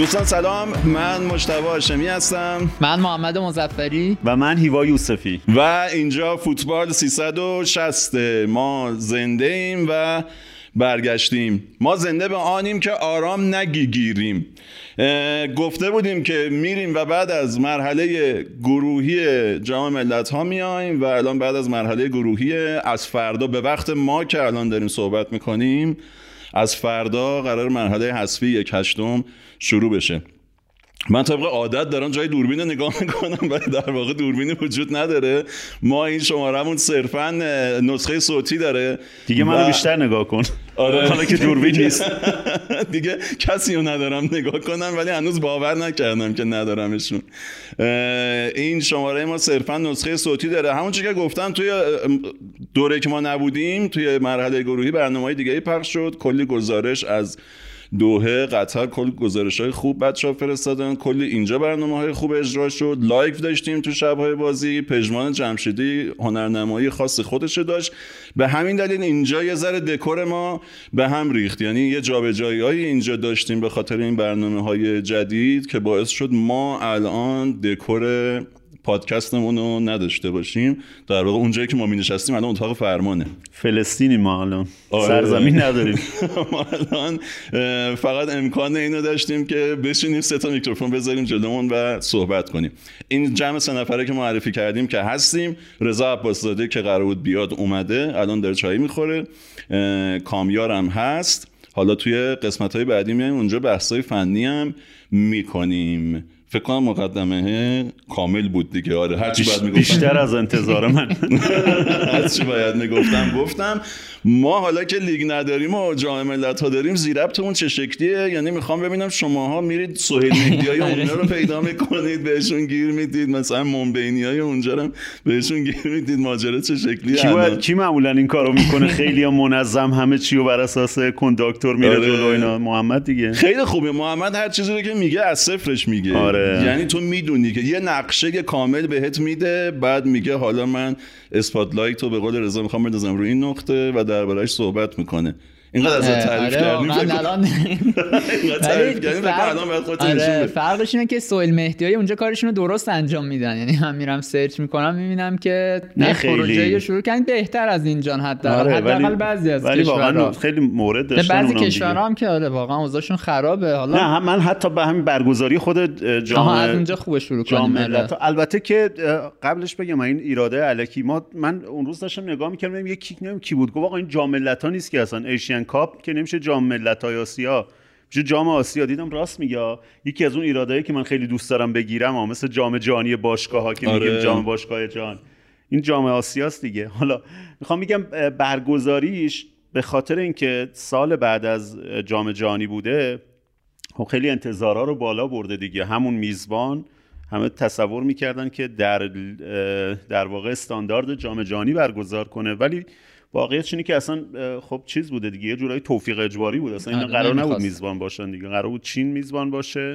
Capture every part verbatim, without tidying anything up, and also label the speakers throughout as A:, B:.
A: دوستان سلام، من مجتبی هاشمی هستم.
B: من محمد مظفری
C: و من هیوا یوسفی
A: و اینجا فوتبال سیصد و شصت. ما زنده ایم و برگشتیم. ما زنده به آنیم که آرام نگیریم. گفته بودیم که میریم و بعد از مرحله گروهی جام ملت‌ها میایم و الان بعد از مرحله گروهی از فردا به وقت ما که الان داریم صحبت میکنیم از فردا قرار مرحله حذفی یک هشتم شروع بشه. من طبق عادت دارم جای دوربین رو نگاه میکنم ولی در واقع دوربینی وجود نداره. ما این شمارمون صرفا نسخه صوتی داره
C: دیگه. منو و... بیشتر نگاه کن.
A: آره
C: حالا که دوربین نیست
A: دیگه کسی رو ندارم نگاه کنم ولی هنوز باور نکردم که ندارمشون. این شماره ما صرفا نسخه صوتی داره. همون چیزی که گفتم توی دوره که ما نبودیم توی مرحله گروهی برنامه‌های دیگه‌ای پخش شد. کلی گزارش از دوحه قطر، کلی گزارش‌های خوب بچه‌ها فرستادن، کلی اینجا برنامه‌های خوب اجرا شد. لایو داشتیم تو شب‌های بازی. پژمان جمشیدی هنرنمایی خاص خودش داشت. به همین دلیل اینجا یه ذره دکور ما به هم ریخت، یعنی یه جابجایی‌های اینجا داشتیم به خاطر این برنامه‌های جدید که باعث شد ما الان دکور پادکستمون رو نداشته باشیم. در واقع اونجایی که ما می نشستیم الان اتاق فرمانه.
C: فلسطینی ما الان. آره. سرزمین نداریم.
A: ما الان فقط امکان اینو داشتیم که بشینیم سه تا میکروفون بذاریم جلومون و صحبت کنیم. این جمع سه نفره که معرفی کردیم که هستیم. رضا عباس‌زاده که قرار بود بیاد اومده، الان داره چای میخوره. کامیار هم هست. حالا توی قسمت‌های بعدی میایم اونجا بحث‌های فنی هم میکنیم. فکر کنم مقدمه کامل بود دیگه. آره هرچی باید میگفتم
C: بیشتر از انتظار من
A: هرچی باید میگفتم گفتم. ما حالا که لیگ نداریم و جام ملت‌ها داریم، زیربطمون چه شکلیه؟ یعنی میخوام ببینم شماها میرید سهیل مهدیای اونجا رو پیدا میکنید بهشون گیر میدید، مثلا منبینیای اونجا رو بهشون گیر میدید، ماجرا چه شکلیه؟
C: کی باید کی معمولا این کارو میکنه؟ خیلی منظم همه چی رو بر اساس کنداکتور میره
A: آره.
C: جلو اینا. محمد دیگه
A: خیلی خوبه. محمد هر چیزی رو که میگه از صفرش میگه.
C: آره.
A: یعنی تو میدونی که یه نقشه کامل بهت میده، بعد میگه حالا من اسپاتلایت رو به قول رضا میخوام بندازم روی این نقطه و درباره‌اش صحبت میکنه. اینقدر از تعریف کردیم
B: من الان
A: اینقدر تعریف کردیم که الان باید خودت نشون بدی.
B: فرقش اینه که سهیل مهدیای اونجا کارشون رو درست انجام میدن. یعنی من میرم سرچ میکنم میبینم که نه پروژه شروع کردن بهتر از اینجان، حداقل حداقل بعضی از
C: ولی واقعا خیلی مورد داشتن.
B: بعضی کشورها هم که آره واقعا اوضاعشون خرابه. حالا
C: نه من حتی به همین برگزاری خود جام
B: از اونجا خوبه شروع کنیم.
C: البته که قبلش بگم این ایراده الکی ما من اون روز داشتم نگاه میکردم یه کیک نمیدونم کی بود گفت آقا این جام ملت‌ها نیست که اصلا ایشین کاپ که نمیشه جام ملت‌های آسیا، میشه جام آسیا. دیدم راست میگه. یکی از اون ایرادایی که من خیلی دوست دارم بگیرم ها، مثل جام جهانی باشگاه‌ها که آره. میگیم جام باشگاه جهان، این جام آسیاست دیگه. حالا میخوام میگم برگزاریش به خاطر اینکه سال بعد از جام جهانی بوده، خب خیلی انتظارا رو بالا برده دیگه. همون میزبان همه تصور میکردن که در در واقع استاندارد جام جهانی برگزار کنه، ولی واقعیتش اینه که اصلا خب چیز بوده دیگه، یه جورایی توفیق اجباری بود. اصلا این قرار نبود میزبان باشن دیگه، قرار بود چین میزبان باشه.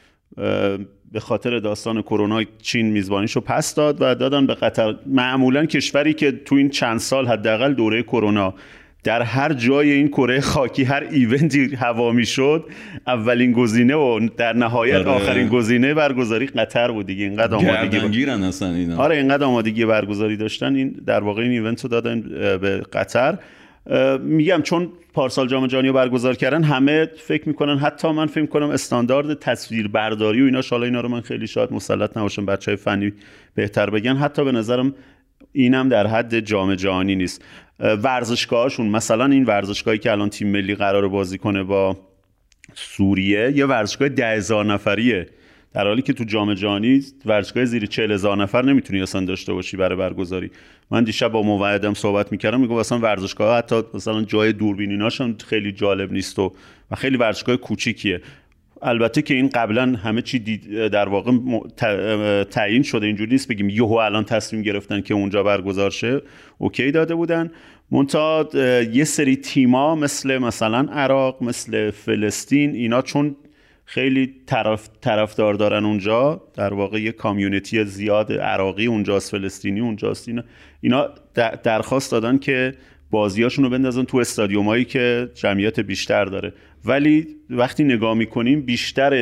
C: به خاطر داستان کرونا چین میزبانیشو پس داد و دادن به قطر. معمولا کشوری که تو این چند سال حداقل دوره کرونا در هر جای این کره خاکی هر ایونتی هوا میشد، اولین گزینه و در نهایت آره. آخرین گزینه برگزاری قطر بود دیگه. اینقدر آمادگی
A: گیرن اصلا اینا.
C: آره اینقدر آمادگی برگزاری داشتن، این در واقع این ایونت رو دادن به قطر. میگم چون پارسال جام جهانی رو برگزار کردن، همه فکر میکنن، حتی من فکر میکنم استاندارد تصویر برداری و اینا، شالا اینا رو من خیلی شاید مسلط نباشم، بچهای فنی بهتر بگن، حتی به نظرم اینم در حد جام جهانی نیست. ورزشگاهاشون مثلا این ورزشگاهی که الان تیم ملی قراره بازی کنه با سوریه، یه ورزشگاه ده هزار نفریه، در حالی که تو جام جهانی ورزشگاه زیر چهل هزار نفر نمیتونی اصلا داشته باشی برای برگزاری. من دیشب با موعدم صحبت میکردم، میگم اصلا ورزشگاه حتی مثلا جای دوربینیناش هم خیلی جالب نیست و و خیلی ورزشگاه کوچیکیه. البته که این قبلا همه چی در واقع تعیین شده، اینجوری نیست بگیم یهو الان تصمیم گرفتن که اونجا برگزار شه، اوکی داده بودن. منتها یه سری تیما مثل مثلا عراق، مثل فلسطین، اینا چون خیلی طرف طرفدار دارن اونجا، در واقع یه کامیونیتی زیاد عراقی اونجاست، فلسطینی اونجاست، اینا اینا درخواست دادن که بازیاشون رو بندازن تو استادیومایی که جمعیت بیشتر داره. ولی وقتی نگاه میکنیم بیشتر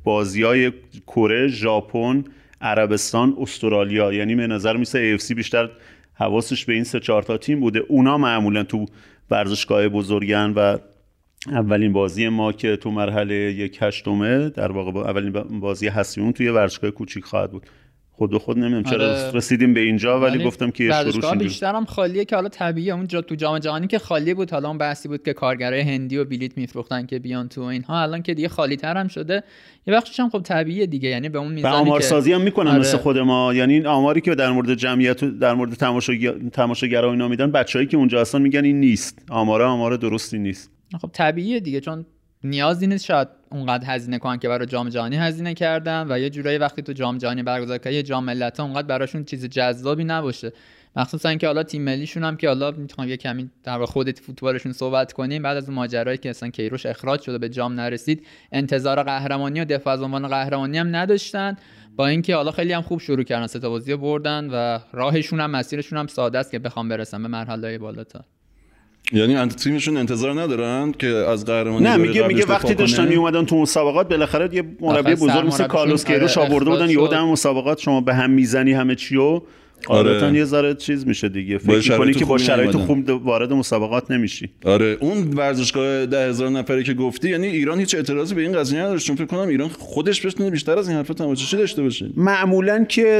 C: بازیای کره، ژاپن، عربستان، استرالیا، یعنی به نظر میسه ای اف سی بیشتر حواسش به این سه چهار تا تیم بوده. اونا معمولا تو ورزشگاه بزرگن و اولین بازی ما که تو مرحله یک هشتمه در واقع با اولین بازی حسیمون توی ورزشگاه کوچیک خواهد بود. خود به خود نمیدونم چرا آره. رسیدیم به اینجا ولی گفتم که
B: ورزشگاه بیشتر هم خالیه که حالا طبیعیه. اون جا تو جام جهانی که خالی بود، حالا اون بحثی بود که کارگرای هندی و بلیت میفروختن که بیان تو اینها، الان که دیگه خالی تر هم شده یه بخشش هم خب طبیعیه دیگه، یعنی به اون میزانی که
C: آمارسازی هم میکنن آره. مثل خود ما، یعنی این آماری که در مورد جمعیت در مورد تماشاگر تماشاگرا اینا میدن، بچه‌ای که اونجا هستن میگن این نیست، آمارا آمار درستی نیست.
B: خب طبیعیه دیگه، چون نیازی نیست شاید اونقدر هزینه کنن که برای جام جهانی هزینه کردن و یه جورایی وقتی تو جام جهانی برگزار کنه یه جام ملت‌ها اونقدر براشون چیز جذابی نباشه، مخصوصا اینکه حالا تیم ملیشون هم که حالا میتونم یه کمی در خودت فوتبالشون صحبت کنیم، بعد از اون ماجرایی که اصلا کیروش اخراج شده به جام نرسید، انتظار قهرمانی و دفاع از عنوان قهرمانی هم نداشتن، با اینکه حالا خیلی هم خوب شروع کردن، سه تا بازی بردن و راهشون هم مسیرشون هم ساده است که بخوام برسن به مرحله بالاتر.
A: یعنی انت تیمشون انتظار ندارن که از قهرمانی
C: نه میگه میگه وقتی داشتن می اومدن تو مسابقات بالاخره یه مربی بزرگ مثل کارلوس کیروش آورده بودن، یه دم مسابقات شما به هم میزنی همه چیو عادتاً آره. یه ذره چیز میشه دیگه، فکر می‌کنی که با شرایط خوب وارد مسابقات نمیشی.
A: آره اون ورزشگاه ده هزار نفری که گفتی، یعنی ایران هیچ اعتراضی به این قضیه نداشت، چون فکر کنم ایران خودش بتونه بیشتر از این حرفا تماشاچی داشته باشه.
C: معمولاً که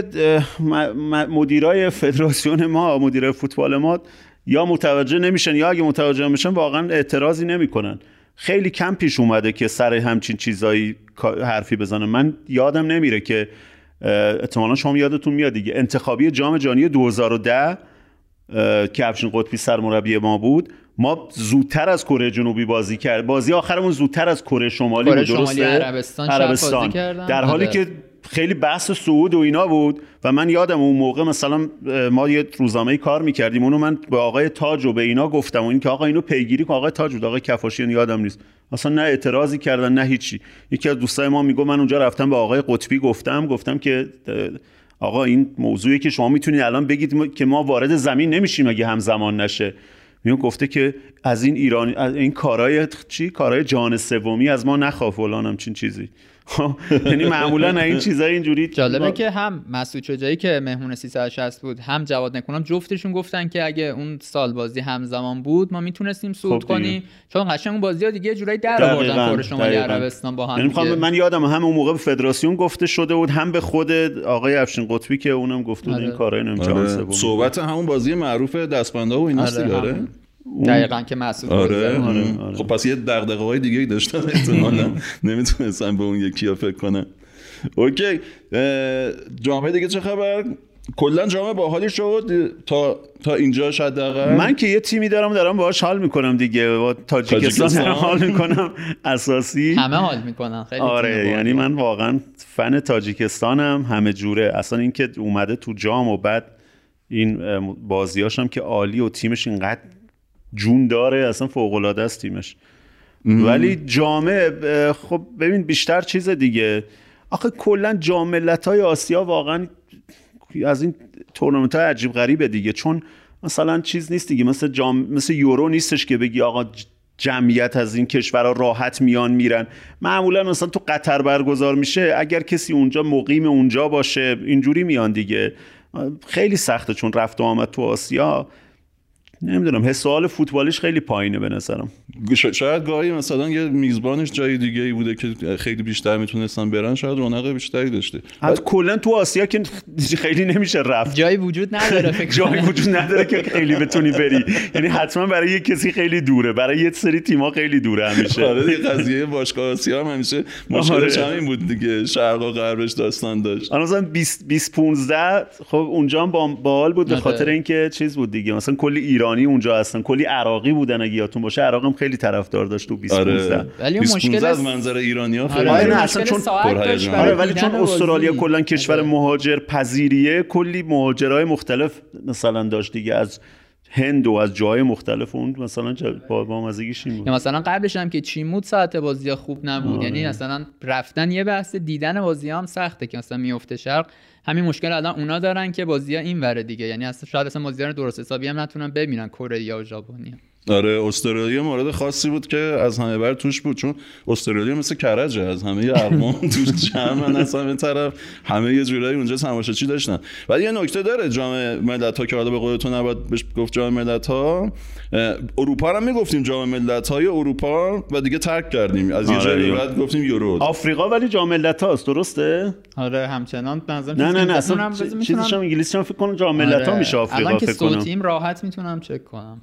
C: مدیرای فدراسیون ما، مدیرای فوتبال ما یا متوجه نمیشن یا اگه متوجه میشن واقعا اعتراضی نمیکنن. خیلی کم پیش اومده که سر همچین چیزایی حرفی بزنن. من یادم نمیره که احتمالاً شما یادتون میاد دیگه، انتخابی جام جهانی دو هزار و ده که افشین قطبی سرمربی ما بود، ما زودتر از کره جنوبی بازی کرد، بازی آخرمون زودتر از کره شمالی بود، درسته؟
B: عربستان, عربستان.
C: در حالی که خیلی بحث صعود و اینا بود و من یادم اون موقع مثلا ما یه روزنامه‌ای کار می‌کردیم، اونو من به آقای تاج و به اینا گفتم و این که آقا اینو پیگیری کن، آقای تاج بود، آقای کفاشیان یادم نیست، اصلا نه اعتراضی کردن نه هیچی. یکی از دوستای ما میگه من اونجا رفتم به آقای قطبی گفتم گفتم که آقا این موضوعی که شما میتونید الان بگید که ما وارد زمین نمیشیم اگه همزمان نشه. میون گفته که از این ایرانی از این کارهای چی کارهای جهان سومی از ما نخواه فلان همچین چیزی. یعنی معمولا این چیزای اینجوری
B: جالبه که هم مسعود شجاعی که مهمون سیصد و شصت بود، هم جواد نکونام، جفتشون گفتن که اگه اون سال بازی همزمان بود ما میتونستیم صعود خب کنیم، چون قشنگ اون بازی‌ها دیگه یه جورایی در آوردن کره شمالی عربستان با هم.
C: یعنی من یادم هم اون موقع به فدراسیون گفته شده بود، هم به خود آقای افشین قطبی که اونم گفته بود این کارای نمی‌چاره سوم.
A: صحبت همون بازی معروف دستبندا و ایناست دیگه.
B: دقیقاً که مسعود
A: آره. آره. آره. خب پس یه دغدغه‌های دیگه‌ای داشتن احتمالاً نمیتونستن به اون یکی‌ها فکر کنن. اوکی، جامعه دیگه چه خبر؟ کلا جامعه باحالی شد تا تا اینجا حداقل.
C: من که یه تیمی دارم دارم باهاش حال میکنم دیگه، با تاجیکستان دارم حال میکنم اساسی.
B: همه حال میکنن خیلی.
C: آره یعنی من واقعا فن تاجیکستانم همه جوره. اصلا اینکه اومده تو جام و بعد این بازیاشم که عالی و تیمش اینقدر جون داره، اصلا فوق العاده است تیمش. ولی جامعه خب ببین بیشتر چیز دیگه، آخه کلا جام ملت‌های آسیا واقعا از این تورنمنت‌های عجیب غریبه دیگه، چون مثلا چیز نیست دیگه، مثل جام مثل یورو نیستش که بگی آقا جمعیت از این کشورها راحت میان میرن. معمولا مثلا تو قطر برگزار میشه، اگر کسی اونجا مقیم اونجا باشه اینجوری میان دیگه. خیلی سخته چون رفت و آمد تو آسیا، نمیدونم حس و حال فوتبالیش خیلی پایینه به نظرم.
A: شاید گاهی مثلا یه میزبانش جای دیگه ای بوده که خیلی بیشتر میتونستن برن، شاید رونق بیشتری داشته.
C: حتی کلا تو آسیا که خیلی نمیشه رفت،
B: جایی وجود نداره فکر
C: جایی وجود نداره که خیلی بتونی بری، یعنی حتما برای یه کسی خیلی دوره، برای یه سری تیم‌ها خیلی دوره همیشه.
A: آره دیگه قضیه باشگاه آسیا هم همیشه مشکلش همین بود دیگه، شرق و غربش داستان داشت.
C: مثلا بیست بیست پانزده خب اونجا هم با باحال بود به خاطر اینکه چیز بود دیگه، مثلا کلی ایرانی اونجا هستن، کلی عراقی بودن اگه یادتون باشه، عراق هم خیلی طرفدار داشت تو بیست پانزده.
B: ولی مشکل
A: از منظر ایرانی‌ها خیلی
B: آره
C: نه اصلا چون آره ولی چون استرالیا کلا کشور مهاجر پذیریه، کلی مهاجرای مختلف مثلا داشت دیگه، از هند و از جای مختلف، اون مثلا با بامزگیش این بود.
B: مثلا قبلش هم که چیمود ساعت بازی‌ها خوب نبود، یعنی مثلا رفتن یه بحث دیدن بازی‌ها هم سخته که مثلا میفته شرق. همین مشکل الان اونا دارن که بازی‌ها این وره دیگه، یعنی اصلا شاید اصلا بازی‌ها رو درست حسابی هم نتونن ببینن کره یا ژاپنی.
A: آره استرالیا مورد خاصی بود که از همه بر توش بود، چون استرالیا مثل کرجه، از همه اقوام توش جمعن، از همه طرف همه یه جورایی اونجا تماشاچی داشتن. ولی یه نکته داره جام ملت‌ها که حالا به قول تو نباید بهش گفت جام ملت‌ها، اروپا رو میگفتیم جام ملت‌های اروپا و دیگه ترک کردیم، از یه جایی بعد گفتیم یورو.
C: آفریقا ولی جام ملت‌هاست، درسته؟
B: آره همچنان بنظرم
C: نه نه نه اصلا چیزش هم انگلیسیش هم فکر کنم جام ملت‌ها میشه آفریقا،
B: الان که
C: فکر کنم
B: صوتیم راحت میتونم چک کنم.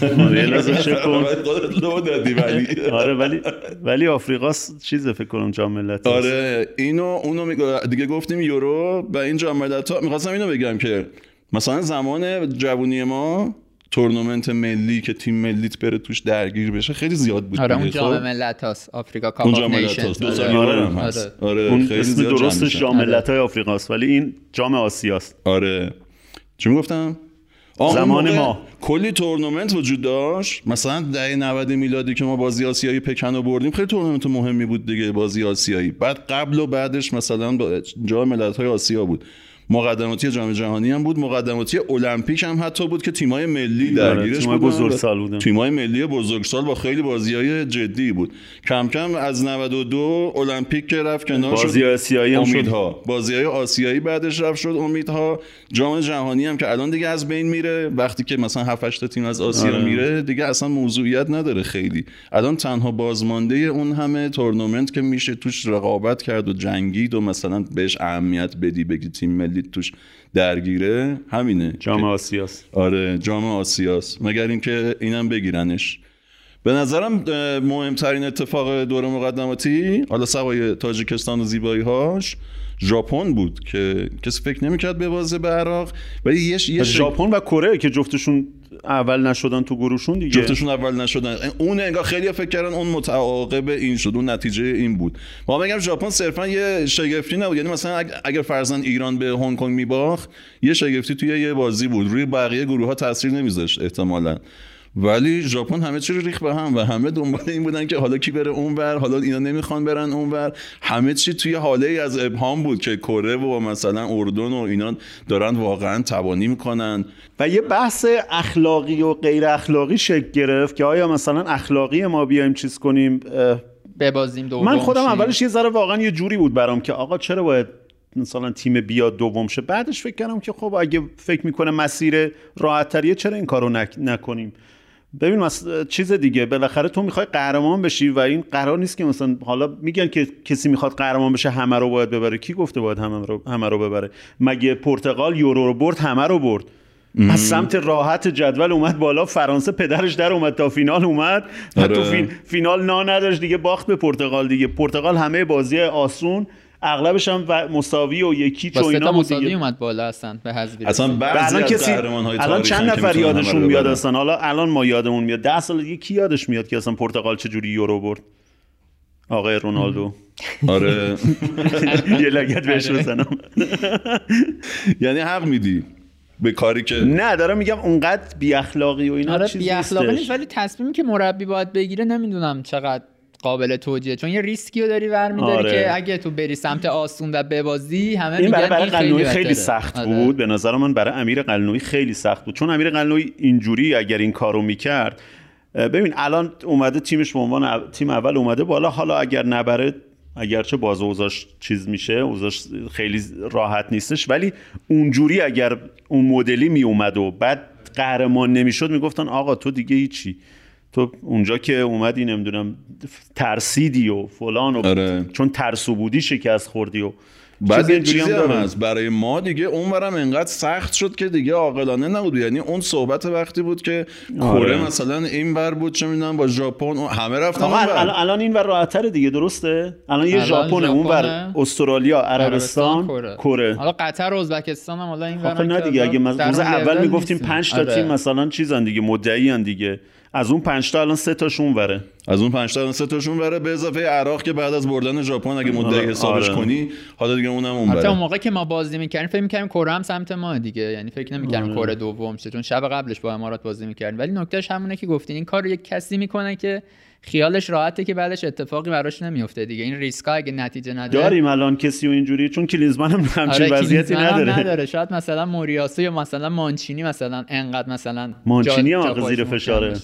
C: لازم چک کنم.
A: لو دادی ولی
C: آره ولی ولی آفریقا چیزه فکر کنم جام ملت‌ها.
A: آره اینو اونو میگه دیگه گفتیم یورو و این جام ملت‌ها. می‌خواستم اینو بگم که مثلا زمان جوونی ما تورنمنت ملی که تیم ملیت بره توش درگیر بشه خیلی زیاد بود.
B: آره اون جام ملت‌هاست، آفریقا کاپ آف نیشنز.
A: دو سال آره هم هست. آره
C: اون اسم درستش جام ملت‌های آفریقاست ولی این جام آسیاست.
A: آره چی میگفتم؟
C: زمان ما
A: کلی تورنمنت وجود داشت، مثلا دهه نود میلادی که ما بازی آسیایی پکن رو بردیم خیلی تورنمنت مهمی بود دیگه، بازی آسیایی. بعد قبل و بعدش مثلا جام ملت‌های آسیا بود، مقدماتی جام جهانی هم بود، مقدماتی المپیک هم حتی بود که تیمای ملی درگیرش
C: بودن، بزرگسال بودن،
A: تیمای ملی بزرگسال با خیلی بازی‌های جدی بود. کم کم از نود و دو المپیک که رفت کنار شد،
C: بازی آسیایی هم
A: امیدها شد. بازی‌های آسیایی بعدش رفت شد امیدها. جام جهانی هم که الان دیگه از بین میره، وقتی که مثلا هفت هشت تیم از آسیا آره. میره دیگه اصلا موضوعیت نداره خیلی. الان تنها بازمانده اون همه تورنمنت که میشه توش رقابت کرد و جنگید و مثلا بهش اهمیت بدی بگی تیم ملی توش درگیره همینه،
C: جام آسیاست.
A: آره جام آسیاست، مگر اینکه اینم بگیرنش. به نظرم مهمترین اتفاق دور مقدماتی حالا سوای تاجیکستان و زیبایی‌هاش ژاپن بود که کسی فکر نمی‌کرد ببازه به عراق، ولی یه یه
C: ژاپن و کره که جفتشون اول نشدن تو گروهشون دیگه،
A: جفتشون اول نشدن. اون انگار خیلی فکر کردن اون متعاقب این شد، اون نتیجه این بود. ما میگم ژاپن صرفا یه شگفتی نبود، یعنی مثلا اگر فرضاً ایران به هنگ کنگ میباخت یه شگفتی توی یه بازی بود، روی بقیه گروه‌ها تاثیر نمیذاشت احتمالاً. ولی ژاپن همه چی رو ریخت به هم و همه دنبال این بودن که حالا کی بره اونور، حالا اینا نمیخوان برن اونور. همه چی توی حاله ای از ابهام بود که کره و مثلا اردن و اینا دارن واقعا تبانی میکنن
C: و یه بحث اخلاقی و غیر اخلاقی شکل گرفت که آیا مثلا اخلاقی ما بیایم چیز کنیم
B: ببازیم دوم.
C: من خودم اولش یه ذره واقعا یه جوری بود برام که آقا چرا باید مثلا تیم بیاد دوم شه. بعدش فکر کردم که خب اگه فکر میکنه مسیر راحت تریه چرا این کارو نک... نکنیم. ببین مثلا چیز دیگه، بالاخره تو میخوای قهرمان بشی و این قرار نیست که مثلا حالا میگن که کسی میخواد قهرمان بشه همه رو باید ببره. کی گفته باید همه رو همه رو ببره؟ مگه پرتغال یورو رو برد همه رو برد؟ از سمت راحت جدول اومد بالا، فرانسه پدرش در اومد تا فینال اومد و تو فین... فینال نا نداشت دیگه، باخت به پرتغال دیگه. پرتغال همه بازی آسون اغلبش هم مساوی و یکی چو اینا بود دیگه،
B: اومد بالا اصلا به حذف
A: اصلا بعضی از قهرمان‌های
C: الان چند نفر یادشون میاد اصلا؟ حالا الان ما یادمون میاد، ده سال دیگه کی یادش میاد که اصلا پرتغال چه جوری یورو برد؟ آقای رونالدو.
A: آره
C: یه لگد بهش بزنم.
A: یعنی حق میدی به کاری که
C: نه دارم میگم اونقدر بی اخلاقی و اینا
B: آره
C: چیزی
B: بی اخلاقی نیست، ولی تصمیمی که مربی باید بگیره نمیدونم چقدر قابل توجیه، چون یه ریسکی رو داری برمی‌داری آره. که اگه تو بری سمت آسون و ببازی همه
C: این
B: میگن
C: برای
B: این
C: قلنویی
B: خیلی,
C: خیلی سخت آره. بود. به نظر من برای امیر قلنویی خیلی سخت بود، چون امیر قلنویی اینجوری اگر این کارو میکرد، ببین الان اومده تیمش به عنوان تیم اول اومده بالا، حالا اگر نبره اگرچه باز اوضاعش چیز میشه، اوضاعش خیلی راحت نیستش، ولی اونجوری اگر اون مدلی می اومد و بعد قهرمان نمیشد میگفتن آقا تو دیگه هیچی، تو اونجا که اومدی نمیدونم ترسیدی و فلان و
A: آره.
C: چون ترسو بودی شکست خوردی و
A: بعد یه چیزی هم هست برای ما دیگه اونورم انقدر سخت شد که دیگه عاقلانه نبود. یعنی اون صحبت وقتی بود که آره. کره مثلا این ور بود چه میدونم با ژاپن همه رفتن
C: الان الان این ور راحت‌تره دیگه، درسته؟ الان یه ژاپن اون ور استرالیا عربستان کره،
B: حالا قطر و ازبکستان هم حالا این ور
C: نه دیگه. اگه ما روز اول میگفتیم پنج تا تیم مثلا چیزن دیگه، مدعی ان دیگه، از اون پنج تا الان سه تاشون وره
A: از اون پنج تا الان سه تاشون وره به اضافه عراق که بعد از بردن ژاپن اگه مدعی حسابش آره. کنی حالا دیگه اونم اون وره.
B: حتی اون موقع که ما بازی می‌کردیم فکر می‌کردیم کره هم سمت ما دیگه، یعنی فکر نمی‌کردیم کره دوم شه، چون شب قبلش با امارات بازی می‌کردیم. ولی نکتهش همونه که گفتین، این کارو یک کسی میکنه که خیالش راحته که بعدش اتفاقی براش نمیفته دیگه. این ریسکا اگه نتیجه نده
C: داریم الان کسی و اینجوری، چون کلینزمن هم همچین آره وضعیتی نداره.
B: نداره شاید مثلا موریاسو یا مثلا مانچینی مثلا انقدر مثلا
C: مانچینی هم زیر فشاره.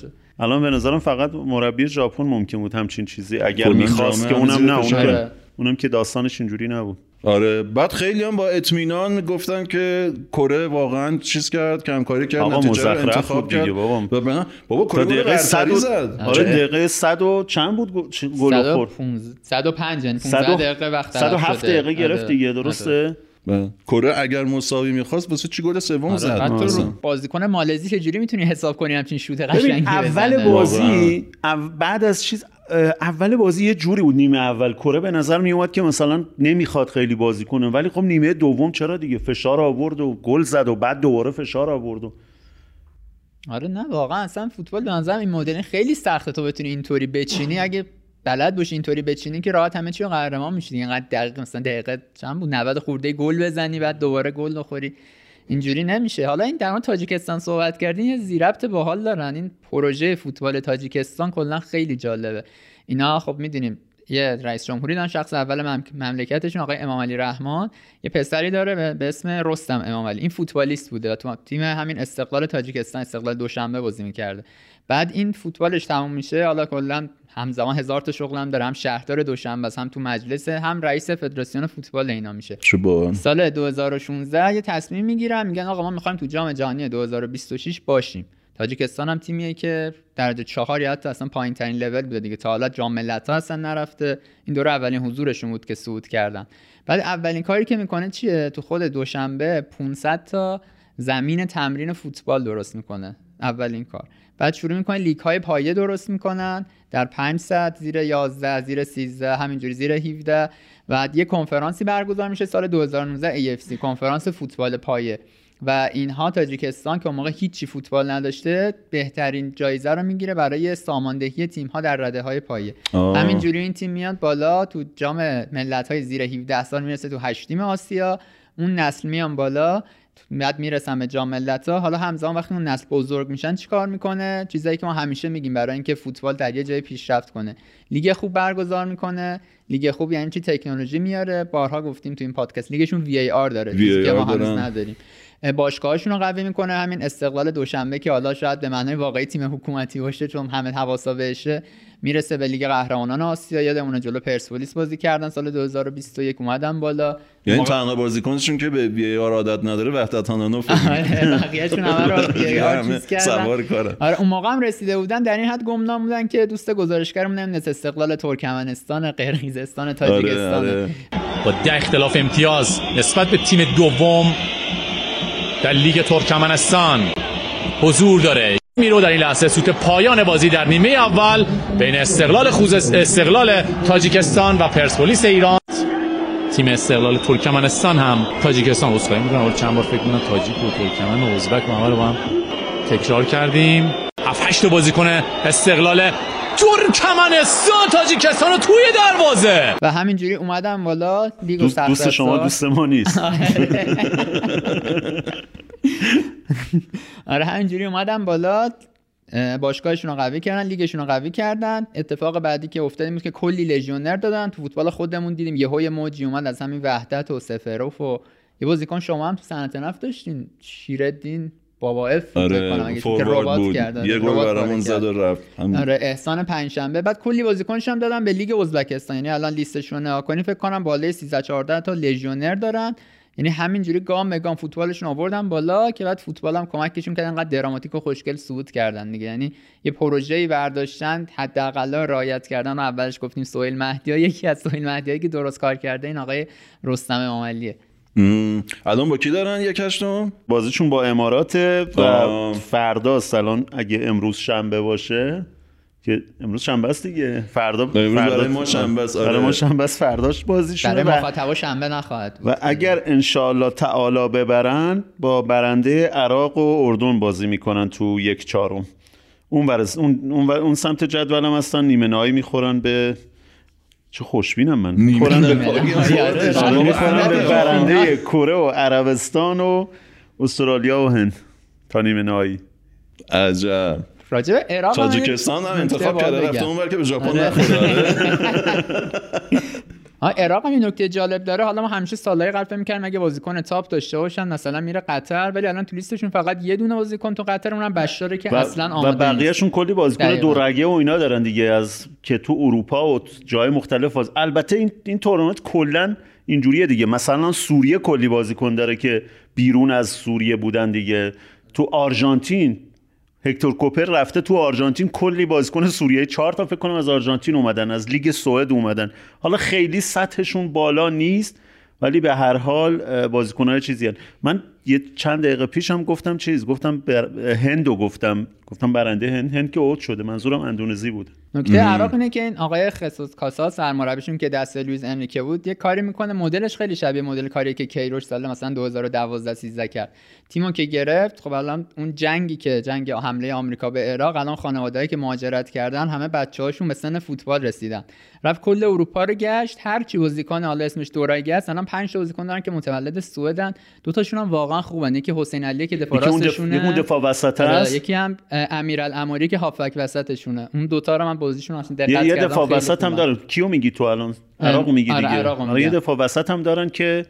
C: الان به نظرم فقط مربی ژاپن ممکن بود همچین چیزی اگر می‌خواست، که اونم نه، اونم, اونم که داستانش اینجوری نبود.
A: آره بعد خیلی هم با اطمینان میگفتن که کره واقعا چیز کرد، کمکاری کرد، نتیجه رو انتخاب کرد.
C: بابا
A: بابا بابا کره دقیقه صد زد.
C: آره دقیقه صد و چند بود گل خورد؟
B: صد و پنج یعنی پانزده دقیقه وقت
C: صد و هفت دقیقه گرفت دیگه، درسته؟
A: کره اگر مساوی می‌خواست واسه چی گل سوم زد؟
B: حتی بازیکن مالزی چجوری میتونی حساب کنی همچین شوت قشنگی
C: اول بازی بعد از چیز اول بازی یه جوری بود، نیمه اول کره به نظر می اومد که مثلا نمیخواد خیلی بازی کنه، ولی خب نیمه دوم چرا دیگه فشار آورد و گل زد و بعد دوباره فشار آورد. و
B: آره نه واقعا اصلا فوتبال به نظرم این مدل خیلی سخته تو بتونی اینطوری بچینی. اگه بلد باشی اینطوری بچینی که راحت همه چی رو قهرمان میشی. اینقدر دقیق مثلا دقیقه چند بود نود خورده گل بزنی بعد دوباره گل بخوری، اینجوری نمیشه. حالا این در مورد تاجیکستان صحبت کردین، یه ضربت باحال دارن. این پروژه فوتبال تاجیکستان کلا خیلی جالبه. اینا خب میدونیم یه رئیس جمهوری دارن، شخص اول مملکتشون آقای امام علی رحمان، یه پسری داره به اسم رستم امام علی. این فوتبالیست بوده، تو تیم همین استقلال تاجیکستان، استقلال دوشنبه بازی می‌کرده. بعد این فوتبالش تموم میشه، حالا کلا همزمان هزار تا شغل هم داره، هم شهردار دوشنبه است، هم تو مجلس، هم رئیس فدراسیون فوتبال اینا میشه. سال دو هزار و شانزده یه تصمیم میگیرن، میگن آقا ما می‌خوایم تو جام جهانی دو هزار و بیست و شش باشیم. تاجیکستان هم تیمیه که درجه چهار یا حتی اصلا پایین ترین لول بوده دیگه، تا حالا جام ملت‌ها اصلا نرفته. این دوره اولین حضورشون بود که صعود کردن. بعد اولین کاری که میکنه چیه؟ تو خود دوشنبه پانصد تا زمین تمرین فوتبال درست میکنه، اولین کار. بعد شروع میکنه لیگ های پایه درست میکنن در پنج سطح، زیر یازده، زیر سیزده، همینجوری زیر هفده. بعد یه کنفرانسی برگزار میشه سال دو هزار و نوزده، ای اف سی، کنفرانس فوتبال پایه. و اینها تاجیکستان که اون موقع هیچی فوتبال نداشته بهترین جایزه رو میگیره برای ساماندهی تیم‌ها در رده‌های پایه. همینجوری این تیم میاد بالا، تو جام ملت‌های زیر هفده سال میرسه تو هشتیم آسیا، اون نسل میان بالا، بعد میرسن به جام ملت‌ها. حالا همزمان وقتی اون نسل بزرگ میشن چیکار میکنه؟ چیزایی که ما همیشه میگیم برای اینکه فوتبال در یه جای پیشرفت کنه، لیگ خوب برگزار میکنه. لیگ خوب یعنی چی؟ تکنولوژی میاره. بارها گفتیم تو این پادکست لیگشون وی ای آر داره، چیزی که ما هنوز نداریم. باشگاهاشون رو قوی میکنه. همین استقلال دوشنبه که حالا شاید به معنای واقعی تیم حکومتی باشه چون همه حواسا بهشه، میرسه به لیگ قهرمانان آسیا. یادمونه جلو پرسپولیس بازی کردن سال دو هزار و بیست و یک، اومدن بالا.
A: یعنی موقع... تنها بازیکنشون که به وی ای آر عادت نداره وحدت هانانوف،
B: بقیه‌شون همه رو وی ای آر چیز کردن.
A: سوار کاره.
B: آره اون موقع هم رسیده بودن، در این حد گمنام بودن که دوست گزارشگرمون نمی‌دونست استقلال ترکمنستان، قرقیزستان، تاجیکستان.
A: آره، آره.
D: با ده اختلاف امتیاز نسبت به تیم دوم در لیگ ترکمنستان حضور داره. میرو در این لحظه سوت پایان بازی در نیمه اول بین استقلال خوز استقلال تاجیکستان و پرسپولیس ایران. تیم استقلال ترکمنستان هم تاجیکستان عذرخواهی می‌کنم، اول چند بار فکر کنم تاجیک و ترکمن و ازبک ما رو با هم تکرار کردیم. هفت هشت بازیکن استقلال ترکمنستان تاجیکستان رو توی دروازه
B: و همینجوری اومدن بالا. لیگو
C: دوست, دوست شما دوست ما نیست.
B: آره همینجوری اومدن بالا، باشگاهشون رو قوی کردن، لیگشون رو قوی کردن. اتفاق بعدی که افتاد این بود که کلی لژیونر دادن. تو فوتبال خودمون دیدیم یهو یه موجی اومد از همین وحدت و سفروف و یه بازیکن شما هم تو صنعت نفت داشتین، شیرالدین بابایف فکر کنم اگه که ربات کرد،
A: یه گل برامون زد و رفت.
B: آره احسان پنجشنبه. بعد کلی بازیکنش هم دادن به لیگ ازبکستان، یعنی الان لیستشون رو نگاه کنی فکر کنم بالای سیزده چهارده تا لژیونر دارن. یعنی همینجوری گام به گام فوتبالشون آوردن بالا که بعد فوتبال هم کمکشون کرد انقدر دراماتیک و خوشگل صعود کردن دیگه. یعنی یه پروژه‌ای برداشتن، حداقل رعایت کردن. و اولش گفتیم سهیل مهدی، یکی از سهیل مهدیایی که درست کار کرده این آقای رستم امام علیه.
A: الان با کی دارن یک هشتم؟
C: بازیشون با امارات و آه. فردا الان اگه امروز شنبه باشه که امروز شنبه است دیگه، فردا
A: فردا ما شنبه است.
C: آره ما شنبه است، فرداش بازیشونه.
B: برای مخاطبا شنبه نخواهد بود.
C: و اگر ان شاء الله تعالی ببرن با برنده عراق و اردن بازی میکنن تو یک چهارم. اون برس اون اون, اون سمت جدول هم هستن، نیمه نهایی میخورن به چه خوشبینم من، میخورن به میخورن به برنده کره و عربستان و استرالیا و هند تا نیمه نهایی.
A: عجب.
B: راجع به عراق
A: تاجیکستان هم انتخاب کرده رفته اونور که به ژاپن نخوره.
B: ها عراق هم این نکته جالب داره. حالا ما همیشه سالهای قبل فکر می‌کردیم اگه بازیکن تاپ داشته باشن مثلا میره قطر، ولی الان تو لیستشون فقط یه دونه بازیکن تو قطر، اونم بشاره که
C: و
B: اصلا آماده
C: و بقیه‌شون کلی بازیکن دو رگه و اینا دارن دیگه، از که تو اروپا و جای مختلف باز. البته این این تورنمنت کلا اینجوریه دیگه، مثلا سوریه کلی بازیکن داره که بیرون از سوریه بودن دیگه. تو آرژانتین هکتور کوپر رفته تو آرژانتین، کلی بازیکن سوریه چهار تا فکر کنم از آرژانتین اومدن، از لیگ سوئد اومدن. حالا خیلی سطحشون بالا نیست ولی به هر حال بازیکن‌های چیزی هستن. من یه چند دقیقه پیش هم گفتم چیز گفتم بر... هندو گفتم گفتم برنده هند هند که اوت شده، منظورم اندونزی بود.
B: نکته عراق اینه که این آقای خصوص کاسا سرمربیشون که دست لوئیس انریکه بود یه کاری میکنه مدلش خیلی شبیه مدل کاری که کیروش سال مثلا دو هزار و دوازده سیزده کرد. تیمو که گرفت، خب الان اون جنگی که جنگ حمله آمریکا به عراق، الان خانواده‌ای که مهاجرت کردن همه بچه‌هاشون به سن فوتبال رسیدن، رفت کل اروپا رو گشت، هر چی بازیکن حالا اسمش دورایی است، الان پنج تا بازیکن دارن که متولد سوئدن، دو تاشون هم واقعا خوبن. یکی حسین علی که دفاع راستشونه،
C: یکی دفاع وسط است،
B: یکی هم امیرالاموری که هافک وسطشونه. اون دو تا رو من بازیشون اصلا دقت کردم.
C: یه دفاع وسط هم دارن. کیو میگی تو الان؟ عراق میگی دیگه.
B: آره
C: یه دفاع وسط هم دارن که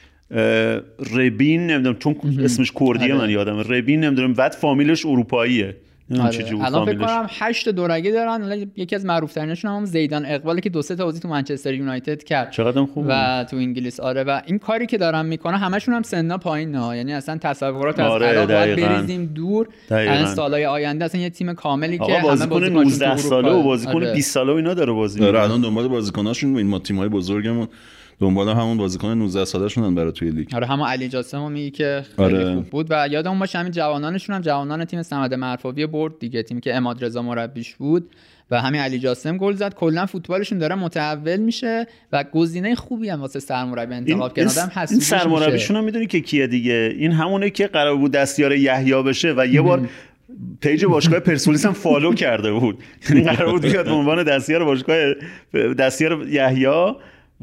C: ربین، نمیدونم چون اسمش کردیه من یادم، ربین نمیدونم بعد فامیلش اروپاییه.
B: آره. الان فکر کنم هشت دورگی دارن. یکی از معروف ترینشون هم زیدان اقبالی که دو سه تا بازی تو منچستر یونایتد کرد،
C: چقدر خوبه
B: و تو انگلیس. آره و این کاری که دارن میکنه همشون هم سنا پایینه، یعنی اصلا تصورات از
C: آره
B: عراق باید بریزیم دور. الان سالهای آینده اصلا یه تیم کاملی که همه
C: بازیکن نوزده ساله و بازیکن آره. بیست ساله و اینا داره بازی
A: میکنه. الان دنبال بازیکناشون این ما تیم‌های بزرگمون دنبال همون بازیکن نوزده ساله شونن برای توی لیگ.
B: آره همون علی جاسمو میگه که خیلی آره. خوب بود و یادمون باشه همین جوانانشون هم جوانان تیم صمد مرفوی برد دیگه، تیمی که اماد رضا مربیش بود و همین علی جاسم گل زد. کلا فوتبالشون داره متحول میشه و گزینه خوبی هم واسه سرمربی انتخاب کردن. آدم حسودیش
C: میشه. این سرمربیشون هم میدونی که کیه دیگه؟ این همونه که قرار بود دستیار یحیی بشه و یه بار پیج باشگاه پرسپولیس هم فالو کرده بود، یعنی قرار بود بیاد به عنوان دستیار باشگاه دستیار یحیی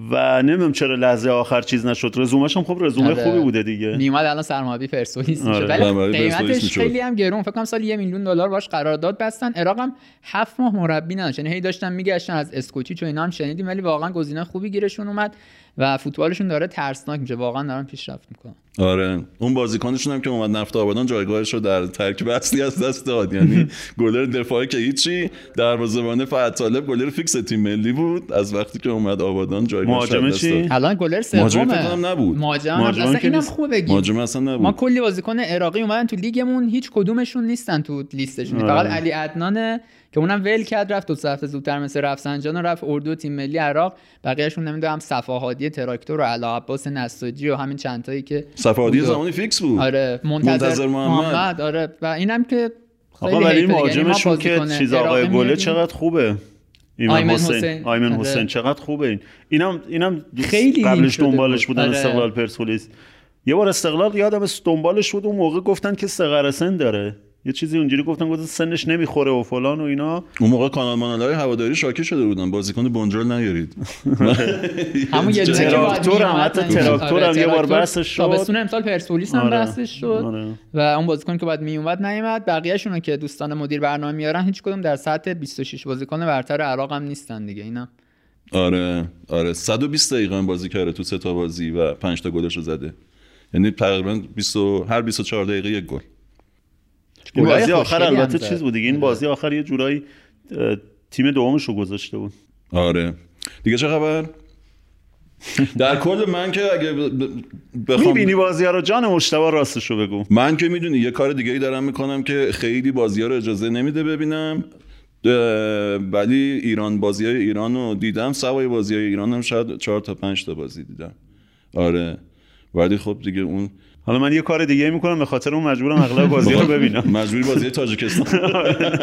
C: و نمیدونم چرا لحظه آخر چیز نشد. رزومش هم خب رزومه خوبی بوده دیگه،
B: میومد الان سرمربی پرسپولیس میشه. ولی قیمتش خیلی هم گرون، فکر کنم سال یه میلیون دلار باش قرارداد بستن. عراق هم هفت ماه مربی نداشت، یعنی هی داشتن میگشتن از اسکوچیچ و اینا هم شنیدیم، ولی واقعا گزینه خوبی گیرشون اومد و فوتبالشون داره ترسناک میشه، واقعا دارن پیشرفت میکنن.
A: آره اون بازیکنشون هم که اومد نفت آبادان جایگاهش رو در ترکیب اصلی از دست داد، یعنی گلر دفاعی که هیچی، دروازه‌بان فهد طالب گلر فیکس تیم ملی بود، از وقتی که اومد آبادان جایگاهش رو دست داد.
B: الان گلر سومه،
A: مهاجم نبود،
B: مهاجم اصلا اینم خوبه بگیم،
A: مهاجم اصلا نبود.
B: ما کلی بازیکن عراقی اومدن تو لیگمون، هیچ کدومشون نیستن تو لیستشون، فقط علی عدنانه که اونم ول کرد رفت دو هفته زودتر مثل رفسنجان و رفت اردو تیم ملی عراق. بقیه‌شون نمیدونم صفاهادی تراکتور و علا عباس نساجی و همین چند تایی که
A: صفاهادی زمانی فیکس بود.
B: آره منتظر, منتظر محمد. محمد آره و اینم که
C: آقا ولی مهاجمشون که چیز آقای گله چقدر خوبه، ایمان حسین آیمن حسین چقدر خوبه. این اینم اینم
B: خیلی
C: قبلش دنبالش بودن آره. استقلال پرسپولیس یه بار استقلال یادم دنبالش بود، اون موقع گفتن که صغر سن داره، یه چیزی اونجوری گفتن گفتن سنش نمیخوره و فلان و اینا.
A: اون موقع کانال مانالای هواداری شاکی شده بودن بازیکن بنجل نیارید.
B: همون یه
C: تراکتور هم حتی تراکتور هم یه بار بحثش شد،
B: تابستون امسال پرسپولیس هم بحثش شد و اون بازیکن که بعد می اومد نیومد. بقیه‌شون که دوستان مدیر برنامه میارن هیچ کدوم در سطح بیست و شش بازیکن برتر عراق هم نیستن دیگه. اینا
A: آره آره صد و بیست دقیقه بازی کرده تو سه تا بازی و پنج تا گلش رو زده، یعنی تقریبا بیست هر بیست و چهار دقیقه یک گل.
C: این بازی آخر البته چیز بود دیگه، این بازی آخر یه جورایی تیم دومش رو گذاشته بود.
A: آره دیگه چه خبر؟ در کل من که اگه بخوام
C: میبینی بازی‌ها رو جان مشتبه راستش رو بگو،
A: من که میدونی یه کار دیگه ای دارم میکنم که خیلی بازی‌ها رو اجازه نمیده ببینم، ولی ایران بازی‌های ایران رو دیدم، سوای بازی‌های ایران هم شاید چهار تا پنج تا بازی دیدم. آره ولی خب دیگه اون
C: حالا من یه کار دیگه میکنم به خاطر اون مجبورم اغلب بازی‌ها رو ببینم.
A: مجبوری بازی تاجیکستان.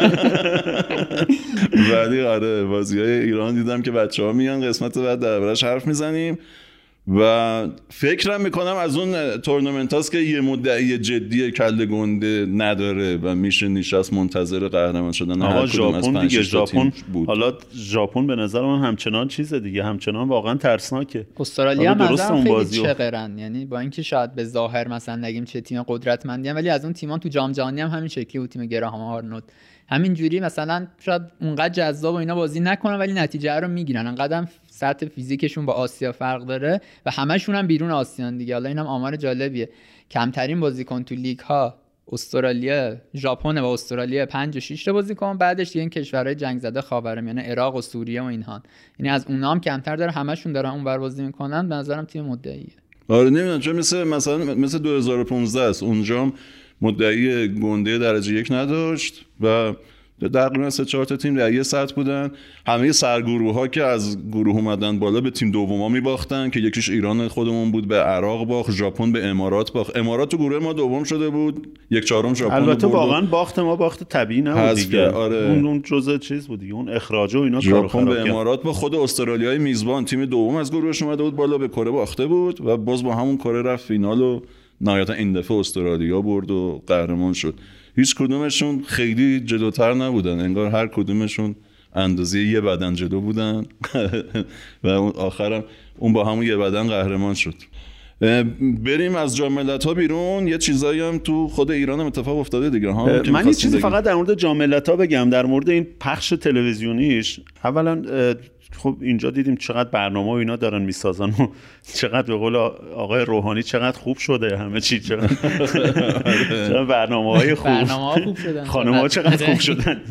A: ولی آره بازی‌های ایران دیدم که بچه‌ها میان قسمت بعد دربارش حرف میزنیم و فکرم میکنم از اون تورنمنت هاست که یه مدعی جدی کله گنده نداره و میشه نشست منتظر قهرمان شدن هر کدوم از پنج شش تا تیم بود.
C: حالا ژاپن به نظر من همچنان چیزه دیگه، همچنان واقعا ترسناکه.
B: استرالیا هم مثلا خیلی چقرن، یعنی با اینکه شاید به ظاهر مثلا نگیم چه تیم قدرتمندی ام، ولی از اون تیمان تو جام جهانی هم همین شکلی بود. تیم گراهام آرنولد همین جوری مثلا شاید اونقدر جذاب و اینا بازی نکنن ولی نتیجه رو میگیرن، انقدرم سطح فیزیکشون با آسیا فرق داره و همشون هم بیرون آسیان دیگه. حالا اینم آمار جالبیه، کمترین بازیکن تو لیگ ها استرالیا، ژاپن و استرالیا پنج و شش تا بازیکن، بعدش دیگه این کشورهای جنگ زده خاورمیانه، عراق و سوریه و اینها، یعنی از اونها هم کمتر داره، همشون دارن اونور بازی میکنن. به نظرم تیم مدعیه.
A: آره نمیدونم چون مثل مثلا مثل دو هزار و پانزده است، اونجا مدعی گنده درجه یک نداشت و تقریبا سه چهار تا تیم در یه سطح بودن. همه سرگروه ها که از گروه اومدن بالا به تیم دوما میباختن که یکیش ایران خودمون بود، به عراق باخت، ژاپن به امارات باخت. امارات تو گروه ما دوم شده بود، یک چهارم ژاپن.
C: البته واقعا باخت ما باخت طبیعی نبود دیگه.
A: آره.
C: اون اون جزء چیز بود دیگه، اون اخراج و اینا.
A: ژاپن به امارات با خود استرالیای میزبان تیم دوم از گروهش اومده بود بالا، به کره باخته بود و باز با همون کره رفت فینال و نهایتا این دفعه استرالیا برد و قهرمان شد. هیچ کدومشون خیلی جلوتر نبودن، انگار هر کدومشون اندازه یه بدن جلو بودن و آخرم اون با همون یه بدن قهرمان شد. بریم از جام ملت‌ها بیرون. یه چیزایی هم تو خود ایران هم اتفاق افتاده دیگه ها.
C: من یه چیزی فقط در مورد جام ملت‌ها بگم، در مورد این پخش تلویزیونیش. اولا خب اینجا دیدیم چقدر برنامه و اینا دارن میسازن و چقدر به قول آقای روحانی چقدر خوب شده همه چی، چقدر, چقدر برنامه‌های خوب،
B: برنامه‌ها خوب شدن،
C: خانم‌ها چقدر خوب شدن.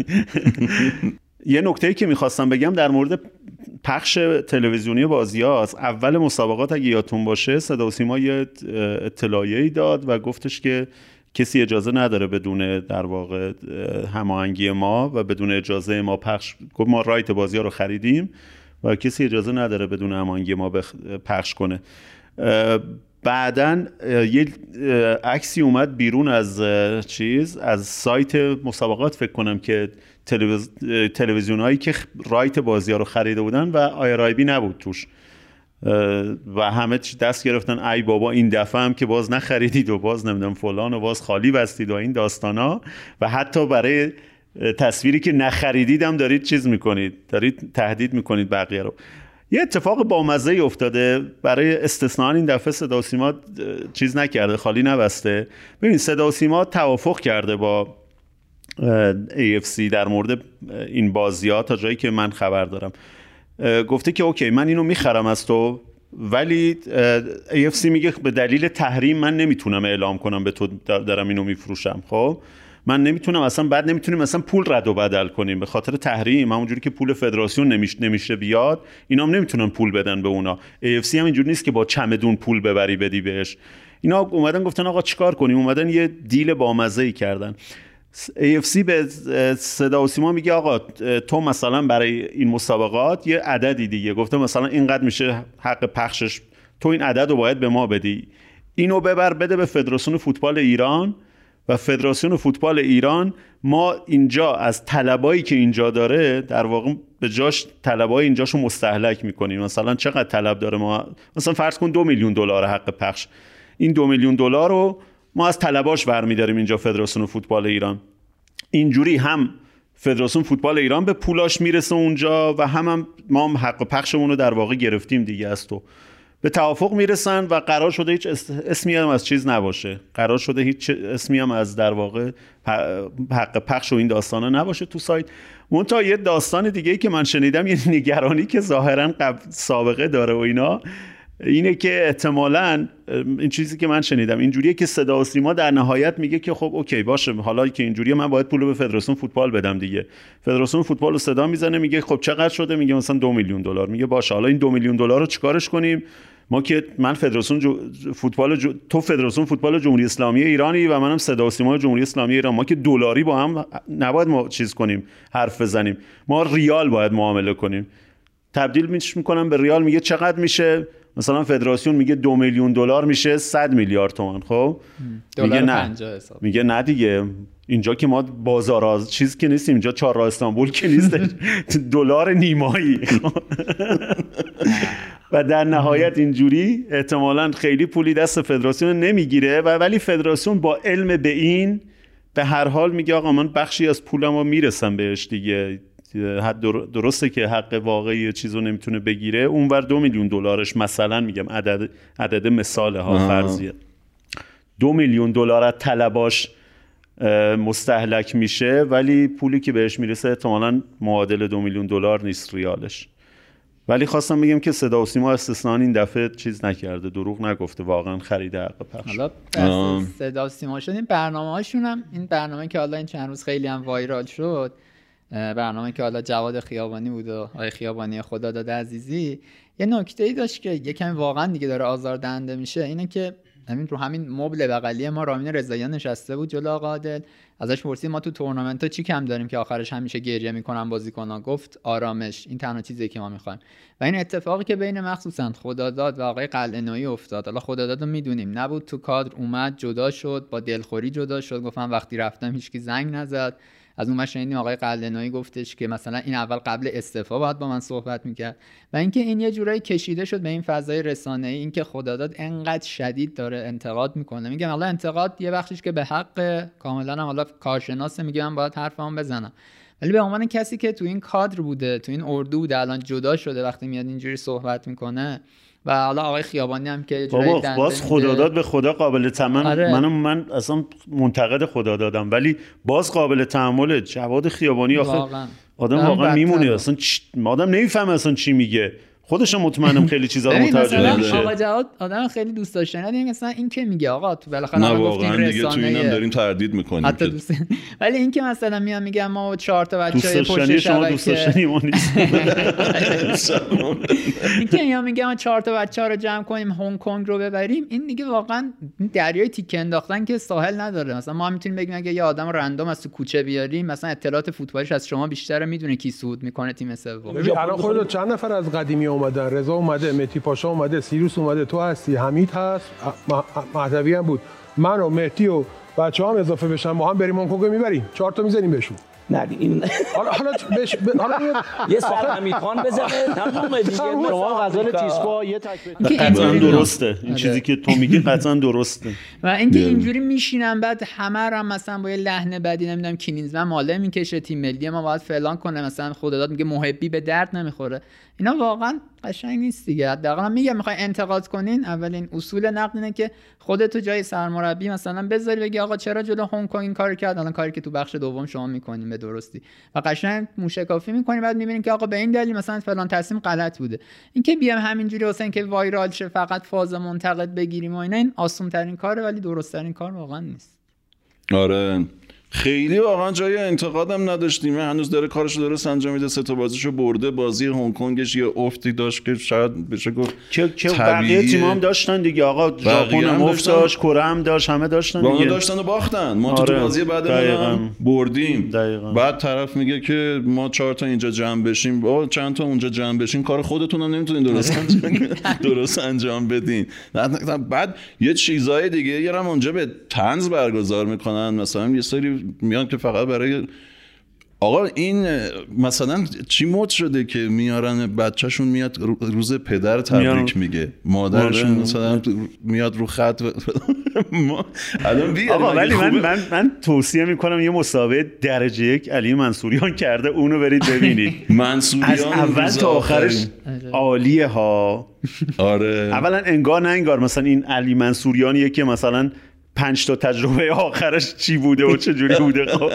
C: یه نکته‌ای که می‌خواستم بگم در مورد پخش تلویزیونی بازیاست. اول مسابقات اگه یادتون باشه صدا و سیما یه اطلاعیه‌ای داد و گفتش که کسی اجازه نداره بدون در واقع هماهنگی ما و بدون اجازه ما پخش. گفت ما رایت بازی‌ها رو خریدیم و کسی اجازه نداره بدون هماهنگی ما پخش کنه. بعدن یه عکسی اومد بیرون از چیز از سایت مسابقات فکر کنم که تلویز... تلویزیونایی که رایت بازی‌ها رو خریده بودن و آی آر آی بی نبود توش و همه دست گرفتن ای بابا این دفعه هم که باز نخریدید و باز نمیدونم فلان و باز خالی بستید و این داستانا، و حتی برای تصویری که نخریدید هم دارید چیز میکنید، دارید تهدید میکنید بقیه رو. یه اتفاق بامزه افتاده برای استثناء این دفعه صدا و سیما چیز نکرده، خالی نبسته. ببین صدا و سیما توافق کرده با ای اف سی در مورد این بازی‌ها تا جایی که من خبر دارم. گفته که اوکی من اینو میخرم از تو، ولی ای اف سی میگه به دلیل تحریم من نمیتونم اعلام کنم به تو دارم اینو میفروشم. خب من نمیتونم اصلا، بعد نمیتونیم اصلا پول رد و بدل کنیم به خاطر تحریم، همونجوری که پول فدراسیون نمیشه نمیشه بیاد، اینا هم نمیتونن پول بدن به اونا. ای اف سی هم اینجوری نیست که با چمدون پول ببری بدی بهش. اینا اومدن گفتن آقا چیکار کنیم، اومدن یه دیل بامزه‌ای کردن. ای اف سی به صدا و سیما میگه آقا تو مثلا برای این مسابقات یه عددی دیگه، گفته مثلا اینقدر میشه حق پخشش، تو این عدد رو باید به ما بدی، اینو ببر بده به فدراسیون فوتبال ایران و فدراسیون فوتبال ایران ما اینجا از طلبایی که اینجا داره در واقع به جاش طلبای اینجاشو مستهلک میکنیم. مثلا چقدر طلب داره، ما مثلا فرض کن دو میلیون دلار حق پخش، این دو میلیون دلار رو ما از طلباش برمی‌داریم اینجا فدراسیون فوتبال ایران. اینجوری هم فدراسیون فوتبال ایران به پولاش میرسه اونجا و هم, هم ما هم حق پخشمون رو در واقع گرفتیم دیگه از تو. به توافق میرسن و قرار شده هیچ اسمی هم از چیز نباشه، قرار شده هیچ اسمی هم از در واقع حق پخش و این داستانا نباشه تو سایت. منتها یه داستان دیگه که من شنیدم، یه نگرانی که ظاهرا قبل سابقه داره و اینا، اینه که احتمالاً این چیزی که من شنیدم اینجوریه که صدا و سیما در نهایت میگه که خب اوکی باشه، حالا که اینجوریه من باید پول رو به فدراسیون فوتبال بدم دیگه. فدراسیون فوتبال رو صدا میزنه میگه خب چقدر شده، میگه مثلا دو میلیون دلار. میگه باشه حالا این دو میلیون دلار رو چیکارش کنیم؟ ما که من فدراسیون جو... فوتبال جو... تو فدراسیون فوتبال جمهوری اسلامی ایرانی و منم صدا و سیما جمهوری اسلامی ایران، ما که دلاری با هم نباید ما چیز کنیم حرف بزنیم، ما ریال باید معامله کنیم. تبدیل میش میکنم به ریال، میگه چقدر میشه؟ مثلا فدراسیون میگه دو میلیون دلار میشه صد میلیارد تومان. خب میگه نه، میگه نه دیگه اینجا که ما بازار از چیز که نیستیم، اینجا چهارراه استانبول که نیست، دلار نیمایی. و در نهایت اینجوری احتمالاً خیلی پولی دست فدراسیون نمیگیره و ولی فدراسیون با علم به این به هر حال میگه آقا من بخشی از پولمو میرسم بهش دیگه. درسته که حق واقعی چیزو نمیتونه بگیره، اونور دو میلیون دلارش مثلا میگم عدد عدد مثاله ها فرضیه، دو میلیون دلار از طلباش مستهلک میشه ولی پولی که بهش میرسه احتمالاً معادل دو میلیون دلار نیست ریالش. ولی خواستم بگم که صدا و سیما استثنا این دفعه چیز نکرده، دروغ نگفته، واقعا خرید حق پخش.
B: حالا صدا و سیما شد این برنامه‌هاشون هم، این برنامه که حالا این چند روز خیلی هم وایرال شد، برنامه که حالا جواد خیابانی بود و آقای خیابانی خداداد عزیزی، یه نکته‌ای داشت که یکم واقعا دیگه داره آزاردهنده میشه، اینه که همین رو همین مبل بغلی ما رامین رضاییان نشسته بود جلو آقا عادل، ازش پرسید ما تو تورنمنت‌ها چی کم داریم که آخرش همیشه گریه میکنن بازیکن‌ها؟ گفت آرامش، این تنها چیزیه که ما میخوایم. و این اتفاقی که بین مخصوصا خداداد و آقای قلعه‌نویی افتاد، حالا خداداد رو میدونیم نبود تو کادر، اومد جدا شد، با دلخوری جدا شد، گفتم وقتی رفتم هیچکی زنگ نزد. از اون ماشینی آقای قلعه‌نویی گفتش که مثلا این اول قبل استعفا باید با من صحبت میکرد. و اینکه این یه جورایی کشیده شد به این فضای رسانه‌ای، اینکه خداداد انقدر شدید داره انتقاد میکنه. میگم حالا انتقاد یه بخشش که به حق کاملا هم حالا کارشناسه، میگه من باید حرفمو بزنم، ولی به عنوان کسی که تو این کادر بوده، تو این اردو بوده، الان جدا شده، وقتی میاد اینجوری صحبت میکنه و حالا آقای خیابانی هم که
C: بابا باز خداداد به خدا قابل تحمل. آره. منم من اصلا منتقد خدادادم، ولی باز قابل تحمله. جواد خیابانی آخه واقعا. آدم واقعا میمونه، اصلا چ... آدم نمیفهمه اصلا چی میگه. خودشم مطمئنم خیلی چیزا رو متوجه نمیشه.
B: آقا جواد آدم خیلی دوست داشتنی، دیگه مثلا این که میگه آقا تو بالاخره ما گفتیم رسانه،
A: تو اینم داریم تردید میکنیم
B: حتی دوست، ولی این که مثلا میام میگم ما چهار تا بچهای پشت شبکه
C: دوست داشتنی ما نیست.
B: این که میام میگم چهار تا بچه‌ها رو جمع کنیم هنگ کنگ رو ببریم، این دیگه واقعا دریای تیکه انداختن که ساحل نداره. مثلا ما میتونیم بگیم اگه یه آدم رندوم از تو کوچه بیاریم، مثلا اطلاعات فوتبالیش از شما بیشتره، میدونه کی صعود میکنه تیم سوم.
E: الان خودت چند نفر از قدیمی اومدن؟ رضا اومده، مهدی پاشا اومده، سیروس اومده، تو هستی، حمید هست، مهدوی هم بود، من و مهدی و بچه‌ها هم اضافه بشن، ما هم بریم هنگ میبریم، چهار تا میزنیم بهشون.
F: نه این
E: حالا حالا بش... حالا
F: یه سر حمید خان بزنه تمام دیگه.
C: شما غزال تیسفا یه تک قطعا درسته این چیزی که تو میگی، قطعا درسته.
B: و اینکه اینجوری میشینن بعد همه رو مثلا با یه لحن بدی، نمیدونم کینیزمن ماله میکشه، تیم ملی ما باید فلان کنه، مثلا خداداد میگه محبی به درد نمیخوره. اینا واقعا قشنگ نیست دیگه. حداقل میگم میخوای انتقاد کنین، اولین اصول نقد اینه که خودت تو جای سرمربی مثلا بذاری بگی آقا چرا جلو هنگ کنگ این کارو کرد، الان کاری که تو بخش دوم شما میکنین به درستی و قشنگ موشکافی میکنین، بعد میبینین که آقا به این دلیل مثلا فلان تصمیم غلط بوده. اینکه بیام همینجوری واسه که وایرال شه فقط فاز منتقد بگیریم و اینا، این آسون ترین کاره ولی درست ترین کار واقعا نیست.
A: آره خیلی واقعا جای انتقادم نداشتیم. هنوز داره کارشو درست انجام میده، سه تا بازیشو برده. بازی هنگ کنگش یه افتی داشت که شاید بشه گفت
C: که که بقیه تیم‌ها هم داشتن دیگه. آقا ژاپن هم افت داشت، کره هم داشت، همه داشتن دیگه.
A: واقعا داشتن و باختن. ما آره. تو بازی بعد هم بردیم.
C: دقیقاً.
A: بعد طرف میگه که ما چهار تا اینجا جمع بشیم، با چند تا اونجا جمع بشین، کار خودتون هم نمیتونین درست انجام درست انجام بدین. بعد یه چیزای دیگه یارم اونجا به طنز برگزار میکنن، مثلا یه سری میان که فقط برای آقا این مثلا چی مد شده که میارن بچهشون میاد روز پدر تبریک میگه، مادرشون مثلا میاد رو خط ما الان بیا
C: آقا. ولی من من من توصیه میکنم یه مسابقه درجه یک علی منصوریان کرده، اونو برید ببینید.
A: منصوریان
C: از اول تا آخرش عالیه ها.
A: آره
C: اولا انگار نه انگار مثلا این علی منصوریانیه که مثلا پنج تا تجربه آخرش چی بوده و چه جوری بوده. خب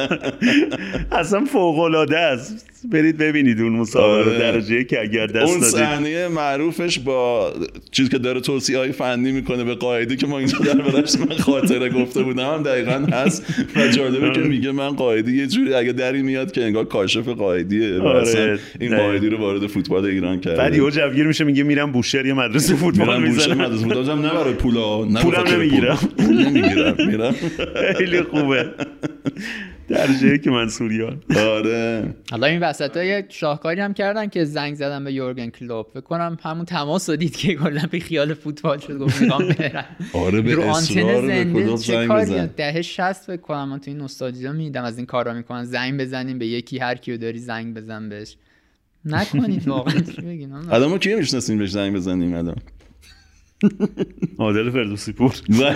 C: اصلا فوق العاده است، برید ببینید اون مسابقه درجه که اگر دست
A: اون
C: دادید.
A: صحنه معروفش با چیزی که داره توصیه‌های فنی میکنه به قائدی که ما اینجا دربارش من خاطره گفته بودم هم دقیقاً هست و جالبه که میگه من قائدی یه جوری اگه دری میاد که انگار کاشف قائدیه. آره این قائدی رو وارد فوتبال ایران کرده.
C: بعد یهو جوگیر میشه میگه میرم بوشهر یه مدرسه فوتبال میزنم.
A: مدرسه فوتبال نه برای پولا، نه
C: پولم نمیگیرم
A: نمیگیرم میرم.
C: خیلی خوبه درجه که منصوریان.
A: آره
B: حالا این وسطا یه شاهکاری هم کردن که زنگ زدن به یورگن کلوپ، فکر کنم همون تماس رو دید که کلا به خیال فوتبال شد، گفت میخوام برم.
A: آره به اصرار به کلوپ زنگ بزن.
B: دهه شصت فکر کنم من تو این نوستالژیا میدم از این کارا میکنن، زنگ بزنیم به یکی، هر کیو داری زنگ بزن بهش. نکنید واقعا. چی بگین
A: آدمو کی میشناسین بهش زنگ بزنیم الان؟
C: عادل فردوسی پور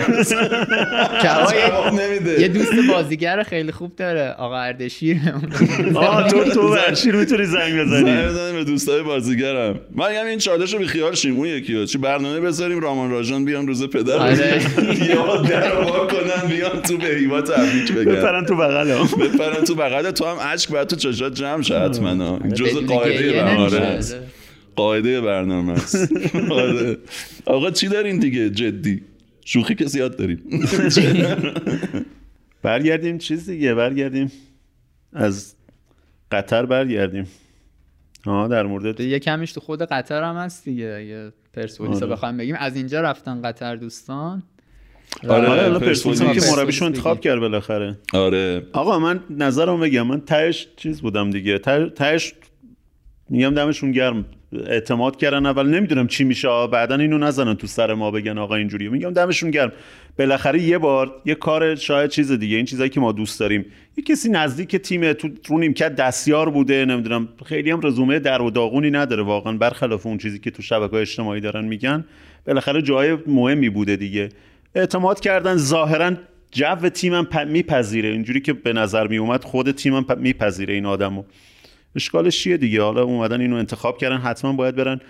B: یه دوست بازیگر خیلی خوب داره آقا اردشیر.
C: آه تو تو اردشیر میتونی زنگ بزنی.
A: زنگ بزنیم به دوستای بازیگرم. من میگم این چالشو بی خیال شیم. اون یکیو چی برنامه بذاریم رامان راجان بیان روز پدر یا در وا کنن بیان تو به هیوا تبریک بگن،
C: بپرن تو بغلم
A: بپرن تو بغل تو هم اشک بعد تو چشات جمع شه حتما. جزء قاعده. آره قاعده برنامه است. آقا چی دارین دیگه جدی؟ شوخی که زیاد داریم.
C: برگردیم چیز دیگه، برگردیم از قطر برگردیم. ها در مورد
B: یه کمیش تو خود قطر هم هست دیگه. اگه پرسپولیس رو بخوایم بگیم از اینجا رفتن قطر دوستان.
A: آره
C: حالا پرسپولیس که مربیشو انتخاب کرد بالاخره.
A: آره
C: آقا من نظرم بگم، من تهش چیز بودم دیگه، تهش میگم دمشون گرم، اعتماد کردن. اول نمیدونم چی میشه، بعدن اینو نزنن تو سر ما بگن آقا اینجوریه. میگم دمشون گرم، بالاخره یه بار یه کار شاید چیز دیگه، این چیزایی که ما دوست داریم. یه کسی نزدیک تیم تو رو نیمکت دستیار بوده، نمیدونم خیلی هم رزومه در و داغونی نداره واقعا، برخلاف اون چیزی که تو شبکه‌های اجتماعی دارن میگن. بالاخره جای مهمی بوده دیگه، اعتماد کردن. ظاهرا جو تیمم میپذیره، اینجوری که به نظر میومد خود تیمم میپذیره این آدمو. اشکالش چیه دیگه؟ حالا اومدن اینو انتخاب کردن، حتما باید برن.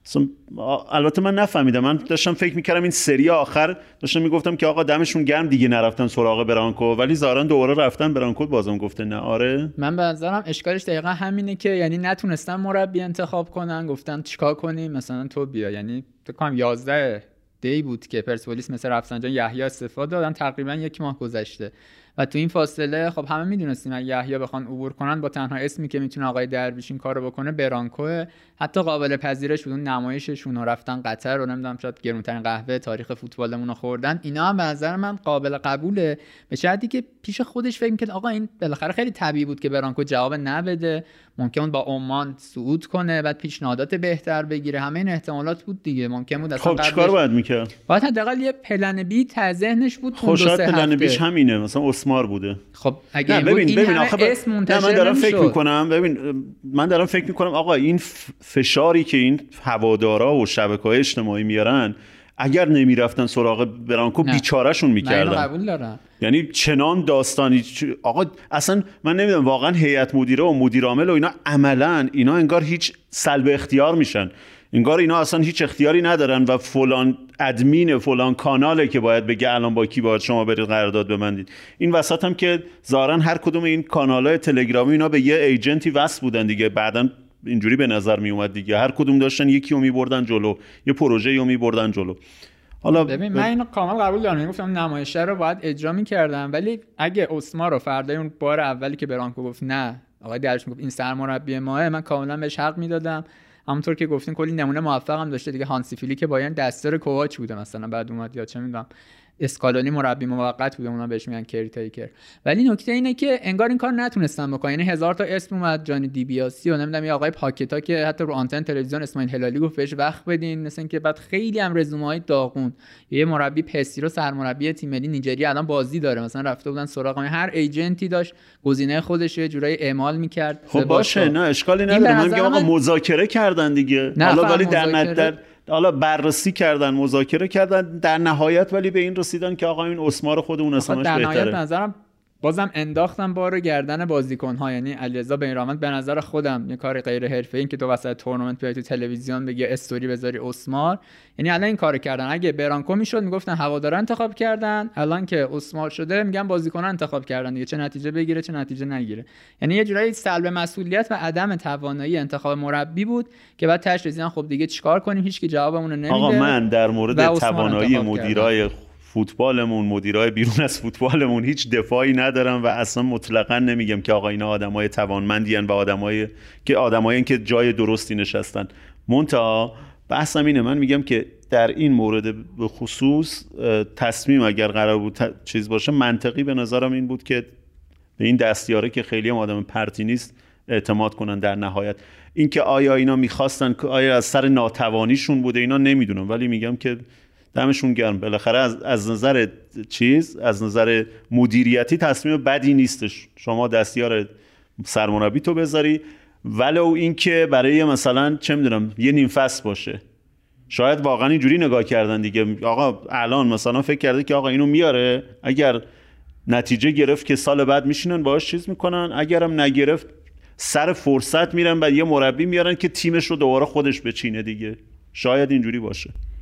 C: البته من نفهمیدم، من داشتم فکر میکردم این سری آخر داشتم میگفتم که آقا دمشون گرم دیگه نرفتن سراغ برانکو، ولی ظاهرا دوباره رفتن برانکو، بازم گفته نه. آره من
B: به نظرم اشکالش دقیقا همینه که یعنی نتونستن مربی انتخاب کنن، گفتن چیکار کنیم مثلا تو بیا. یعنی فکر کنم یازده دی بود که پرسپولیس مثل رفسنجان یحیی استفاده دادن، تقریبا یک ماه گذشته و تو این فاصله خب همه میدونستیم اگه یحیی بخوان عبور کنن با تنها اسمی که میتونه آقای درویش این کارو بکنه برانکو. حتی قابل پذیرش بود اون نمایششون، رفتن قطر و نمیدونم شاید گرونترین قهوه تاریخ فوتبالمون رو خوردن. اینا هم به نظر من قابل قبوله، به شرطی که پیش خودش فکر می‌کرد آقا این بالاخره خیلی طبیعی بود که برانکو جواب نده، ممکن با عمان صعود کنه بعد پیشنهادات بهتر بگیره، همه این احتمالات بود دیگه. ممکن بود اصلا
C: خب چیکار باید می‌کرد؟
B: باید حداقل یه پلن بی تا ذهنش بود.
C: خب شاید پلن بیش همینه، مثلا اسمار بوده.
B: خب اگه
C: ببین
B: این
C: ببین
B: آخه اسم منتشر
C: من دارم
B: نمیشد.
C: فکر میکنم ببین من دارم فکر میکنم آقا این فشاری که این هوادارا و شبکه‌های اجتماعی میارن، اگر نمیرفتن سراغ برانکو بیچارهشون میکردن.
B: من قبول دارم.
C: یعنی چنان داستانی آقا اصلا من نمیدونم واقعا هیئت مدیره و مدیر عامل و اینا عملا اینا انگار هیچ سلب اختیار میشن، انگار اینا اصلا هیچ اختیاری ندارن و فلان ادمین فلان کاناله که باید بگه الان با کی باید شما برید قرارداد ببندید. این وسط هم که ظاهرا هر کدوم این کانالای تلگرامی اینا به یه ایجنتی وصل بودن دیگه، بعدن اینجوری به نظر می اومد دیگه هر کدوم داشتن یکی رو میبردن جلو، یه پروژه‌ای رو میبردن جلو. حالا
B: ببین من اینو کامل قبول دارم، میگفتم نمایشه رو باید اجرا می‌کردم، ولی اگه اسما رو فردای اون بار اولی که برانکو گفت نه آقای درویش میگفت این سرمربی ماه، من کاملا بهش حق میدادم. همونطور که گفتین کلی نمونه موفق هم داشته دیگه. هانسی فیلیک که باید دستور کوواچ بوده مثلا، بعد اومد یا چه میدونم اسکالونی مربی موقت بوده، اونا بهش میگن کریتیکر. ولی نکته اینه که انگار این کار نتونستن بکنن. یعنی هزار تا اسم اومد، جانی دیبیاسی و نمیدونم یه آقای پاکتا که حتی رو آنتن تلویزیون اسماعیل هلالی گفت بهش وقت بدین، مثلا اینکه بعد خیلی هم رزومه‌های داغون. یه مربی پسیرو سرمربی تیم ملی نیجریه الان بازی داره، مثلا رفته بودن سراغ هر ایجنتی داشت گزینه خودش یه جورایی اعمال میکرد.
C: خب باشه نه اشکالی نداره، من میگم آقا مذاکره کردن دیگه، حالا ولی در نظر حالا بررسی کردن مذاکره کردن در نهایت ولی به این رسیدن که آقا این اسمار خودمون اسمش بهتره.
B: در نهایت نظرم بازم انداختم بارو گردن بازیکن‌ها. یعنی علیرضا بین‌رحمت به نظر خودم یه کار غیر حرفه‌ای این که تو وسط تورنمنت بیای تو تلویزیون بگی استوری بذاری اسمار، یعنی الان این کارو کردن. اگه برانکو میشد میگفتن هوادارا انتخاب کردن، الان که اسمار شده میگن بازیکن‌ها انتخاب کردن دیگه، چه نتیجه بگیره چه نتیجه نگیره. یعنی یه جورایی سلب مسئولیت و عدم توانایی انتخاب مربی بود که بعد تاش رسیدن خب دیگه چیکار کنیم، هیچکی جوابمون رو نمیده.
C: آقا من در مورد توانایی مدیرای فوتبالمون، مدیرای بیرون از فوتبالمون هیچ دفاعی ندارم و اصلا مطلقاً نمیگم که آقا اینا آدمای توانمندی ان و آدمایی که آدمایی که جای درستی نشستن. منتها بحثم اینه، من میگم که در این مورد به خصوص تصمیم اگر قرار بود ت... چیز باشه منطقی به نظرم این بود که به این دستیاره که خیلی هم آدم پرتی نیست اعتماد کنن. در نهایت اینکه آیا اینا میخواستن که آیا از سر ناتوانیشون بوده اینا نمیدونم، ولی میگم که دمشون گرم. بالاخره از از نظر چیز از نظر مدیریتی تصمیم بدی نیستش شما دستیار سرمربی تو بذاری، ولو اینکه برای مثلا چه میدونم یه نیم فصل باشه. شاید واقعا اینجوری نگاه کردن دیگه، آقا الان مثلا فکر کرده که آقا اینو میاره، اگر نتیجه گرفت که سال بعد میشینن باهاش چیز میکنن، اگرم نگرفت سر فرصت میرن بعد یه مربی میارن که تیمش رو دوباره خودش بچینه دیگه. شاید اینجوری باشه.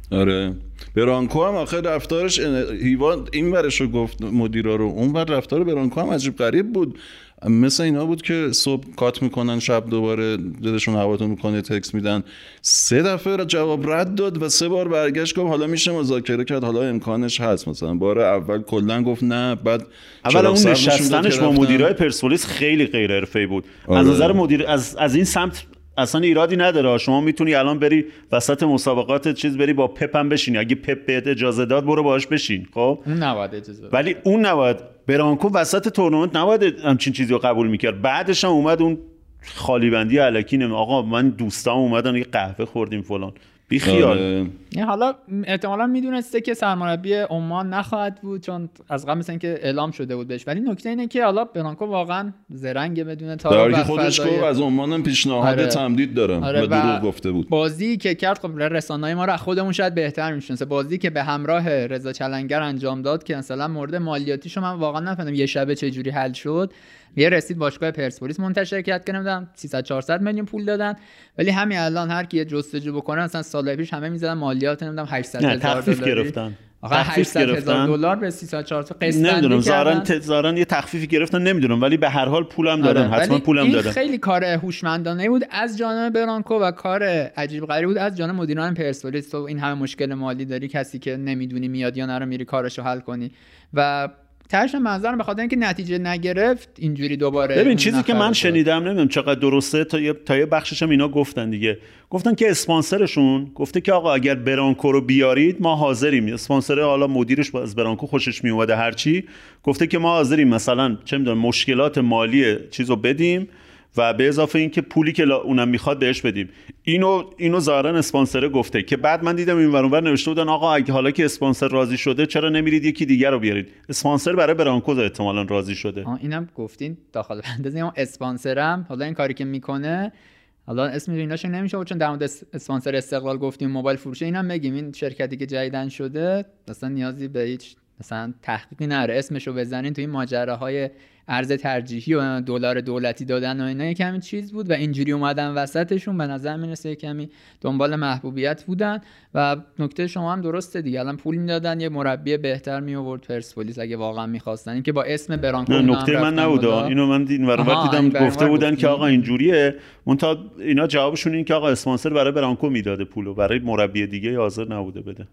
A: آره برانکو هم آخه رفتارش هیوان این ورشو گفت مدیرا رو، اون ور رفتار برانکو هم عجیب غریب بود، مثل اینا بود که صبح کات میکنن شب دوباره دلشون هواتو میکنه تکس میدن. سه دفعه جواب رد داد و سه بار برگشت گفت حالا میشه مذاکره کرد، حالا امکانش هست. مثلا بار اول کلا گفت نه، بعد
C: اول اون نشستنش با مدیرای پرسپولیس خیلی غیر حرفه‌ای بود. آره. از نظر مدیر از از این سمت اصلا ایرادی نداره، شما میتونی الان بری وسط مسابقات چیز بری با پپ هم بشینی، اگه پپ بهت اجازه داد برو باهاش بشین، خب
B: اون نباید اجازه،
C: ولی اون نباید. برانکو وسط تورنمنت نباید همچین چیزی رو قبول میکرد. بعدش هم اومد اون خالی بندی الکی نمی آقا من دوستام اومدن یه قهوه خوردیم فلان، بی خیال.
B: نه حالا احتمالاً میدونسته که سرمربی عمان نخواهد بود چون از قبل مثلا که اعلام شده بود بهش، ولی نکته اینه که حالا برانکو واقعا زرنگ بدون تارو
A: و خودش گفت از عمانم پیشنهاد
B: آره.
A: تمدید دارم
B: آره
A: و دروغ گفته بود.
B: بازی که کرد خب رسانه‌های ما رو خودمون شاید بهتر میشناسه، بازی که به همراه رضا چلنگر انجام داد که مثلا مورد مالیاتیشو من واقعا نفهمیدم یه شبه چه جوری حل شد. یه رسید باشگاه پرسپولیس منتشر کرد که نمیدونم سیصد چهارصد میلیون پول دادن، ولی همین الان هر کی جستجو بکنه مثلا سال پیش همه میزدن مالیات نمیدونم هشتصد هزار دلار
C: گرفتن.
B: آقا هشتصد هزار دلار به سیصد چهارصد قسط
C: نمیدونم زارن تزارن یه تخفیفی گرفتن نمیدونم، ولی به هر حال پولم دادن. آره. حتما پولم دادن.
B: خیلی کار هوشمندانه بود از جانب برانکو و کار عجیب غریبی بود از جانب مدیران پرسپولیس. تو این همه مشکل مالی داری، کسی که نمیدونی میاد یا نرو میری کارشو حل کنی و ترش منظرم به خاطر اینکه نتیجه نگرفت اینجوری دوباره.
C: ببین چیزی که من شنیدم نمیدونم چقدر درسته، تا یه تا یه بخشش هم اینا گفتن دیگه، گفتن که اسپانسرشون گفته که آقا اگر برانکو رو بیارید ما حاضریم. اسپانسر حالا مدیرش از برانکو خوشش می اومده هرچی، گفته که ما حاضریم مثلا چه میدونم مشکلات مالی چیزو بدیم و به اضافه این که پولی که اونم میخواد بهش بدیم. اینو اینو ظاهرا اسپانسر گفته که بعد من دیدم این ور اونور نوشته بودن آقا اگه حالا که اسپانسر راضی شده چرا نمیرید یکی دیگر رو بیارید. اسپانسر برای برانکو احتمالاً راضی شده.
B: آه اینم گفتین داخل بندازیم اون اسپانسرم حالا این کاری که میکنه، حالا اسم ایناشو نمیشه چون در مورد اسپانسر استقلال گفتیم موبایل فروشه، اینم بگیم این شرکتی که جدیدن شده مثلا نیازی به هیچ مثلا تحقیقی نره، اسمشو بزنین تو این ماجراهای ارز ترجیحی و دلار دولتی دادن و اینا یکمی چیز بود و اینجوری اومدن وسطشون به نظر میرسه یکمی دنبال محبوبیت بودن. و نکته شما هم درسته دیگه، الان پول میدادن یه مربی بهتر می آورد پرسپولیس اگه واقعا می‌خواستن. این که با اسم برانکو
C: نکته من نبود، اینو من دید ورور دیدم گفته بودن که آقا اینجوریه، منتها اینا جوابشون این که آقا اسپانسر برای برانکو میداده پولو، برای مربی دیگه حاضر نبوده بده.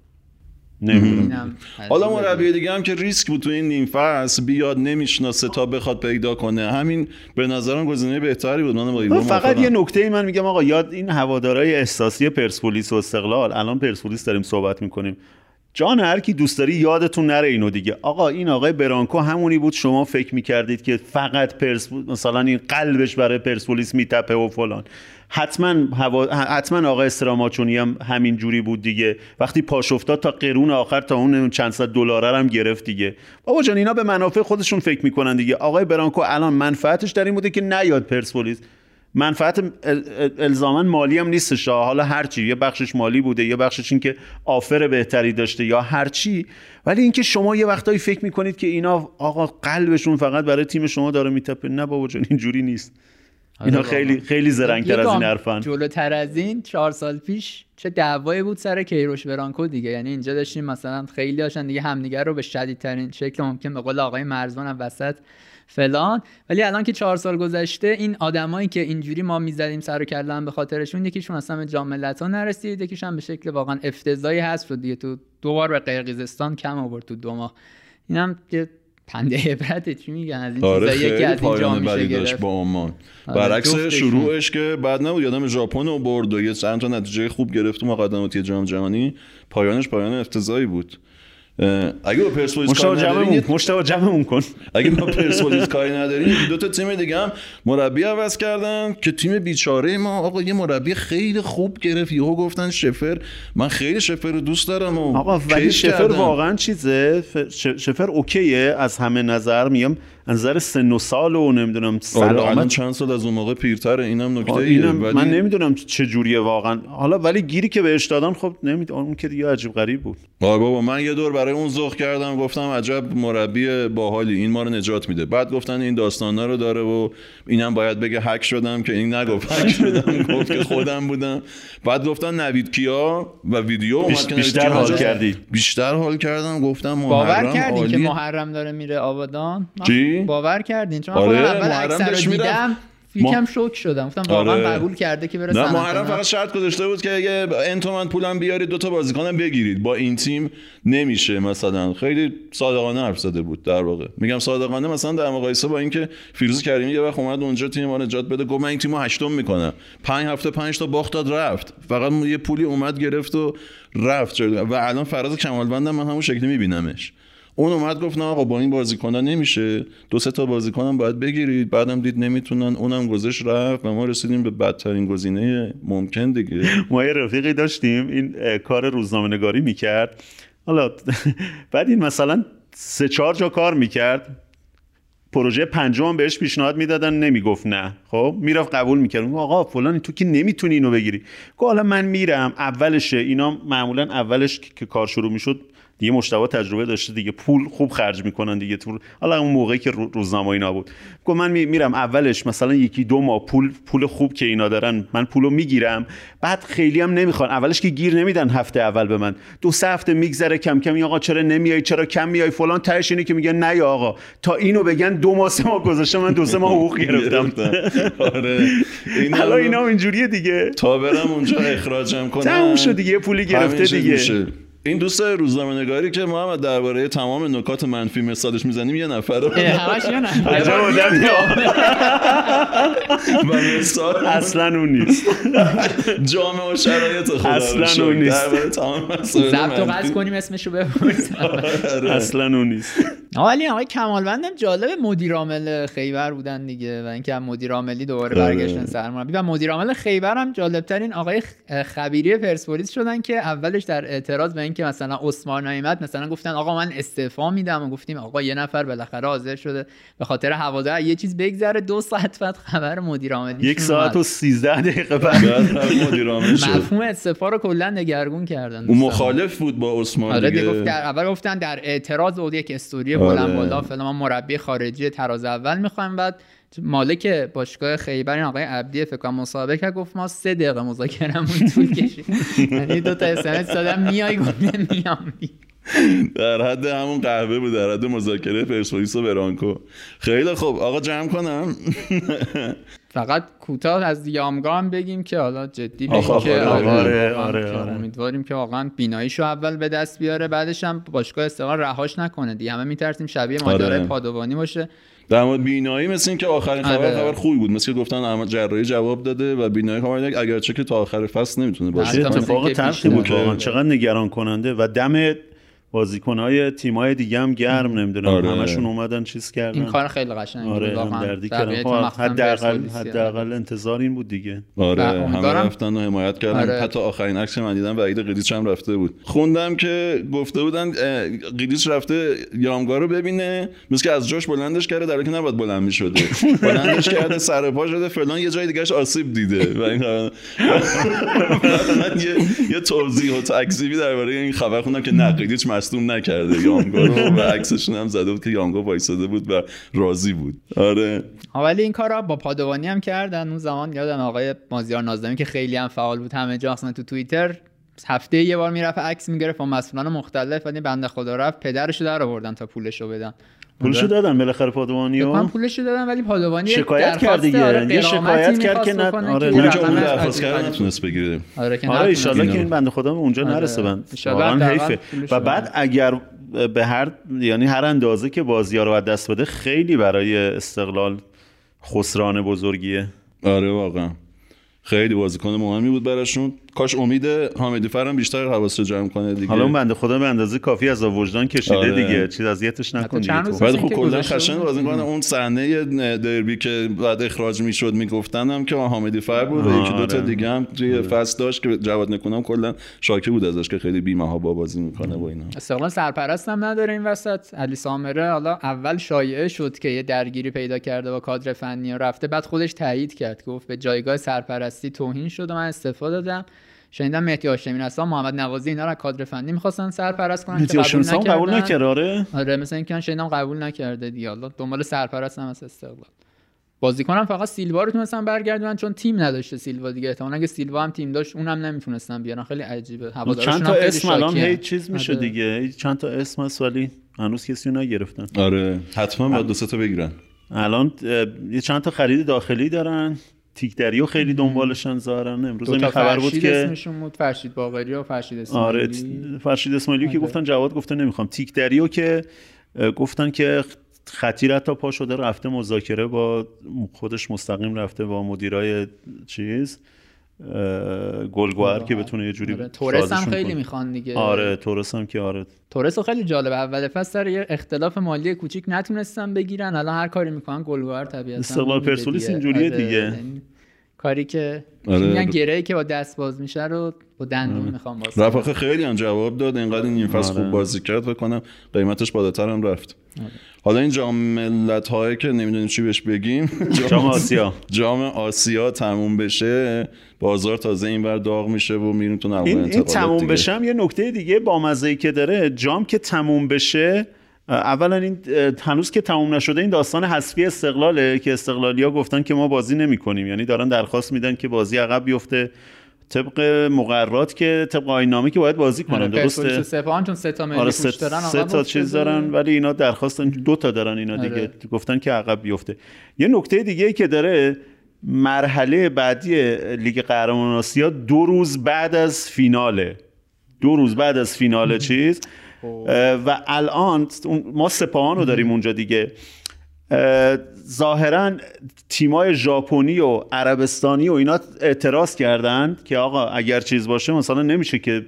A: نمیدونم. حالا مربی دیگه هم که ریسک بود تو این نیم فصل بیاد نمیشناسه تا بخواد پیدا کنه، همین به نظرم گزینه بهتری بود. من با
C: فقط یه نکته ای من میگم آقا یاد این هوادارهای احساسی پرسپولیس و استقلال، الان پرسپولیس داریم صحبت میکنیم، جان هر کی دوست داری یادتون نره اینو دیگه. آقا این آقای برانکو همونی بود شما فکر میکردید که فقط پرسپولیس مثلا این قلبش برای پرسپولیس میتپه و فلان. حتما هوا... حتما آقای استراماچونی هم همین جوری بود دیگه، وقتی پاش افتاد تا قرون آخر تا اون چند صد دلار هم گرفت دیگه. بابا جان اینا به منافع خودشون فکر میکنن دیگه. آقای برانکو الان منفعتش در این بوده که نیاد پرسپولیس، منفعت الزاما مالی هم نیستش، حالا هرچی یه بخشش مالی بوده یه بخشش این که آفر بهتری داشته یا هرچی، ولی اینکه شما یه وقتایی فکر میکنید که اینا آقا قلبشون فقط برای تیم شما داره میتپه. نه بابا جان اینجوری نیست. اینا خیلی خیلی زرنگ‌تر از این حرفن.
B: جلوتر از این چهار سال پیش چه دعوایی بود سر کیروش برانکو دیگه، یعنی اینجا داشتیم مثلا خیلی داشتن دیگه همدیگه رو به شدیدترین شکل ممکن به قول آقای مرزبان هم وسط فلان، ولی الان که چهار سال گذشته این آدمایی که اینجوری ما میزدیم سر و کله‌ام به خاطرشون، یکیشون اصلا به جام ملت‌ها نرسید، یکیشون به شکل واقعا افتضاحی هست شد دیگه، تو دو بار به قرقیزستان کم آورد تو دو ماه. اینم که پنده عبرته چی میگن از این
A: آره
B: چیزایی که از اینجا میشه
A: گرفت با عمان. برعکس شروعش که بعد نبود، یادم ژاپن رو برد و یه چند تا نتیجه خوب گرفت تو مقدماتی جام جهانی، پایانش پایان افتضاحی بود. اگه با پرسپولیس کاری ندارین
C: مشتاق جمعمون کن.
A: اگه با پرسپولیس کاری ندارین دو تا تیم دیگه هم مربی عوض کردن که تیم بیچاره ما آقا یه مربی خیلی خوب گرفت، یهو گفتن شفر. من خیلی شفر رو دوست دارم و
C: آقا ولی شفر کردم. واقعا چیزه شفر اوکیه از همه نظر، میگم از نظر سن و سال و نمیدونم
A: سلامت. الان چند سال از اون موقع پیرتره، اینم نکته ایه.
C: ولی من نمیدونم چه جوریه واقعا حالا، ولی گیری که بهش دادن خب نمیدونم اون که دیگه عجیب غریب بود.
A: آره بابا من یه دور برای اون ذوق کردم، گفتم عجب مربی باحالی، این ما رو نجات میده. بعد گفتن این داستانا رو داره و اینم باید بگه هک شدم، که این نگفت هک شدم، گفت که خودم بودم. بعد گفتن نوید کیا و ویدیو اومد
C: بیش
A: که
C: بیشتر حال کردی.
A: بیشتر حال کردم، گفتم محرم
B: باور کردین
A: عالی.
B: که محرم داره میره آبادان؟
A: چی؟
B: باور کردین؟ چون
A: آره،
B: من اول
A: محرم
B: اکثر
A: داشت
B: رو
A: میرفت.
B: دیدم یکم شوک شدم، گفتم واقعا
A: آره.
B: قبول کرده که بره
A: نه
B: سنت
A: محرم فقط شرط گذاشته بود که اگه این تومن پولم بیارید دو تا بازیکنم بگیرید، با این تیم نمیشه. مثلا خیلی صادقانه حرف زده بود در واقع. میگم صادقانه مثلا در مقایسه با اینکه فیروز کریمی یه وقت اومد اونجا تیم ما نجات بده، گفت من این تیمو هشتم میکنم، پنج هفته پنج تا باخت داد رفت، فقط یه پولی اومد گرفت و رفت. و الان فراز کمالوندم من همون شکلی میبینمش. اون اومد گفت نه آقا با این بازیکن‌ها نمیشه، دو سه تا بازیکنم باید بگیرید. بعدم دید نمیتونن، اونم گذاشت رفت و ما رسیدیم به بدترین گزینه ممکن دیگه.
C: ما یه رفیقی داشتیم این کار روزنامه‌نگاری میکرد، حالا بعد این مثلا سه چهار جا کار میکرد، پروژه پنجم بهش پیشنهاد میدادن نمیگفت نه، خب میرفت قبول میکرد، آقا فلان تو که نمیتونی اینو بگیری. گفت حالا من میرم، اولشه اینا معمولا اولش که کار شروع میشد دیگه مشتبه تجربه داشته دیگه، پول خوب خرج میکنن دیگه تو، حالا اون موقعی که روزنامه اینا بود. گفت من میرم اولش مثلا یکی دو ماه پول پول خوب که اینا دارن من پولو میگیرم، بعد خیلی هم نمیخوان، اولش که گیر نمیدن هفته اول به من، دو سه هفته میگذره کم کم، آقا چرا نمیای، چرا کم میای فلان، تهش اینه که میگن نه یا آقا تا اینو بگن دو ماه سه ماه گذشته من دو سه ماه حقوق گرفتم.
A: آره
C: حالا اینا اینجوریه دیگه،
A: تا برم اونجا اخراجم کنم
C: تموم شد دیگه، پولی گرفته دیگه.
A: میشه. این دوست روزنامه‌نگاری که ما هم درباره تمام نکات منفی مثالش میزنیم یه نفره
B: همش یه نفر
C: عجب آدمی
A: و مثال
C: اصلا اون نیست،
A: جامعه و شرایط خدا
C: اصلا اون نیست،
A: درباره تمام مسائل
B: ضبط و قطع کنیم اسمشو بپرسیم.
C: اصلا اون نیست.
B: ولی آقای کمالوند هم جالب مدیر عامل خیبر بودن دیگه، و اینکه مدیر عاملی دوباره برگشتن سرمربی، و مدیر عامل خیبر هم جالب ترین آقای خبیری پرسپولیس شدن که اولش در اعتراض به اینکه مثلا عثمان نعمت مثلا گفتن آقا من استعفا میدم، و گفتیم آقا یه نفر بالاخره حاضر شده به خاطر هوادار یه چیز بگذره، دو ساعت بعد خبر مدیر عاملی
C: یک ساعت و سیزده دقیقه بعد
A: مدیر عامل شد.
B: مفهوم استعفا رو کلا دگرگون کردن.
A: اون مخالف بود با عثمان دیگه.
B: گفت در اول گفتن در اعتراض بود یک استوری بلند بالا فلان، ما مربی خارجی تراز اول میخوایم. بعد مالک باشگاه خیبر این آقای عبدی فکر کنم مصاحبه کرد، گفت ما سه دقیقه مذاکرهمون طول کشید، یعنی دو تا اس ام اس دادم میای گفت میام.
A: در حد همون قهوه بود، در حد مذاکره پرسپولیس و برانکو. خیلی خوب آقا جمع کنم.
B: فقط کوتاه از یامگا هم بگیم که حالا جدی بگیم
C: آخه
B: که
C: آره
B: آره
C: آره آره
B: امیدواریم که واقعا بیناییشو اول به دست بیاره، بعدش هم باشگاه استقلال رهاش نکنه دیگه. همه میترسیم شبیه ماجرای
A: آره.
B: پادوانی باشه.
A: در مورد بینایی مثل این که آخرین خبر
B: آره.
A: خبر خوبی بود، مثل که گفتن احمد جراحی جواب داده و بینایی خبر داد اگرچه که تا آخر فصل نمیتونه باشه.
B: حتی
C: اتفاق
B: مثل
C: تلخی
B: که
C: بود
B: پیش
C: واقعا،
B: نبود.
C: چقدر نگران کننده و دم بازیکن‌های تیم‌های دیگه هم گرم، نمیدونم
A: آره.
C: همشون اومدن چیز کردن.
B: این کار خیلی قشنگه بود
C: آره
B: واقعا.
C: هم دردی
B: بقیه
C: کردن.
B: تیم
C: خب، حداقل
B: پرسپولیسی
C: حداقل انتظار این بود دیگه.
A: آره
B: و
A: همه
B: امیدوارم-
A: رفتن و حمایت کردن.
B: آره.
A: حتی آخرین عکس من دیدم وحید قلیچ هم رفته بود. خوندم که گفته بودن اه، قلیچ رفته یامگا رو ببینه، مثل که از جاش بلندش کرده در حالی که نباید بلند می‌شده. بلندش کرده سر پا شده فلان، یه جای دیگه‌اش آسیب دیده و این خبر من یه یه توضیح و تکذیبی درباره این خبر خوندم که نه قلیچ مصدوم نکرده یامگا رو، و عکسشون هم زده بود که یامگا وایساده بود و راضی بود. آره
B: ولی این کارا با پادوانی هم کردن اون زمان. یادم آقای مازیار نازنین که خیلی هم فعال بود همه جا، اصلا تو توییتر هفته یه بار میرفت عکس میگرفت با مسئولان مختلف، ولی بنده خدا رفت پدرشو در آوردن تا پولشو بدن.
C: پولشو دادن بالاخره پادوانیو.
B: من پولشو دادم ولی پادوانی
C: شکایت کرد دیگه. یه شکایت کرد که نه آره
A: اون که
C: نه
A: اون درخواست کرد نتونست بگیره.
B: آره که
C: آره ان شاءالله که این بنده خدا به اونجا نرسه. بند واقعا حیفه. و بعد اگر به هر یعنی هر اندازه که بازی‌ها رو از دست بده خیلی برای استقلال خسران بزرگیه.
A: آره واقعا خیلی بازیکن مهمی بود براشون. کاش امید حامدی فرم بیشتر حواس رو جمع کنه دیگه.
C: حالا اون بنده خدا به اندازه کافی از وجدان کشیده
A: آره.
C: دیگه، چیز اذیتش نکن دیگه.
A: بعد خب کلا خشن بازیکن اون صحنه دربی که بعد اخراج میشد میگفتنم که حامدی فر بود و یکی دو تا دیگه هم توی فصل داشت که جواد نکونم کلا شاکی بود ازش که خیلی بی‌محابا بازی میکنه و اینا.
B: استقلال سرپرست هم نداره این وسط. علی سامره حالا اول شایعه شد که یه درگیری پیدا کرده با کادر فنی و رفته، بعد خودش تایید کرد، گفت به جایگاه سرپرستی توهین شد و من استعفا دادم. شنیدم مهدی هاشمی نصر، محمد نوازی اینا رو کادر فنی می‌خواستن سرپرست کنن
C: که قبول نکردن. قبول نکرد. آره
B: آره مثلا اینکه شنیدم قبول نکرده دیگه. حالا دنبال سرپرست هم از استقلال. بازیکنم فقط سیلوا رو تونستن برگردونن چون تیم نداشته سیلوا دیگه. احتمالاً اگه سیلوا هم تیم داشت اونم نمیتونستن بیارن. خیلی عجیبه. هوادارشون
C: چند تا اسم الان هی چیز میشه
B: آره.
C: دیگه. چند تا اسم هست ولی هنوز کسی رو نگرفتن.
A: آره حتما باید دو سه تا بگیرن.
C: الان یه چند تا خرید داخلی دارن. تیک دریو خیلی دنبالشن ظاهرا. امروز این خبر بود که
B: اسمشون بود فرشید باقری و فرشید اسماعیلی.
C: آره فرشید اسماعیلی که گفتن جواد گفته نمیخوام. تیک دریو که گفتن که خطیر حتی پا شده رفته مذاکره با خودش مستقیم رفته با مدیرای چیز گلگوهر که بتونه یه جوری
B: آره. تورس هم خیلی میخوان دیگه.
C: آره تورس هم که آره
B: تورس خیلی جالبه. اول فصل سر یه اختلاف مالی کوچیک نتونستن بگیرن، الان هر کاری میکنن گلگوهر طبیعتا
C: استقلال پرسپولیس اینجوریه دیگه.
B: آره. کاری که
A: آره.
B: میگن گره‌ای که با دست باز میشه رو با دندون میخوام باز.
A: رفاقه خیلی هم جواب داد، اینقدر این فصل
C: آره.
A: خوب بازی کرد بکنم قیمتش بالاتر هم رفت. آره. حالا این جام ملت‌هایی که نمیدونیم چی بهش بگیم،
C: جام آسیا
A: جام آسیا تموم بشه، بازار تازه اینور داغ میشه و میریم تو نقل
C: این, این تموم
A: دیگه.
C: بشه هم یه نکته دیگه با مزه‌ای که داره، جام که تموم بشه اولا این هنوز که تموم نشده این داستان حذفی استقلاله که استقلالیا گفتن که ما بازی نمی‌کنیم، یعنی دارن درخواست میدن که بازی عقب بیفته طبق مقررات که طبق آیین‌نامه که باید بازی کنن. درسته
B: سپاهان چون سه تا ملی
C: آره
B: پوش دارن
C: سه تا چیز دارن ولی اینا درخواست دو تا دارن اینا دیگه. آره. گفتن که عقب بیفته. یه نکته دیگه که داره، مرحله بعدی لیگ قهرمانان آسیا دو روز بعد از فیناله دو روز بعد از فینال چیز و الان ما سپاهان رو داریم اونجا دیگه. ظاهرا تیمای ژاپنی و عربستانی و اینا اعتراض کردن که آقا اگر چیز باشه مثلا نمیشه که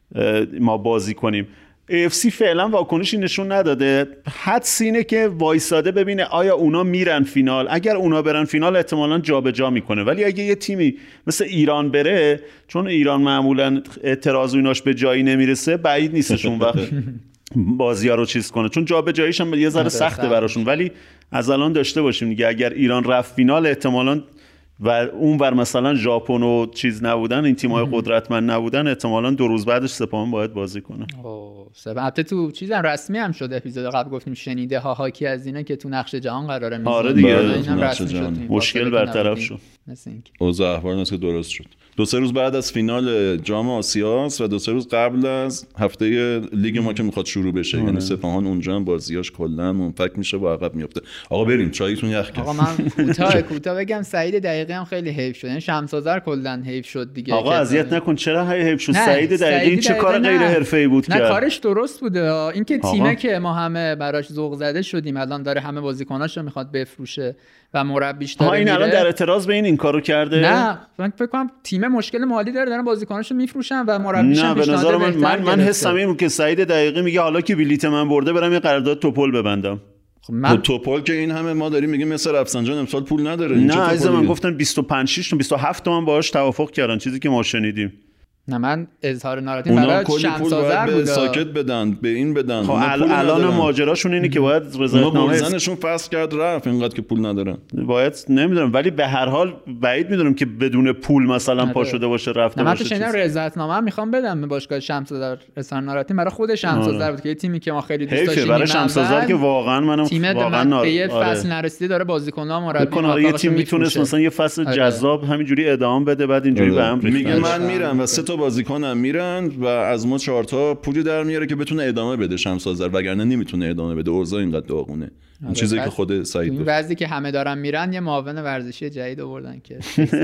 C: ما بازی کنیم. ای اف سی فعلا واکنشی نشون نداده. حدس اینه که وایساده ببینه آیا اونا میرن فینال. اگر اونا برن فینال احتمالاً جابجا میکنه، ولی اگه یه تیمی مثل ایران بره، چون ایران معمولاً اعتراض و ایناش به جایی نمیرسه، بعید نیستش اون وقت بازی‌ها رو چیز کنه، چون جابجاییش هم یه ذره سخته براشون. ولی از الان داشته باشیم دیگه، اگر ایران رفت فینال احتمالاً و اونور مثلا ژاپن و چیز نبودن، این تیم‌های قدرتمند نبودن، احتمالاً دو روز بعدش سپاهان باید بازی کنه.
B: اوه البته تو چیزم رسمی هم شده، اپیزود قبل گفتیم شنیده ها هاکی از اینا که تو نقش جهان قراره میذاره.
C: آره دیگه
B: اینم رسمی شد.
C: مشکل برطرف شد.
A: اوضاع احوال که درست شد. دو سه روز بعد از فینال جام آسیاست و دو سه روز قبل از هفته لیگ ما که میخواد شروع بشه. آره. یعنی سپاهان اونجا هم بازیاش کلا منفک میشه و عقب میفته. آقا بریم چایتون یخ کرد.
B: آقا من کوتاه کوتاه بگم سعید دقیقی هم خیلی حیف شد. یعنی شمس‌آذر کلا حیف شد دیگه.
C: آقا اذیت نکن، چرا حیف شد؟ سعید دقیقی این چه کار غیر حرفه‌ای بود کرد؟
B: نه کارش درست بوده. اینکه تیمه که ما همه براش ذوق زده شدیم الان داره همه بازیکناشو میخواد بفروشه و مربیش داره
C: این الان در اعتراض به این این کارو کرده.
B: نه من فکر کنم تیم مشکل مالی داره، دارن بازیکناشو میفروشن و مربیش هم
C: پیشنهاد بهتر. من من, من حسم اینه که سعید دقیقی میگه حالا که بلیت من برده برم یه قرارداد توپل ببندم.
A: خب من توپل که این همه ما داریم میگیم مثل رفسنجان امسال پول نداره.
C: نه عزیز من گفتن بیست و پنج شش تا بیست و هفت تومن باهاش توافق کردن، چیزی که ما شنیدیم.
B: نه من اظهار ناراحتی برای شمس‌آذر بود.
A: ساکت بدن به این بدن.
C: خب الان ماجراشون اینه که باید
A: رضایتنامه زنشون فسخ کرد رفت، اینقدر که پول ندارن
C: باید نمیدونم، ولی به هر حال بعید میدونم که بدون پول مثلا پا شده باشه رفته باشه.
B: من تو شنیدم رضایتنامه هم میخوام بدم به باشگاه شمس‌آذر. اظهار ناراحتی برای خود شمس‌آذر بود که تیمی که ما خیلی دوست داشتیم
C: برای شمس‌آذر که واقعا منم واقعا
B: به یه فصل نرسیده داره بازیکن‌ها مربی
C: یه تیم میتونست مثلا یه فصل جذاب همینجوری ادامه بده، بعد اینجوری به هم
A: میگه من میرم و سه تا بازیکنم میرن و از ما چهار تا پولی در میاره که بتونه ادامه بده شمس‌آذر، وگرنه نمیتونه ادامه بده. اوضاع اینقدر داغونه. این چیزی که خود سعید
B: این وضعی که همه دارن میرن یه معاون ورزشی جدید آوردن که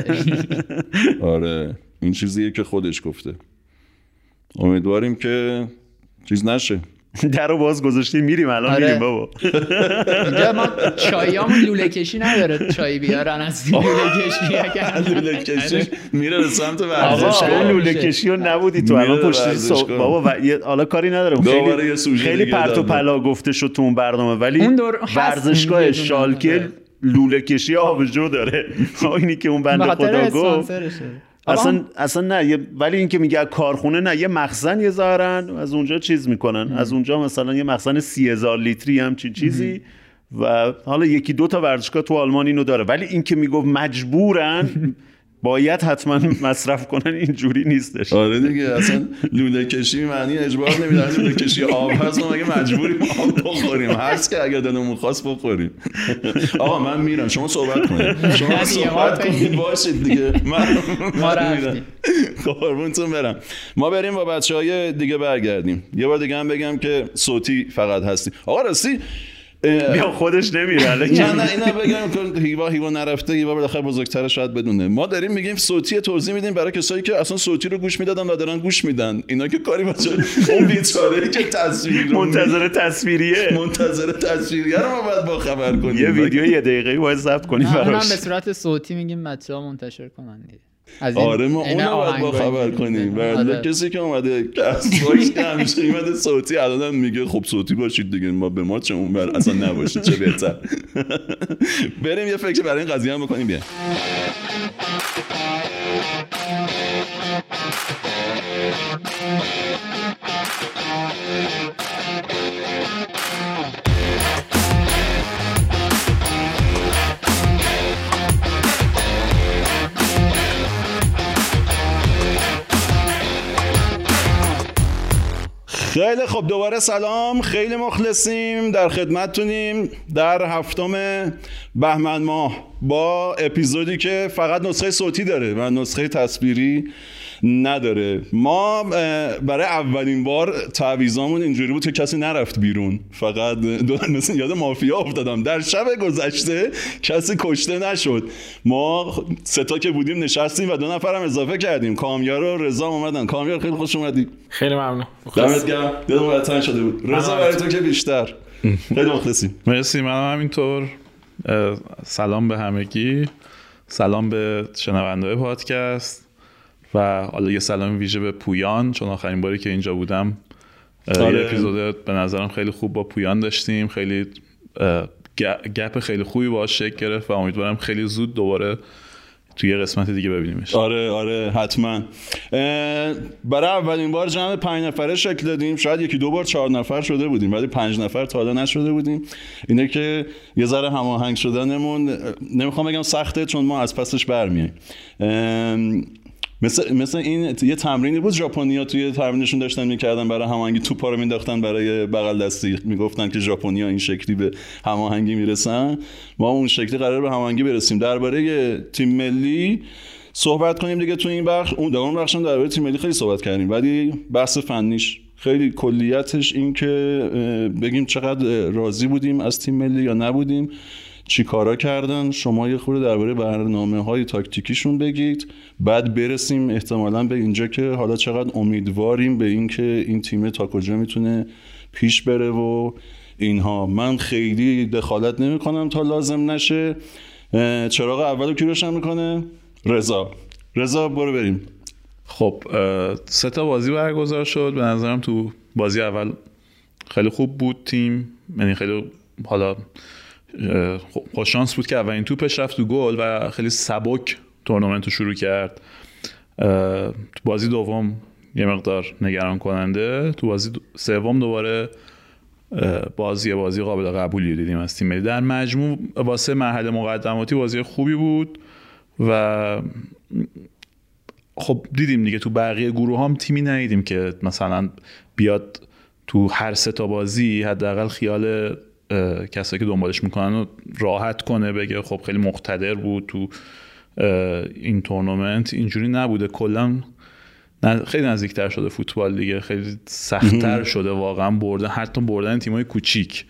A: آره این چیزیه که خودش گفته. امیدواریم که چیز نشه.
C: درو باز گذاشتیم میریم الان. آره. میریم بابا.
B: اینجا ما چایامون لوله کشی نداره، چای بیارن از لوله کشی. اگه
A: لوله کشی میره به سمت ورزشگاه.
C: آقا لوله کشی رو نبودی تو الان پشت بابا. حالا کاری ندارم، خیلی خیلی پرت و پلا گفته شد تو اون برنامه، ولی ورزشگاه شالکه لوله کشی آبجو داره. اینی که اون بنده خدا گفت اصلا اصلا نه، ولی این که میگه کارخونه نه، یه مخزن یه ظاهرن از اونجا چیز میکنن. از اونجا مثلا یه مخزن سی هزار لیتری هم چی چیزی و حالا یکی دو تا ورزشگاه تو آلمان اینو داره. ولی این که میگفت مجبورن باید حتما مصرف کنن، اینجوری نیستش.
A: آره دیگه، اصلا لوله کشی معنی اجبار نمیدن. لوله کشی آب هست، ما مگه مجبوریم آب بخوریم؟ هست که اگر دلمون خواست بخوریم. آقا من میرم، شما صحبت کنید، شما صحبت کنید باشید دیگه. من
B: ما رفتیم
A: قربونتون برم. ما بریم با بچهای دیگه برگردیم. یه بار دیگه هم بگم که صوتی فقط هستی. آقا راستی
C: بیا خودش نمیره.
A: نه نه اینا بگم که هیوا هیوا نرفته، هیوا بالاخره بزرگتره شاید بدونه. ما داریم میگیم صوتی توضیح میدیم برای کسایی که اصلا صوتی رو گوش میدادن و دارن گوش میدن. اینا که کاری واسه اون بیچاره‌ای که تصویری رو
C: منتظر تصویریه
A: منتظر تصویریه رو ما باید با خبر کنیم.
C: یه ویدیو یه دقیقه‌ای باید ضبط کنیم براش.
B: اونم به صورت صوتی میگیم بچه‌ها منتشر کنن دیگه.
A: آره ما اون رو باید با خبر کنیم. ولی کسی که اومده کس باش که همیشه اومده صوتی الان میگه خب صوتی باشید دیگه، ما به ما چه اون بر اصلا نباشید چه بهتر. بریم یه فکر برای این قضیه هم بکنیم. بیا خیلی خب، دوباره سلام، خیلی مخلصیم، در خدمتتونیم در هفتم بهمن ماه با اپیزودی که فقط نسخه صوتی داره و نسخه تصویری نداره. ما برای اولین بار تعویضامون اینجوری بود که کسی نرفت بیرون، فقط دو مثلا یاد مافیا افتادم. در شب گذشته کسی کشته نشد. ما سه تا که بودیم نشستیم و دو نفرم اضافه کردیم. کامیار و رضا اومدن. کامیار خیلی خوش اومدی.
G: خیلی ممنون.
A: دمت گرم. دلم وطن شده بود. رضا برای تو که بیشتر. خیلی مخلصیم.
G: مرسی. منم همینطور. سلام به همگی، سلام به شنونده‌های پادکست و حالا یه سلام ویژه به پویان، چون آخرین باری که اینجا بودم آره. یه اپیزود به نظرم خیلی خوب با پویان داشتیم، خیلی گپ خیلی خوبی باهاش شکل گرفت و امیدوارم خیلی زود دوباره توی قسمت دیگه ببینیمش.
A: آره آره حتما. برای اولین بار جمع پنج نفره شکل دادیم. شاید یکی دو بار چهار نفر شده بودیم ولی پنج نفر تا حالا نشده بودیم. اینه که یه ذره هماهنگ شدنمون نمیخوام بگم سخته، چون ما از پسش برمیاییم. مثل مثل این یه تمرینی بود ژاپنیا توی تمرینشون داشتن میکردن برای هماهنگی، توپا رو مینداختن برای بغل دستی، میگفتن که ژاپنیا این شکلی به هماهنگی میرسن. ما اون شکلی قرار به هماهنگی برسیم. درباره تیم ملی صحبت کنیم دیگه تو این بخش. اون دوام بخشم درباره تیم ملی خیلی صحبت کردیم، ولی بحث فنیش خیلی کلیتش این که بگیم چقدر راضی بودیم از تیم ملی یا نبودیم، چی کارا کردن. شما یه خورده درباره برنامه‌های تاکتیکیشون بگید، بعد برسیم احتمالاً به اینجا که حالا چقدر امیدواریم به این که این تیم تا کجا میتونه پیش بره و اینها. من خیلی دخالت نمی‌کنم تا لازم نشه. چراغ اولو کی روشن میکنه؟ رضا. رضا برو بریم.
G: خب سه تا بازی برگزار شد. به نظرم تو بازی اول خیلی خوب بود تیم، یعنی خیلی حالا خوش شانس بود که اولین توپش رفت تو گل و خیلی سبک تورنمنت رو شروع کرد. تو بازی دوم یه مقدار نگران کننده، تو بازی سوم دوباره بازی بازی قابل قبولی دیدیم از تیم ملی. در مجموع واسه مرحله مقدماتی بازی خوبی بود و خب دیدیم دیگه تو بقیه گروه هم تیمی ندیدیم که مثلا بیاد تو هر سه تا بازی حداقل خیال کسایی که دنبالش میکنن رو راحت کنه، بگه خب خیلی مقتدر بود تو این تورنمنت. اینجوری نبوده، کلا خیلی نزدیکتر شده فوتبال دیگه، خیلی سخت‌تر شده واقعا بردن، حتی بردن تیمای کوچیک.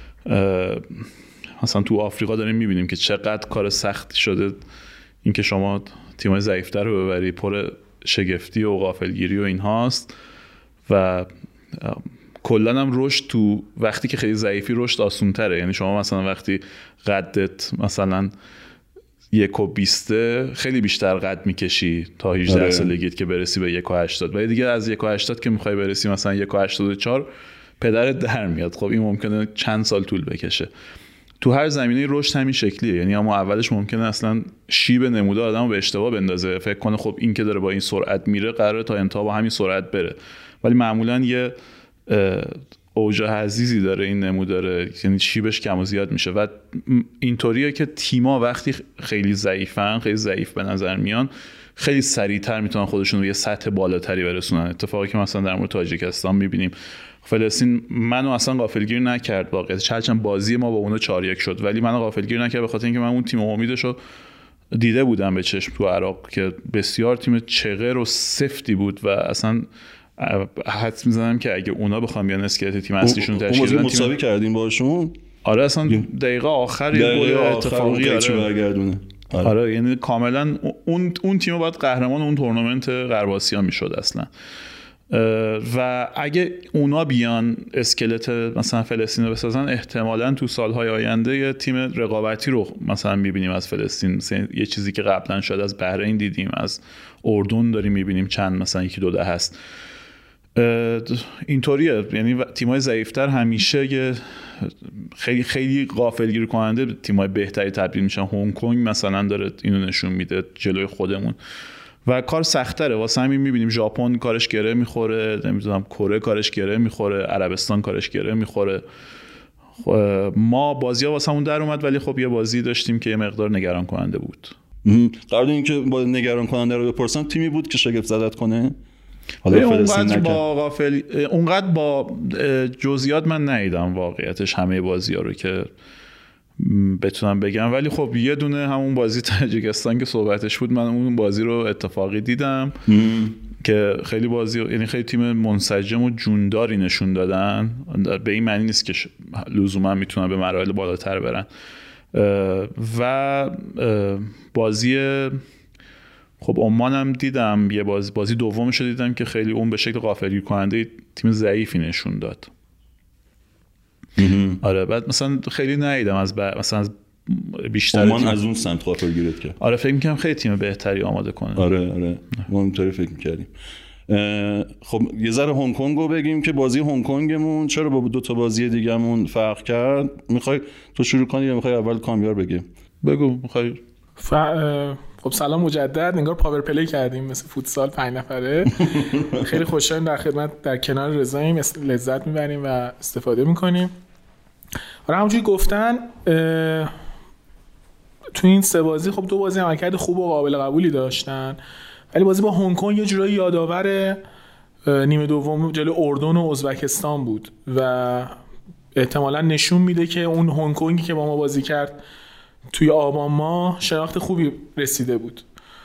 G: مثلا تو آفریقا داریم میبینیم که چقدر کار سخت شده اینکه شما تیمای ضعیف‌تر رو ببری، پر شگفتی و غافلگیری و این هاست و کلا هم رشد تو وقتی که خیلی ضعیفی رشد آسان‌تره. یعنی شما مثلا وقتی قدت مثلا یک و بیسته خیلی بیشتر قد میکشی تا هجده سالگیت که برسی به یک و هشتاد، ولی دیگه از یک و هشتاد که میخوای برسی مثلا یک و هشتاد و چهار پدرت در میاد. خب این ممکنه چند سال طول بکشه. تو هر زمینه رشد همین شکلیه، یعنی اما اولش ممکنه اصلا شیب نموده آدمو به اشتباه بندازه، فکر کنه خب این که داره با این سرعت میره قراره تا انتها با همین سرعت بره، ولی معمولا یه اوج حزیزی داره این نموداره، یعنی شیبش کم و زیاد میشه و اینطوریه که تیما وقتی خیلی ضعیفن، خیلی ضعیف به نظر میان، خیلی سریعتر میتونن خودشون رو یه سطح بالاتری برسونن. اتفاقی که مثلا در مورد تاجیکستان میبینیم. فلسطین منو اصلا غافلگیر نکرد واقعا، هرچند بازی ما با اونو چهار یک شد، ولی منو غافلگیر نکرد به خاطر اینکه من اون تیم امیدشو دیده بودم به چشم تو عراق که بسیار تیم چغر و سفتی بود و اصلا حدس میزنم که اگه اونا بخوام بیان اسکلت تیم اصلیشون تشکیل بدن،
A: مساوی کردیم باشون.
G: آره اصلا دقیقه آخر یه گل اتفاقی
A: برگردونه.
G: آره. آره یعنی کاملا اون اون تیم باید قهرمان اون تورنمنت غرب آسیا میشد اصلا. و اگه اونا بیان اسکلت مثلا فلسطین رو بسازن، احتمالاً تو سالهای آینده یه تیم رقابتی رو مثلا میبینیم از فلسطین، یه چیزی که قبلا شاید از بحرین دیدیم، از اردن داریم میبینیم چند مثلا یکی دو ده هست. اینطوریه، یعنی تیم‌های ضعیف‌تر همیشه یه خیلی خیلی غافلگیر کننده تیم‌های بهتری تبدیل میشن. هنگ کنگ مثلا داره اینو نشون میده جلوی خودمون و کار سخت‌تره. واسه همین می‌بینیم ژاپن کارش گره می‌خوره، نمی‌دونم کره کارش گره می‌خوره، عربستان کارش گره می‌خوره. ما بازی‌ها واسمون در اومد، ولی خب یه بازی داشتیم که یه مقدار نگران کننده بود.
A: قبل اینکه با نگران کننده رو بپرسم، تیمی بود که شگفت زدت کنه؟ حالا
G: اونقدر با غافل اونقدر با جزئیات من ندیدم واقعیتش همه بازی‌ها رو که بتونم بگم، ولی خب یه دونه همون بازی تاجیکستان که صحبتش بود، من اون بازی رو اتفاقی دیدم مم. که خیلی بازی، یعنی خیلی تیم منسجم و جونداری نشون دادن. به این معنی نیست که لزوما میتونن به مراحل بالاتر برن. و بازی خب عمان هم دیدم، یه بازی بازی دومش رو دیدم که خیلی اون به شکل غافلگیر کننده تیم ضعیفی نشون داد. آره بعد مثلا خیلی ندیدم از ب... مثلا از بیشتر
A: عمان
G: تیم...
A: از اون سمت غافلگیرت کرد.
G: آره فکر می‌کنم خیلی تیم بهتری آماده کنه.
A: آره آره ما اینطوری فکر می‌کردیم. خب یه ذره هنگ کنگ رو بگیم که بازی هنگ کنگمون چرا با دو تا بازی دیگه‌مون فرق کرد. می‌خوای تو شروع کنی یا می‌خوای اول کامیار بگه؟
G: بگو می‌خوای.
H: ف... خب سلام مجدد، انگار پاور پلی کردیم مثل فوتسال پنج نفره. خیلی خوشحالیم در خدمت در کنار رضاییم، لذت میبریم و استفاده میکنیم. آره همونجوری گفتن تو این سه بازی خب دو بازی عملکرد خوب و قابل قبولی داشتن، ولی بازی با هنگ کنگ یه جورایی یادآور نیمه دوم جلوی اردن و ازبکستان بود و احتمالاً نشون میده که اون هنگ کنگی که با ما بازی کرد توی آبان ماه شناخت خوبی رسیده بود.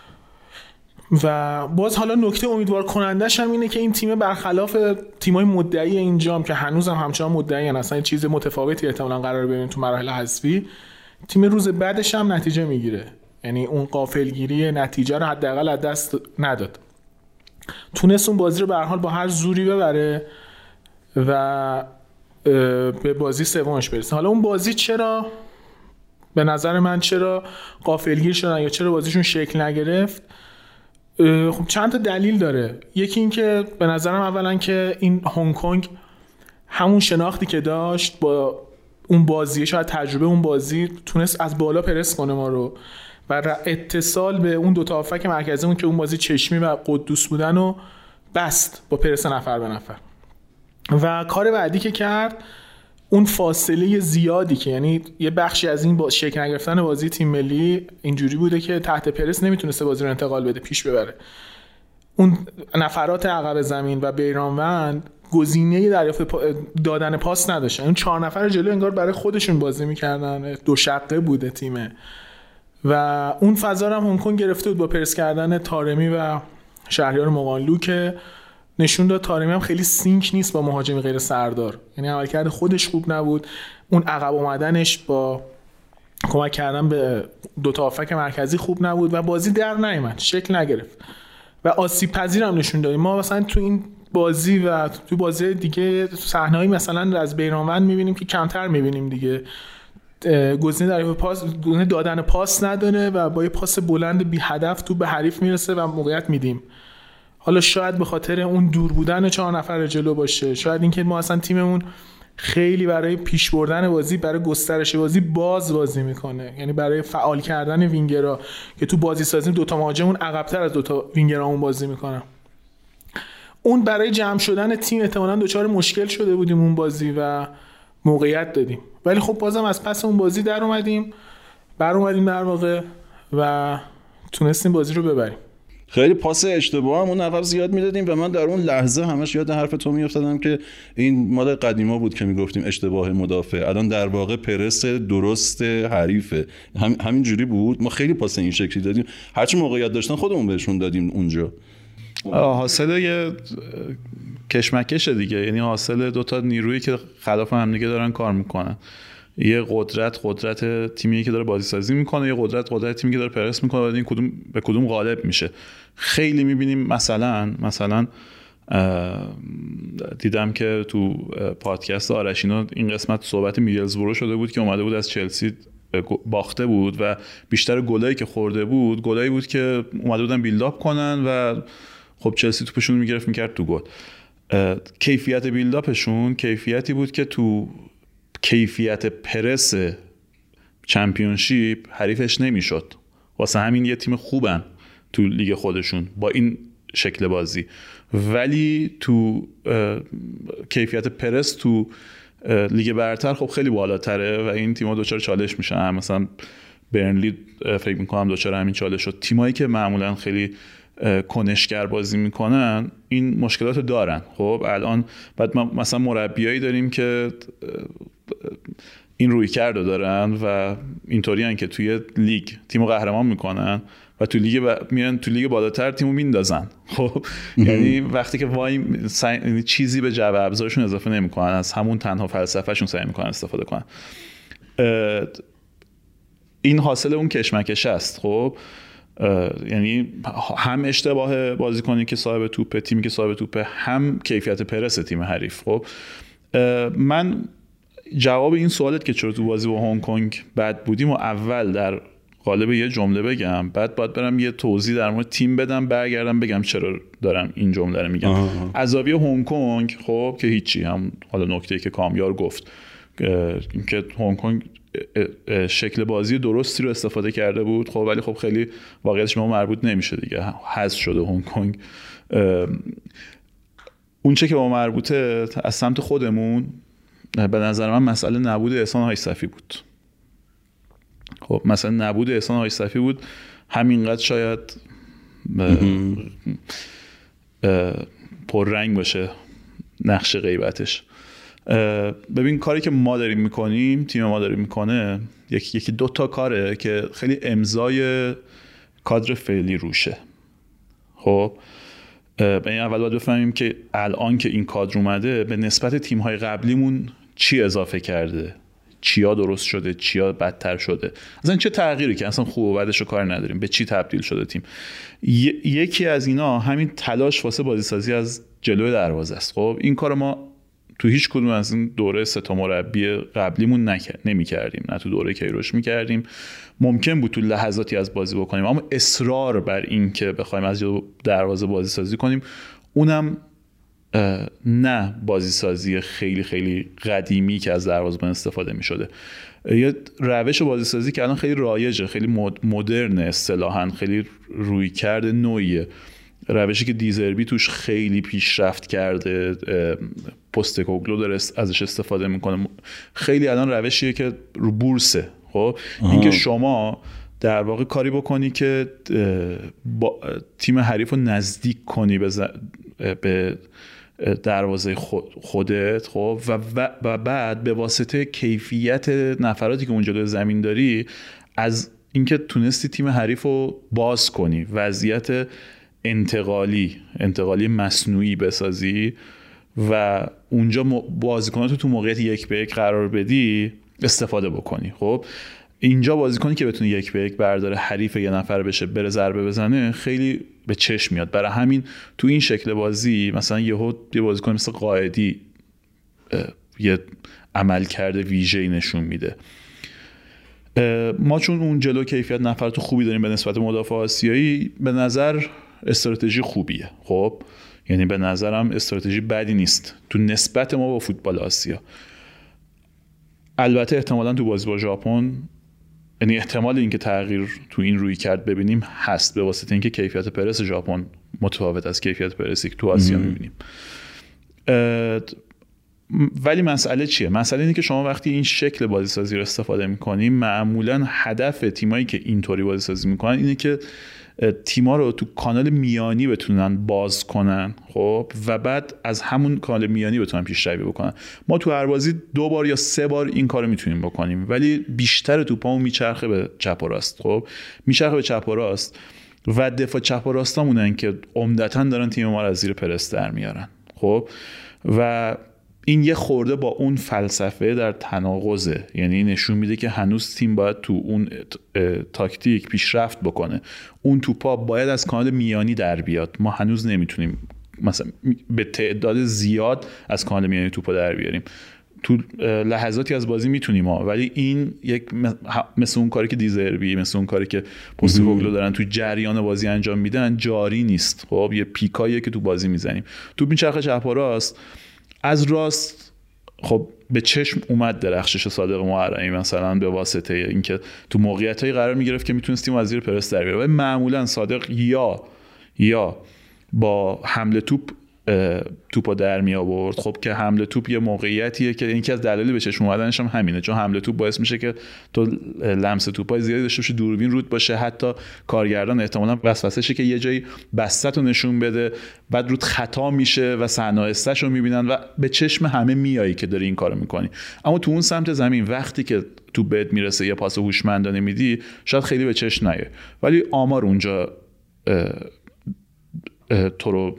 H: و باز حالا نکته امیدوار کنندش هم اینه که این تیم برخلاف تیمای مدعی اینجام که هنوز هم همچنان مدعی ان اصلا چیز متفاوتی احتمالاً قرار ببینیم تو مراحل حذفی، تیم روز بعدش هم نتیجه میگیره، یعنی اون غافلگیری نتیجه رو حداقل از دست نداد، تونست اون بازی رو به هر حال با هر زوری ببره و به بازی سومش برسه. حالا اون بازی چرا به نظر من چرا غافلگیر شدن یا چرا بازیشون شکل نگرفت، خب چند تا دلیل داره. یکی این که به نظرم اولا که این هنگ کنگ همون شناختی که داشت با اون بازی، شاید تجربه اون بازی، تونست از بالا پرس کنه ما رو و اتصال به اون دو تا هافک مرکزیمون که اون بازی چشمی و قدوس بودن و بست با پرس نفر به نفر. و کار بعدی که کرد اون فاصله زیادی که یعنی یه بخشی از این با شکل نگرفتن بازی تیم ملی اینجوری بوده که تحت پرس نمیتونسته بازی رو انتقال بده، پیش ببره. اون نفرات عقب زمین و بیرانوند گزینه‌ای دریافت دادن پاس نداشتن. اون چهار نفر جلو انگار برای خودشون بازی میکردن، دو شقه بوده تیمه و اون فضا رو هم هنگ کنگ گرفته بود با پرس کردن طارمی و شهریار مقانلو که نشون داد طارمی هم خیلی سینک نیست با مهاجمی غیر سردار، یعنی عملکرد خودش خوب نبود، اون عقب اومدنش با کمک کردن به دو تا هافک مرکزی خوب نبود و بازی در نیامد، شکل نگرفت و آسیب پذیر هم نشون داد. ما مثلا تو این بازی و تو بازی دیگه صحنه‌ای مثلا از بیرانوند می‌بینیم که کمتر می‌بینیم دیگه، گزینه دریافت پاس، گزینه دادن پاس نداره و با یه پاس بلند بی هدف تو به حریف میرسه و موقعیت میدیم. حالا شاید به خاطر اون دور بودن چهار نفر جلو باشه، شاید اینکه ما اصلا تیممون خیلی برای پیش بردن بازی، برای گسترش بازی باز بازی میکنه، یعنی برای فعال کردن وینگرها که تو بازی سازی دو تا مهاجمون عقب‌تر از دو تا وینگرامون بازی میکنن. اون برای جمع شدن تیم احتمالاً دچار مشکل شده بودیم اون بازی و موقعیت دادیم، ولی خب بازم از پس اون بازی در اومدیم بر اومدیم در واقع و تونستیم بازی رو ببریم.
A: خیلی پاس اشتباه هم اون عقب زیاد میدادیم و من در اون لحظه همش یاد حرف تو میافتادم که این مال قدیما بود که میگفتیم اشتباه مدافع، الان در واقع پرس درست حریفه. هم همین جوری بود، ما خیلی پاس این شکلی دادیم، هرچی موقعیت داشتن خودمون بهشون دادیم اونجا.
G: حاصل یه کشمکشه دیگه، یعنی حاصل دو تا نیرویی که خلاف هم دیگه دارن کار میکنن. یه قدرت قدرت تیمی که داره بازی سازی میکنه، یه قدرت قدرت تیمی که داره پرس میکنه و این کدوم به کدوم غالب میشه. خیلی میبینیم مثلا مثلا دیدم که تو پادکست آرشینا این قسمت صحبت میدلزبرو شده بود که اومده بود از چلسی باخته بود و بیشتر گلایی که خورده بود گلایی بود که اومده بودن بیلداپ کنن و خب چلسی توپشون میگرفت میکرد تو گل. کیفیت بیلداپشون کیفیتی بود که تو کیفیت پرس چمپیونشیپ حریفش نمیشد. واسه همین یه تیم خوبن تو لیگ خودشون با این شکل بازی، ولی تو کیفیت پرس تو لیگ برتر خب خیلی بالاتره و این تیم‌ها دوچار چالش میشن. مثلا برنلی فکر میکنم دوچار همین چالش شد. تیمایی که معمولا خیلی کنشگر بازی میکنن این مشکلات رو دارن. خب الان بعد ما مثلا مربیایی داریم که این رویکرد رو دارن و اینطوری ان که توی لیگ تیمو قهرمان میکنن و تو لیگ ب... میرن تو لیگ بالاتر تیمو میندازن. خب یعنی وقتی که وای سعی... چیزی به جعبه ابزارشون اضافه نمیکنن، از همون تنها فلسفهشون سعی میکنن استفاده کنن. این حاصل اون کشمکش است. خب یعنی هم اشتباه بازیکنی که صاحب توپه، تیمی که صاحب توپه، هم کیفیت پرس تیم حریف. خب من جواب این سوالت که چرا تو بازی با هنگ کنگ بد بودیم و اول در قالب یه جمله بگم، بعد باید برم یه توضیح در مورد تیم بدم، برگردم بگم چرا دارم این جمله رو میگم. از زاویه هنگ کنگ خب که هیچی، هم حالا نکته‌ای که کامیار گفت اینکه هنگ کنگ شکل بازی درستی رو استفاده کرده بود، خب ولی خب خیلی واقعیتش به ما مربوط نمیشه دیگه، حذف شده هنگ کنگ. اون چه که به ما مربوطه از سمت خودمون به نظر من مسئله نبود احسان حاج صفی بود. خب مثلا نبود احسان حاج صفی بود، همینقدر شاید پررنگ باشه نقش غیبتش. ببین کاری که ما داریم میکنیم، تیم ما داریم میکنه، یکی یکی دو تا کاره که خیلی امضای کادر فعلی روشه. خب به این اول باید بفهمیم که الان که این کادر اومده به نسبت تیم‌های قبلیمون چی اضافه کرده، چیا درست شده، چیا بدتر شده، اصلا چه تغییری که اصلا خوب و بدش رو کار نداریم، به چی تبدیل شده تیم. ی- یکی از اینا همین تلاش واسه بازیسازی از جلوی دروازه است. خب این کار ما تو هیچ کدوم از این دوره سه تا مربی قبلیمون نکرد نمی‌کردیم، نه تو دوره کیروش می‌کردیم. ممکن بود تو لحظاتی از بازی بکنیم، اما اصرار بر این که بخوایم از جلوی دروازه بازی سازی کنیم، اونم نه بازی سازی خیلی خیلی قدیمی که از دروازه‌بان استفاده می‌شده. یه روش بازی سازی که الان خیلی رایجه، خیلی مدرن، اصطلاحاً خیلی رویکرد نوعیه، روشی که دیزربی توش خیلی پیشرفت کرده، پستکوگلو داره ازش استفاده میکنه، خیلی الان روشیه که رو بورسه. خب اینکه شما در واقع کاری بکنی که با تیم حریف رو نزدیک کنی به, ز... به دروازه خودت، خب و, و بعد به واسطه کیفیت نفراتی که اونجا زمین داری، از اینکه تونستی تیم حریف رو باز کنی، وضعیت انتقالی انتقالی مصنوعی بسازی و اونجا بازیکناتو تو موقعیت یک به یک قرار بدی، استفاده بکنی. خب اینجا بازیکنی که بتونه یک به یک برداره، حریف یه نفر بشه، بره ضربه بزنه، خیلی به چشم میاد. برای همین تو این شکل بازی مثلا یهو یه بازیکن مثل قائدی یه عمل کرده ویژه‌ای نشون میده. ما چون اون جلو کیفیت نفرات خوبی داریم به نسبت مدافع آسیایی، به نظر استراتژی خوبیه. خب یعنی به نظرم استراتژی بدی نیست تو نسبت ما با فوتبال آسیا. البته احتمالاً تو بازی با ژاپن یعنی احتمال اینکه تغییر تو این روی کرد ببینیم هست، به واسطه اینکه کیفیت پرس ژاپن متفاوت از کیفیت پرسی که تو آسیا میبینیم. ولی مسئله چیه؟ مسئله اینه که شما وقتی این شکل بازی سازی رو استفاده میکنیم، معمولا هدف تیمایی که اینطوری بازی سازی میکنن اینه که تیما رو تو کانال میانی بتونن باز کنن، خب، و بعد از همون کانال میانی بتونن پیشروی بکنن. ما تو هر بازی دو بار یا سه بار این کارو میتونیم بکنیم، ولی بیشتر توپامون میچرخه به چپ و راست. خب میچرخه به چپ و راست و دفاع چپ و راستامونن که عمدتاً دارن تیم ما رو از زیر پرس در میارن. خب و این یه خورده با اون فلسفه در تناقضه، یعنی نشون میده که هنوز تیم باید تو اون تاکتیک پیشرفت بکنه، اون توپا باید از کانال میانی در بیاد. ما هنوز نمیتونیم مثلا به تعداد زیاد از کانال میانی توپا در بیاریم. تو لحظاتی از بازی میتونیم ها، ولی این یک مثل اون کاری که دیزربی، مثل اون کاری که پوستکوگلو دارن تو جریان بازی انجام میدن جاری نیست. خب یه پیکاییه که تو بازی میزنیم. تو میچرخه چپ و راست، از راست خب به چشم اومد درخشش صادق محرمی مثلا به واسطه اینکه تو موقعیتایی قرار میگرفت که میتونستیم از زیر پرس در بیاره. و معمولا صادق یا یا با حمله توپ توپو در می آورد. خب که حمله توپ یه موقعیتیه که یکی از دلایل به چشم اومدنش هم همینه، چون حمله توپ باعث میشه که تو لمس توپای زیادی داشته باشی، دوربین رود باشه، حتی کارگردان احتمالاً وسوسه شه که یه جایی بسته‌تو نشون بده، بعد رود خطا میشه و صحنه استشو میبینن و به چشم همه میایی که داری این کارو میکنی. اما تو اون سمت زمین وقتی که تو بهت میرسه یه پاس هوشمندانه میدی، شاید خیلی به چشم نیاد، ولی آمار اونجا اه اه تو رو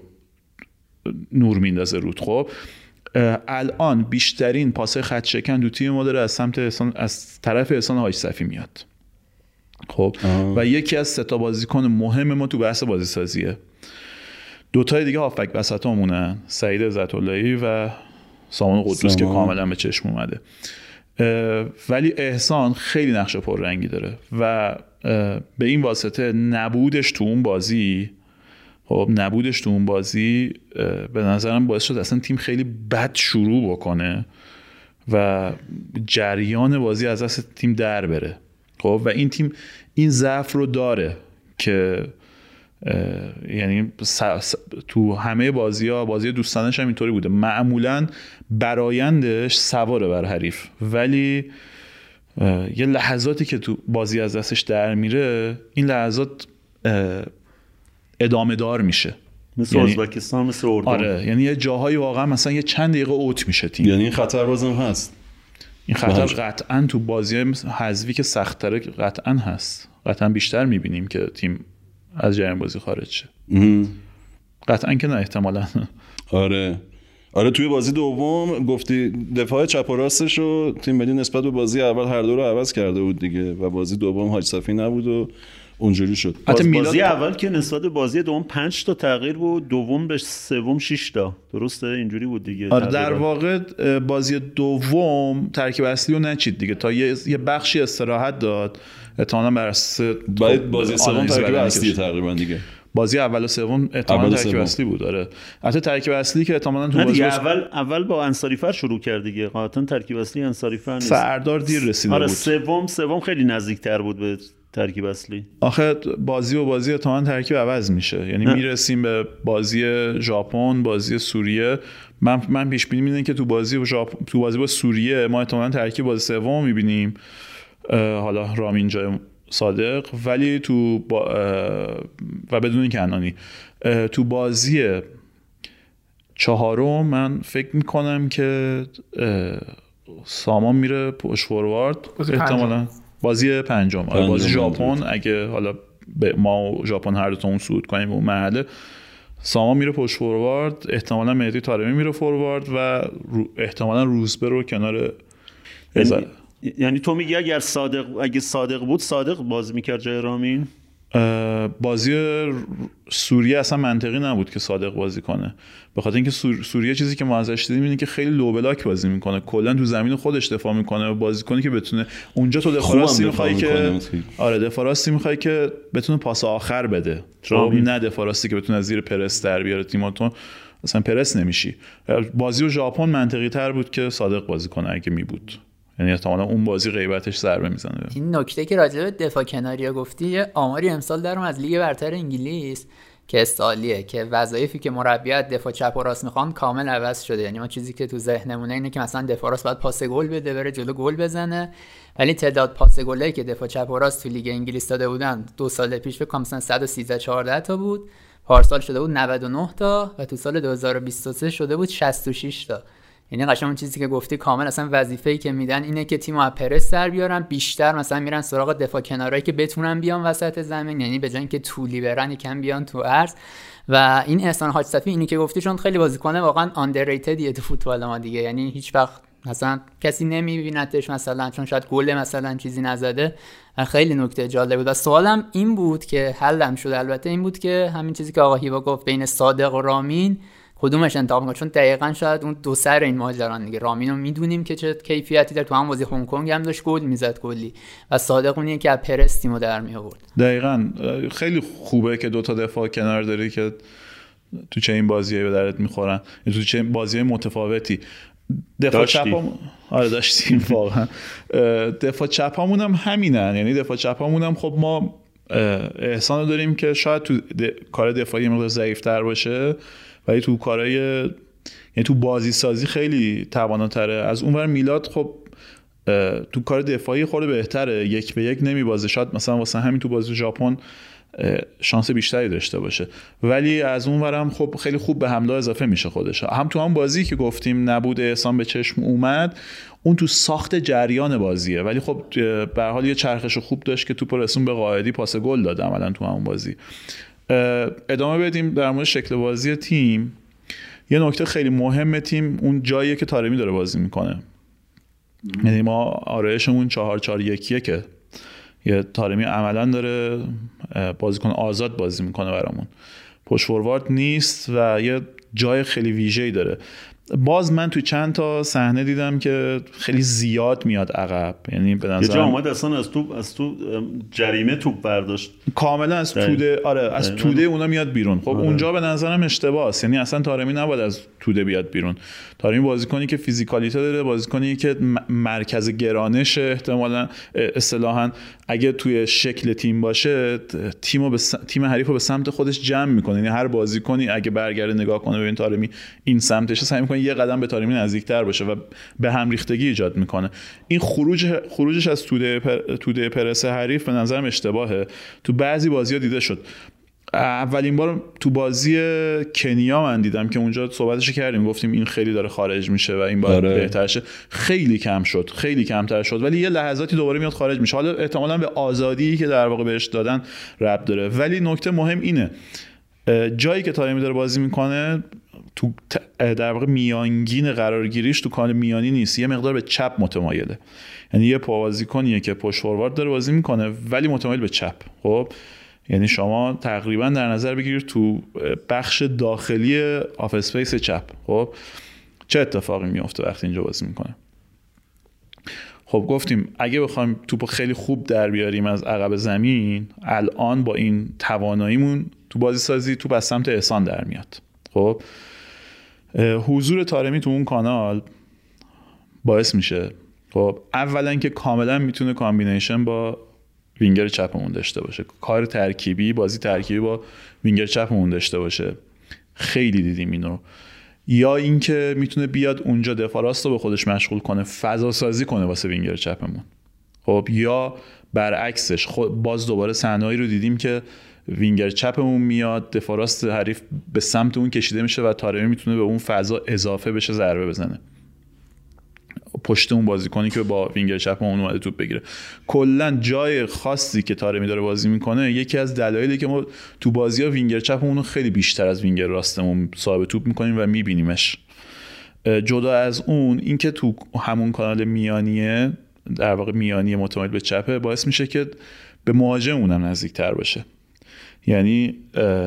G: نور میندازه رود. خب الان بیشترین پاسه خط شکن دو تیم ما داره از سمت احسان، از طرف احسان حاج صفی میاد. خب آه. و یکی از سه تا بازیکن مهم ما تو بحث بازی سازیه. دو تای دیگه هافبک وسطامونن، سعید عزت‌اللهی و سامان قدوس که کاملا به چشم اومده. ولی احسان خیلی نقش پررنگی داره و به این واسطه نبودش تو اون بازی خب نبودش تو اون بازی به نظرم باعث شد اصلا تیم خیلی بد شروع بکنه و جریان بازی از دست تیم در بره. خب و این تیم این ضعف رو داره که یعنی تو همه بازی‌ها، بازی دوستانش هم اینطوری بوده، معمولاً برایندش سواره بر حریف، ولی یه لحظاتی که تو بازی از دستش در میره، این لحظات ادامه دار میشه،
C: مثل یعنی ازبکستان، مثل اردن.
G: آره یعنی یه جاهایی واقعا مثلا یه چند دقیقه اوت میشه تیم.
A: یعنی این خطر بازم هست،
G: این خطر قطعا تو بازی حذفی که سخت‌تره قطعا هست، قطعا بیشتر میبینیم که تیم از جریان بازی خارج شه. قطعا که نه، احتمالاً.
A: آره آره توی بازی دوم گفتی دفاع چپ و راستش رو تیم ملی نسبت به بازی اول هر دو رو عوض کرده بود دیگه و بازی دوم حاج صفی نبود و اونجوری شد.
C: باز بازی اول که نسبت به بازی دوم پنج تا تغییر بود، دوم به سوم شش تا، درسته اینجوری بود دیگه.
G: آره در واقع بازی دوم ترکیب اصلی رو نچید دیگه، تا یه یه بخشی استراحت داد احتمالاً بر اساس
A: بعد بازی سوم ترکیب اصلی تقریبا دیگه.
G: بازی اول و سوم احتمالاً ترکیب اصلی بود. آره البته ترکیب اصلی که احتمالاً تو
C: بازی اول اول با انصاریفر شروع کرد دیگه، قاطعاً ترکیب اصلی انصاریفر نیست.
G: سردار دیر رسیده
C: آره
G: بود.
C: سوم سوم خیلی نزدیک‌تر بود به ترکیب اصلی.
G: آخه بازی و بازی احتمالاً ترکیب عوض میشه، یعنی میرسیم به بازی ژاپن، بازی سوریه. من من پیش بینی اینه که تو بازی ژاپن، تو بازی با سوریه ما احتمالاً ترکیب بازی سوم میبینیم، حالا رامین جای صادق، ولی تو با و بدون کنانی. تو بازی چهارم من فکر میکنم که سامان میره پشت فوروارد احتمالاً. بازی پنجم آره بازی ژاپن، اگه حالا ما و ژاپن هر دو تا اون صعود کنیم به اون مرحله، سامان میره پشت فوروارد، احتمالاً مهدی طارمی میره فوروارد و احتمالاً روزبه رو کنار
C: یعنی, یعنی تو میگی اگر صادق اگه صادق بود صادق باز میکرد جای رامین؟
G: بازی سوریه اصلا منطقی نبود که صادق بازی کنه، به خاطر اینکه سوریه چیزی که ما ازش دیدیم اینه که خیلی لو بلاک بازی میکنه، کلا تو زمین خودش دفاع میکنه و بازیکنی که بتونه اونجا تو دفاع راستی میخوای که آره دفاع راستی میخوای که بتونه پاس آخر بده، خب نه دفاع راستی که بتونه از زیر پرس در بیاره تیماتون، اصلا پرس نمیشی. بازی و ژاپن منطقی تر بود که صادق بازی کنه اگه می بود، یعنی احتمالاً اون بازی غیبتش ضربه میزنه.
B: این نکته که راجع به دفاع کناری گفتی، یه آماری امسال دارم از لیگ برتر انگلیس که استالیه که وظایفی که مربیات دفاع چپ و راست میخوان کامل عوض شده. یعنی ما چیزی که تو ذهنمونه اینه که مثلا دفاع راست باید پاس گل بده، بره جلو گل بزنه، ولی تعداد پاس گلایی که دفاع چپ و راست تو لیگ انگلیس داده بودن دو سال پیش فکر کنم مثلا صد و سیزده چهارده تا بود، پارسال شده بود نود و نه تا و تو سال دو هزار و بیست و سه شده بود شصت و شش تا. یعنی قشنگ اون چیزی که گفتی کامل، اصلا وظیفه‌ای که میدن اینه که تیمو از پرس در بیارن، بیشتر مثلا میرن سراغ دفاع کنارایی که بتونن بیان وسط زمین، یعنی به جای اینکه طولی برن یکم بیان تو عرض. و این احسان حاج صفی اینی که گفتی چون خیلی بازیکن واقعا آندرریتدیه تو فوتبال ما دیگه، یعنی هیچ وقت مثلا کسی نمیبینتش مثلا چون شاید گل مثلا چیزی نزده. خیلی نکته جالب بود. و سوالم این بود که حلم شد البته، این بود که همین چیزی که آقا هیوا گفت بین صادق و رامین کدومش انتخاب می‌کنه، چون دقیقاً شاید اون دو سر این ماجران دیگه. رامینو میدونیم که چه کیفیتی داره، تو هم بازی هنگ کنگ هم داشت گل میزد کلی، و صادق اونیه که از پرس تیمو در می آورد.
G: دقیقاً خیلی خوبه که دو تا دفاع کنار داری که تو چه این بازیه به درت میخورن، تو چه بازی متفاوتی. دفاع چپام آره داشتیم واقعا. دفاع چپامون هم همینن، یعنی دفاع چپامون هم خب ما احسانو داریم که شاید تو کار دفاعی مقدار ضعیف‌تر باشه، ولی تو کارهای یعنی تو بازی سازی خیلی تواناتره. از اونور میلاد خب تو کار دفاعی خورده بهتره، یک به یک نمیبازه، شاید مثلا واسه همین تو بازی ژاپن شانس بیشتری داشته باشه، ولی از اونورم خب خیلی خوب به حمله اضافه میشه خودش. هم تو هم بازی که گفتیم نبود احسان به چشم اومد، اون تو ساخت جریان بازیه، ولی خب به هر حال یه چرخش خوب داشت که توپ رسون به قائدی، پاس گل داد عملاً تو همون بازی. ادامه بدیم در مورد شکل بازی تیم. یه نکته خیلی مهم تیم اون جاییه که طارمی داره بازی میکنه. یعنی ما آرایشمون چهار چهار یکیه که یه طارمی عملا داره بازیکن آزاد بازی میکنه برامون، پشت فوروارد نیست و یه جای خیلی ویژه‌ای داره. باز من توی چند تا صحنه دیدم که خیلی زیاد میاد عقب، یعنی به نظر
C: یه جا اومد اصلا از تو از تو جریمه توپ برداشت،
G: کاملا از توده. آره از دایم. توده اونا میاد بیرون. خب آره. اونجا به نظرم اشتباهه، یعنی اصلا طارمی نباید از توده بیاد بیرون. طارمی بازیکنی که فیزیکالیته داره، بازیکنی که مرکز گرانش احتمالاً اصطلاحاً اگه توی شکل تیم باشه تیمو به س... تیم حریفو به سمت خودش جمع میکنه. یعنی هر بازیکنی اگه برگرده نگاه کنه ببین طارمی این سمتشه، سعی میکنه یه قدم به طارمی نزدیکتر باشه و به هم ریختگی ایجاد میکنه. این خروج خروجش از توده پر... توده پرس حریف به نظرم اشتباهه. تو بعضی بازی‌ها دیده شد. اولین بار تو بازی کنیا من دیدم که اونجا صحبتش کردیم، گفتیم این خیلی داره خارج میشه و این باید بهتر شه. خیلی کم شد، خیلی کمتر شد، ولی یه لحظاتی دوباره میاد خارج میشه. حالا احتمالاً به آزادی که در واقع بهش دادن ربط داره، ولی نکته مهم اینه جایی که طارمی داره بازی میکنه تو در واقع میانگین قرارگیریش تو کانال میانی نیست، یه مقدار به چپ متمایله. یعنی یه بازیکنیه که پشت فوروارد داره بازی میکنه ولی متمایل به چپ. خب یعنی شما تقریبا در نظر بگیرید تو بخش داخلی آف اسپیس چپ خب چه اتفاقی میفته وقتی اینجا بازی میکنه. خب گفتیم اگه بخوایم توپو خیلی خوب در بیاریم از عقب زمین، الان با این تواناییمون تو بازی سازی توپ از سمت احسان در میاد. خب حضور طارمی تو اون کانال باعث میشه خب اولا که کاملا میتونه کامبینیشن با وینگر چپمون داشته باشه، کار ترکیبی، بازی ترکیبی با وینگر چپمون داشته باشه. خیلی دیدیم اینو. یا اینکه میتونه بیاد اونجا دفاع راست رو به خودش مشغول کنه، فضا سازی کنه واسه وینگر چپمون. خب یا برعکسش خب باز دوباره صحنه‌ای رو دیدیم که وینگر چپمون میاد دفاع راست حریف به سمت اون کشیده میشه و طارمی میتونه به اون فضا اضافه بشه، ضربه بزنه پشت اون بازیکنی که با وینگر چپمون اومده توپ بگیره. کلا جای خاصی که طارمی داره بازی میکنه یکی از دلایلی که ما تو بازی‌ها وینگر چپمون رو خیلی بیشتر از وینگر راستمون صاحب توپ میکنیم و میبینیمش. جدا از اون اینکه تو همون کانال میانیه در واقع میانی متمایل به چپه باعث میشه که به مهاجممون هم نزدیک‌تر باشه. یعنی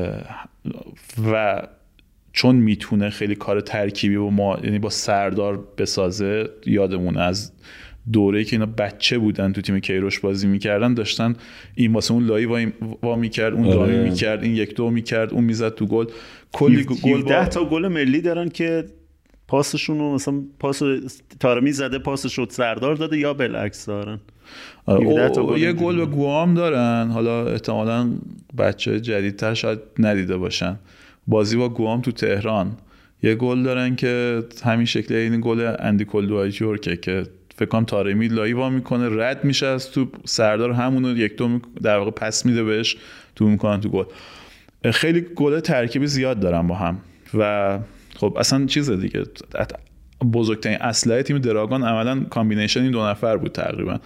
G: و چون میتونه خیلی کار ترکیبی با ما یعنی با سردار بسازه، یادمون از دوره‌ای که اینا بچه بودن تو تیم کیروش بازی میکردن داشتن این واسه اون لایی وا, وا میکرد، اون دامی میکرد، این یک دو میکرد، اون میزد تو گل. کلی گل
C: ده تا گل ملی دارن که پاسشون رو مثلا پاس تارمی زده پاسش رو سردار داده یا بالعکس دارن؟
G: یه گل به گوام دارن، حالا احتمالاً بچه جدیدتر شاید ندیده باشن. بازی با گوام تو تهران یه گل دارن که همین شکلی، این گل اندی کلدوآجورکه که فکر کنم تارمی لایی وا میکنه، رد میشه از تو، سردار همونو یک دو در واقع پس میده بهش، تو میکنن تو گل. خیلی گل ترکیبی زیاد دارن با هم و خب اصلا چیز دیگه، بزرگترین اسلحه تیم دراگون عملا کامبینیشن این دو نفر بود تقریبا.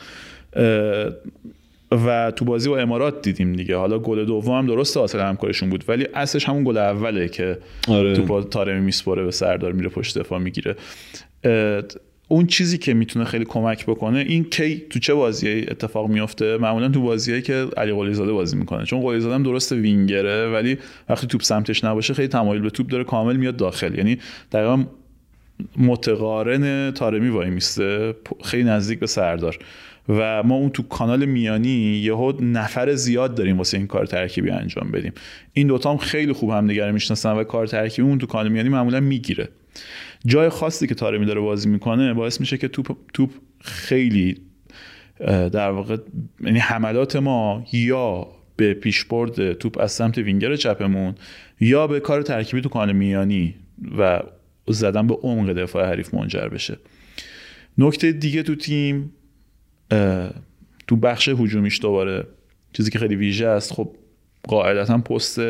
G: و تو بازی با امارات دیدیم دیگه. حالا گل دوم هم درسته حاصل همکاریشون بود، ولی اصلش همون گل اوله که آره. تو با تارمی میسپره به سردار، میره پشت دفاع میگیره. اون چیزی که میتونه خیلی کمک بکنه این کی تو چه بازیایی اتفاق میفته؟ معمولا تو بازیایی که علی قلیزاده بازی میکنه، چون قلیزاده هم درسته وینگره ولی وقتی توپ سمتش نباشه خیلی تمایل به توپ داره، کامل میاد داخل، یعنی دقیقاً متقارن تارمی وای میسته خیلی نزدیک به سردار و ما اون تو کانال میانی یهو نفر زیاد داریم واسه این کار ترکیبی انجام بدیم. این دوتا هم خیلی خوب همدیگه رو میشناسن و کار ترکیبی اون تو کانال میانی معمولا میگیره. جای خاصی که تارمی داره بازی میکنه باعث میشه که توپ توپ خیلی در واقع، یعنی حملات ما یا به پیشبرد توپ از سمت وینگر چپمون یا به کار ترکیبی تو کانال میانی و زدن به عمق دفاع حریف منجر بشه. نکته دیگه تو تیم تو بخش هجومیش دوباره چیزی که خیلی ویژه است، خب قاعدتا پست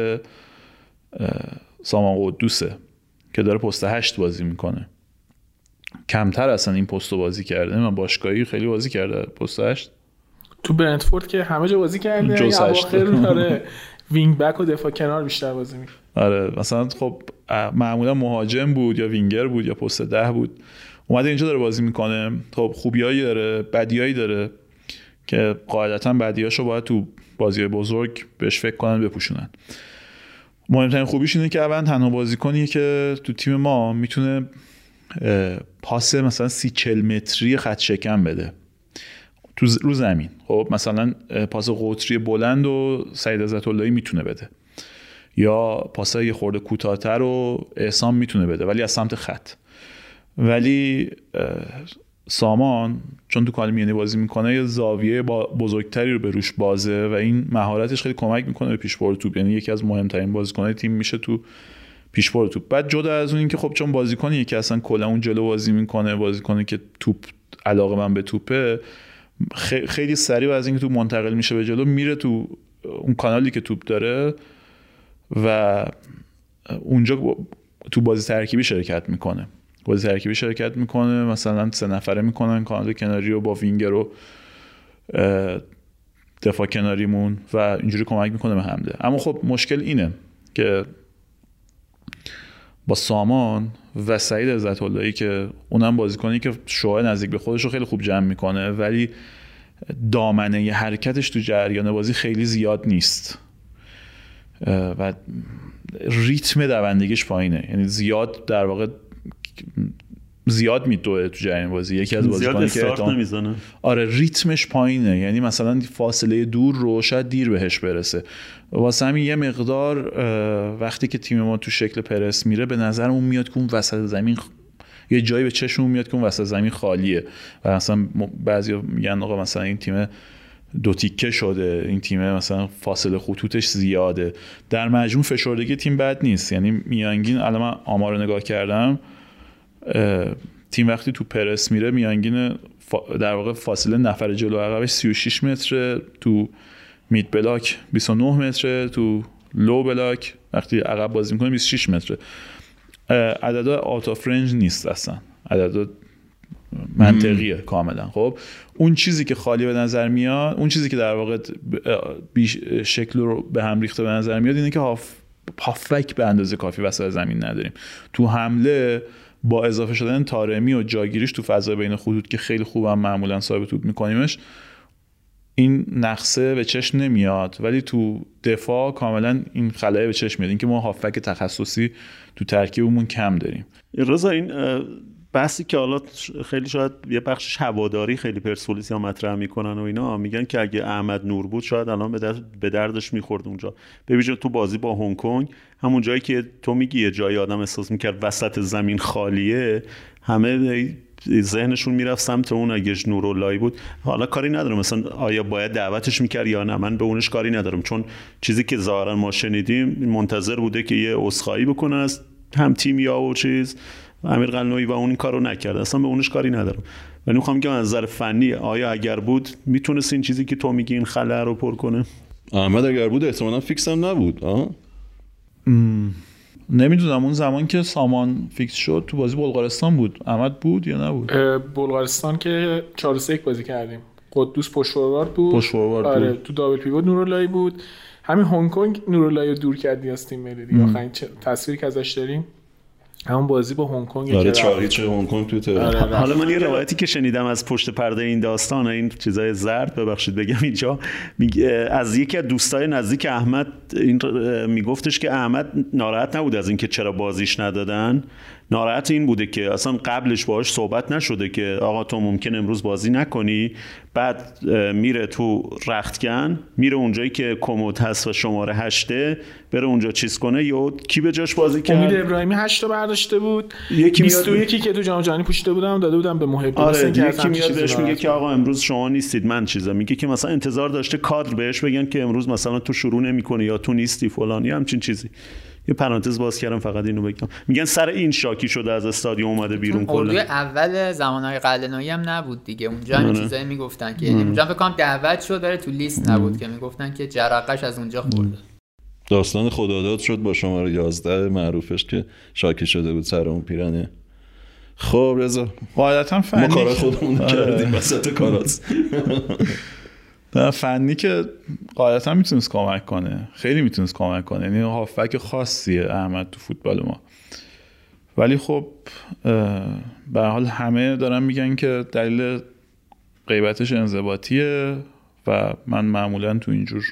G: سامان قدوسه که داره پست هشت بازی میکنه. کمتر اصلا این پستو بازی کرده، من باشگاهی خیلی بازی کرده پست هشت،
H: تو برنتفورد که همه جا بازی کرده،
G: جز هشت
H: آره وینگ بک و دفاع کنار بیشتر بازی میکنه.
G: آره مثلا خب معمولا مهاجم بود یا وینگر بود یا پست ده بود، اومده اینجا داره بازی میکنه. خب خوبیایی داره، بدیایی داره که قاعدتا بدیاشو باید تو بازی بزرگ بهش فکر کنن بپوشونن. مهمترین خوبیش اینه که اول تنها بازیکنیه که تو تیم ما میتونه پاس مثلا سی چل متری خط شکن بده تو رو زمین. خب مثلا پاس قطری بلند و سعید عزت‌اللهی میتونه بده، یا پاسای یه خورده کوتاه‌تر رو احسان میتونه بده ولی از سمت خط. ولی سامان چون تو کانال میانی بازی میکنه یه زاویه بزرگتری رو به روش بازه و این مهارتش خیلی کمک میکنه به پیشبرد توپ، یعنی یکی از مهمترین بازیکن‌های تیم میشه تو پیشبرد توپ. بعد جدا از اون این که خب چون بازیکنیه که اصلا کلا اون جلو بازی میکنه، بازیکنی که توپ علاقه من به توپه، خیلی سریع از اینکه توپ منتقل میشه به جلو میره تو اون کانالی که توپ داره و اونجا تو بازی ترکیبی شرکت میکنه. بازی ترکیبی شرکت میکنه، مثلا سه نفره میکنن کانال کناری رو با وینگر و دفاع کناریمون و اینجوری کمک میکنه به حمله. اما خب مشکل اینه که با سامان و سعید عزت‌اللهی که اونم بازیکنی که شوهای نزدیک به خودش رو خیلی خوب جمع میکنه ولی دامنه ی حرکتش تو جریان بازی خیلی زیاد نیست و ریتم دوندگیش پایینه، یعنی زیاد در واقع زیاد میدوه تو جریان بازی. یکی از بازیکنایی که
C: استارت نمیزنه.
G: آره ریتمش پایینه، یعنی مثلا فاصله دور رو شاید دیر بهش برسه. واسه همین یه مقدار وقتی که تیم ما تو شکل پرس میره به نظرمون میاد که اون وسط زمین یه جایی به چشممون میاد که اون وسط زمین خالیه و مثلا بعضیا میگن آقا مثلا این تیم دو تیکه شده، این تیم مثلا فاصله خطوطش زیاده. در مجموع فشردگی تیم بد نیست، یعنی میانگین الان من آمار رو نگاه کردم، تیم وقتی تو پرس میره میانگین در واقع فاصله نفر جلو عقبش سی و شش متر، تو مید بلاک بیست و نه متر، تو لو بلاک وقتی عقب بازی میکنه بیست و شش متر. عددا آوت آف رنج نیست اصلا، عددا منطقیه کاملا. خب اون چیزی که خالی به نظر میاد، اون چیزی که در واقع شکل رو به هم ریخته به نظر میاد اینه که هاف هافک به اندازه کافی وسط زمین نداریم. تو حمله با اضافه شدن تارمی و جاگیریش تو فضای بین خطوط که خیلی خوبم معمولا صاحب توپ میکنیمش، این نقصه به چشم نمیاد، ولی تو دفاع کاملا این خلأ به چشم میاد، اینکه ما هافک تخصصی تو ترکیبمون کم داریم.
C: رضا این بحثی که حالا خیلی شاید یه بخشش هواداری خیلی پرسپولیس یا مطرح میکنن و اینا، میگن که اگه احمد نور بود شاید الان به, درد به دردش میخورد اونجا. ببین تو بازی با هنگ کنگ همون جایی که تو میگی یه جایی آدم احساس میکرد وسط زمین خالیه، همه ذهنشون میرفت سمت اون اگه نوراللهی بود. حالا کاری ندارم مثلا آیا باید دعوتش میکرد یا نه، من به اونش کاری ندارم، چون چیزی که ظاهرا ما شنیدیم منتظر بوده که یه عذرخواهی بکنه از هم تیم‌ها و چیز، امیر قلنویی و اون این کارو نکرد، اصلا به اونش کاری ندارم. ولی میخوام بگم از نظر فنی آیا اگر بود میتونست این چیزی که تو میگی این خلأ رو پر کنه؟
A: احمد اگر بود احتمالاً فیکس هم نبود. آه
G: نمیدونم اون زمان که سامان فیکس شد تو بازی بلغارستان بود، احمد بود یا نبود؟
H: بلغارستان که چهار سه یک بازی کردیم، قدوس پشت فوروارد بود.
G: پشت فوروارد
H: آره
G: بود.
H: تو دابل پیوت نوراللهی بود. همین هنگ کنگ نوراللهی رو دور کرد از تیم ملی دیگه. آخرین تصویری که ازش داریم همون بازی با هنگ کنگ.
A: آره چهار هیچ هنگ کنگ تو تهران.
C: آره حالا من یه روایتی که شنیدم از پشت پرده این داستان، این چیزای زرد ببخشید بگم اینجا، از یکی از دوستای نزدیک احمد این میگفتش که احمد ناراحت نبود از اینکه چرا بازیش ندادن، ناراحت این بوده که اصلا قبلش باهاش صحبت نشده که آقا تو ممکن امروز بازی نکنی، بعد میره تو رختکن، میره اونجایی که کمد هست و شماره هشته بره اونجا چیز کنه، یا کی به جاش بازی کرد؟
H: امید ابراهیمی هشت تا برداشته بود،
C: یکی
H: بیست و یک که تو جام جهانی پوشیده بودم داده بودم به محبی.
C: آره یکی میاد بهش میگه که آقا امروز شما نیستید، من چیزا میگه که مثلا انتظار داشته کادر بهش بگن که امروز مثلا تو شروع نمی‌کنی یا تو نیستی فلان یا همچین چیزی. یه پرانتز باز کردم فقط اینو بگم، میگن سر این شاکی شده از استادیوم اومده بیرون.
B: کلا اول زمانهای قلعه‌نویی هم نبود دیگه، اونجا هم چیزایی میگفتن که یعنی اونجا فکر کنم دعوت شد داره تو لیست نبود که میگفتن که جرقش از اونجا خورده.
A: داستان خداداد شد با شماره یازده معروفش که شاکی شده بود سر اون پیرنه. خب رضا
G: قاعدتا فنی
A: ما کار خودمون کردیم وسط کارات.
G: نه فنی که قاعدتا میتونست کمک کنه، خیلی میتونست کمک کنه، یعنی هافبک خاصیه احمد تو فوتبال ما. ولی خب به هر حال همه دارن میگن که دلیل غیبتش انضباطیه و من معمولا تو اینجور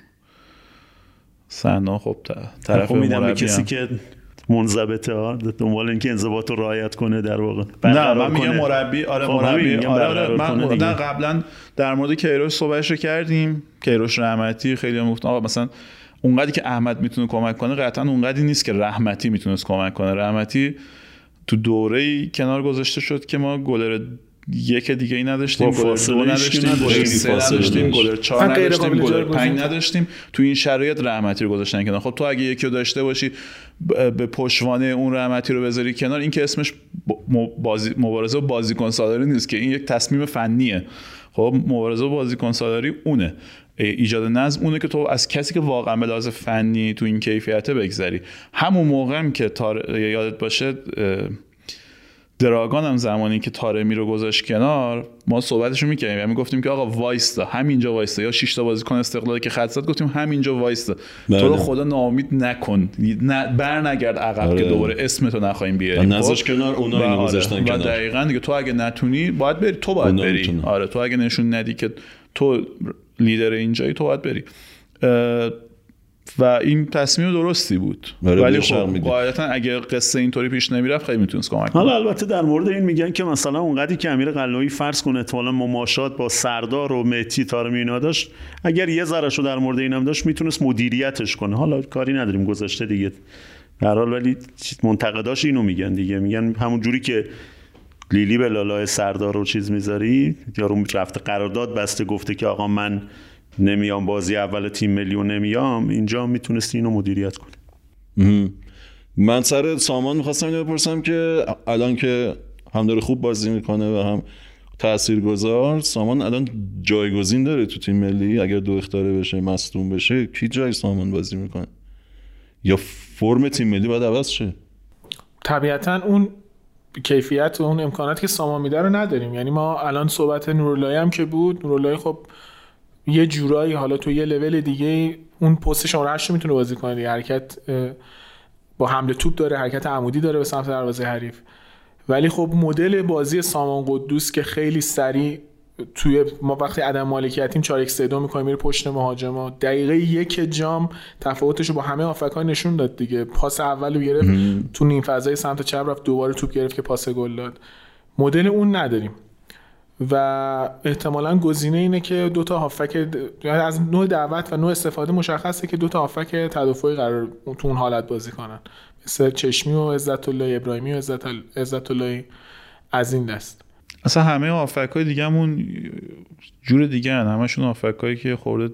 G: صحنه‌ها خب طرف
C: میدم کسی که منضبطه ها دنبال اینکه انضباط رو رعایت کنه در واقع.
G: نه من میگم مربی آره مربی آره, آره من نه قبلا در مورد کیروش صحبتش کردیم، کیروش رحمتی خیلی هم گفتن آقا مثلا اونقدری که احمد میتونه کمک کنه قطعا اونقدری نیست که رحمتی میتونست کمک کنه. رحمتی تو دوره‌ای کنار گذاشته شد که ما گلر یک دیگه ای نداشتیم، گلر دو نداشتیم، گلر سه نداشتیم، گلر چهار نداشتیم، گلر پنج نداشتیم. تو این شرایط رحمتی رو گذاشتن کنار. خب تو اگه یکی رو داشته باشی به پشتوانه اون رحمتی رو بذاری کنار، این که اسمش بازی مبارزه و بازیکن سالاری نیست که این یک تصمیم فنیه. خب مبارزه و بازیکن سالاری اونه، ایجاد نظم اونه که تو از کسی که واقعا به لحاظ فنی تو این کیفیته بگذری. همون موقع هم که تار... یادت باشه دراگان هم زمانی که تارمی رو گذاشت کنار ما صحبتشو می‌کردیم، یعنی میگفتیم که آقا وایستا همینجا وایستا، یا شش تا بازیکن استقلالی که خط زد گفتیم همینجا وایستا، تو رو خدا ناامید نکن، نه برنگرد عقب که دوباره اسمتو نخوایم بیاریم.
A: نذاش کنار اونا اینو گذاشتن کنار.
G: و دقیقاً دیگه تو اگه نتونی باید بری، تو باید بری میتونه. آره تو اگه نشون ندی که تو لیدر اینجایی تو باید بری و این تصمیم درستی بود. ولی خب قاعدتا اگه قصه اینطوری پیش نمیرفت خیلی میتونست کمک کنه.
C: حالا البته در مورد این میگن که مثلا اونقدری که امیر قلنویی فرض کنه احتمالاً مماشات با سردار و مهدی طارمی اینا داشت، اگر یه ذرهشو در مورد اینم داشت میتونست مدیریتش کنه. حالا کاری نداریم گذاشته دیگه به هر حال، ولی منتقداش اینو میگن دیگه، میگن همون جوری که لیلی به لالای سردار رو چیز میذاری، یارو رفته قرارداد بسته گفته که آقا من نمیام بازی اول تیم ملی نمیام، اینجا میتونستی اینو مدیریت کنی.
A: من سر سامان میخواستم اینو بپرسم که الان که هم داره خوب بازی میکنه و هم تاثیرگذار، سامان الان جایگزین داره تو تیم ملی؟ اگر دو اختاره بشه مصدوم بشه کی جای سامان بازی میکنه؟ یا فرم تیم ملی باید عوض شه؟
H: طبیعتا اون کیفیت و اون امکاناتی که سامان میده رو نداریم. یعنی ما الان صحبت نوراللهی هم که بود، نوراللهی خب یه جورایی حالا تو یه لول دیگه اون پست شماره هشت رو میتونه بازی کنه، حرکت با حمله توپ داره، حرکت عمودی داره به سمت دروازه حریف. ولی خب مدل بازی سامان قدوس که خیلی سریع توی ما وقتی عدم مالکیتیم چهار یک سه دو می‌کنیم میره پشت مهاجما، دقیقه یک جام تفاوتش رو با همه هافک‌ها نشون داد دیگه. پاس اولو گرفت تو نیم فضای سمت چپ رفت دوباره توپ گرفت که پاس گل داد. مدل اون نداریم و احتمالاً گزینه اینه که دو تا هافک از نوع دعوت و نوع استفاده مشخصه که دو تا هافک تدافعی قرار تو اون حالت بازی کنن، مثل چشمی و عزت الله ابراهیمی و عزت عزت الله از این دست.
G: اصلا همه هافک‌های دیگه‌مون جور دیگه ان، همشون هافک‌هایی که خورده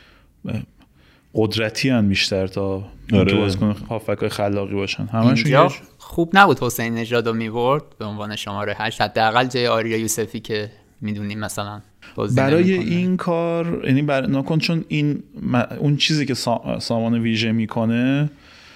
G: قدرتی ان بیشتر تا تو بازیکن هافک‌های خلاقی باشن. همشون
B: یه خوب نبود حسین نژاد رو می‌برد به عنوان شماره هشت، حداقل جای آریا یوسفی که میدونیم مثلا
G: برای این کار، یعنی بر... نکن چون این اون چیزی که سا... سامان ویژه میکنه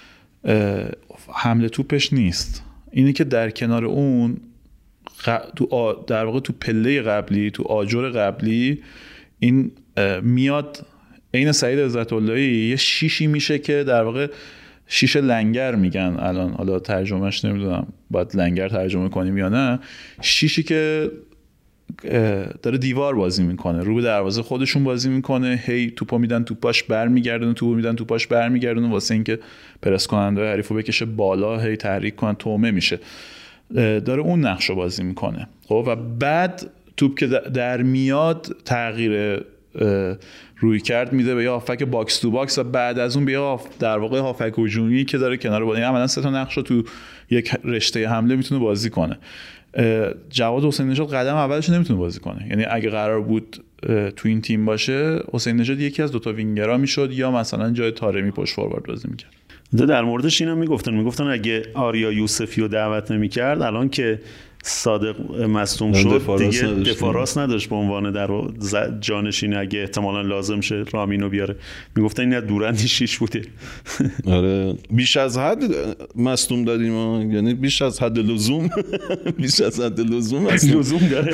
G: حمله توپش نیست، اینی که در کنار اون تو آ... در واقع تو پله قبلی، تو آجر قبلی این میاد عین سعید عزت اللهی یه شیشی میشه که در واقع شیش لنگر میگن الان، حالا ترجمهش نمیدونم باید لنگر ترجمه کنیم یا نه، شیشی که داره دیوار بازی میکنه، رو به دروازه خودشون بازی میکنه، هی توپو میدن توپاش برمیگردونه، توپو میدن توپاش برمیگردونه واسه اینکه پرس کننده حریفو بکشه بالا، هی تحریک کنن، تومه میشه، داره اون نقشو بازی میکنه. خب و بعد توپ که در میاد تغییر روی کرد میده به یه هافک باکس تو باکس و بعد از اون به در واقع هافک هجومی که داره کنار بازی، عملاً سه تا نقش رو تو یک رشته حمله میتونه بازی کنه. جواد حسین نژاد قدم اولش نمیتونه بازی کنه، یعنی اگه قرار بود تو این تیم باشه حسین نژاد یکی از دوتا وینگرها میشد یا مثلا جای طارمی پشت فوروارد بازی میکرد.
C: در موردش اینا میگفتن میگفتن اگه آریا یوسفی رو دعوت نمیکرد الان که صادق مصدوم شد دیگه دفاع راست نداشت به عنوان در جانشین، اگه احتمالاً لازم شه رامینو بیاره. میگفتن این دورندی شیش بوده.
A: آره بیش از حد مصدوم دادیم، یعنی بیش از حد لزوم بیش از حد لزوم
C: لزوم داره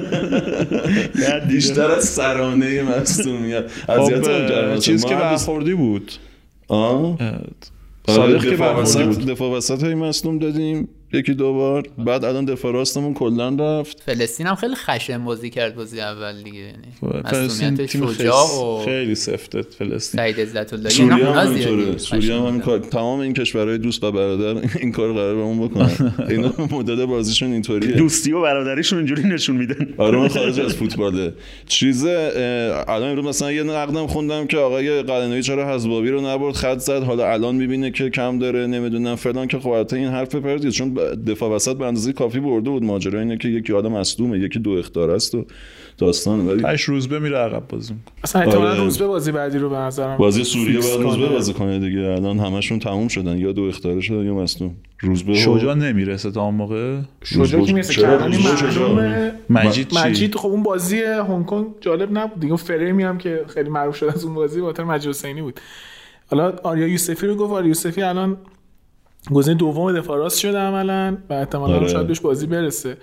A: بیشتر از سرانه مصدومیت. اذیتم
G: چیزی که برخوردی بود.
A: آه
G: صادق که
A: دفاع وسط دفاع وسط های مصدوم دادیم یکی دو بار، بعد الان دفاع راستمون کلا رفت.
B: فلسطین هم خیلی خشن بازی کرد بازی اول دیگه، یعنی
G: فلسطین شجاع و خیلی سفته. فلسطین
B: سعید عزت الله
A: سوریه هم همینطوره، سوریه هم همین کار، تمام این کشورهای دوست و برادر این کار قرار بهمون بکنن. اینا مدل بازیشون اینطوریه،
C: دوستی و برادریشون اینجوری نشون میدن.
A: آره من خارج از فوتباله چیزه. الان امروز مثلا یه نقدم خوندم که آقای قلعه‌نویی چرا حزبابی رو نبرد، خط زد، حالا الان میبینه که کم داره نمیدونم فلان، که خب البته این حرف پردیه، چون دفاع وسط به اندازه کافی برده بود. ماجرا اینه که یکی آدم مصدومه، یکی دو اخطار است و داستانه، ولی
G: هشت روزبه میره عقب بازی میکنه.
H: اصلا احتمالاً روزبه بازی بعدی رو به نظرم
A: بازی سوریه بعد روزبه بازی کنه دیگه. الان همشون تموم شدن، یا دو اخطار شدن یا مصدوم. روزبه
G: شجاع نمیرسه تا اون موقع.
H: شجاع کی میرسه کردن معلومه.
G: مجید چی؟
H: مجید خب اون بازی هنگ کنگ جالب نبود دیگه، فریمی هم که خیلی معروف شده از اون بازی واتر مجید حسینی بود. حالا آریا یوسفی رو گفت، آریا یوسفی الان گزینه دوم دفاع راست شده عملاً و احتمالاً شاید بهش بازی برسه.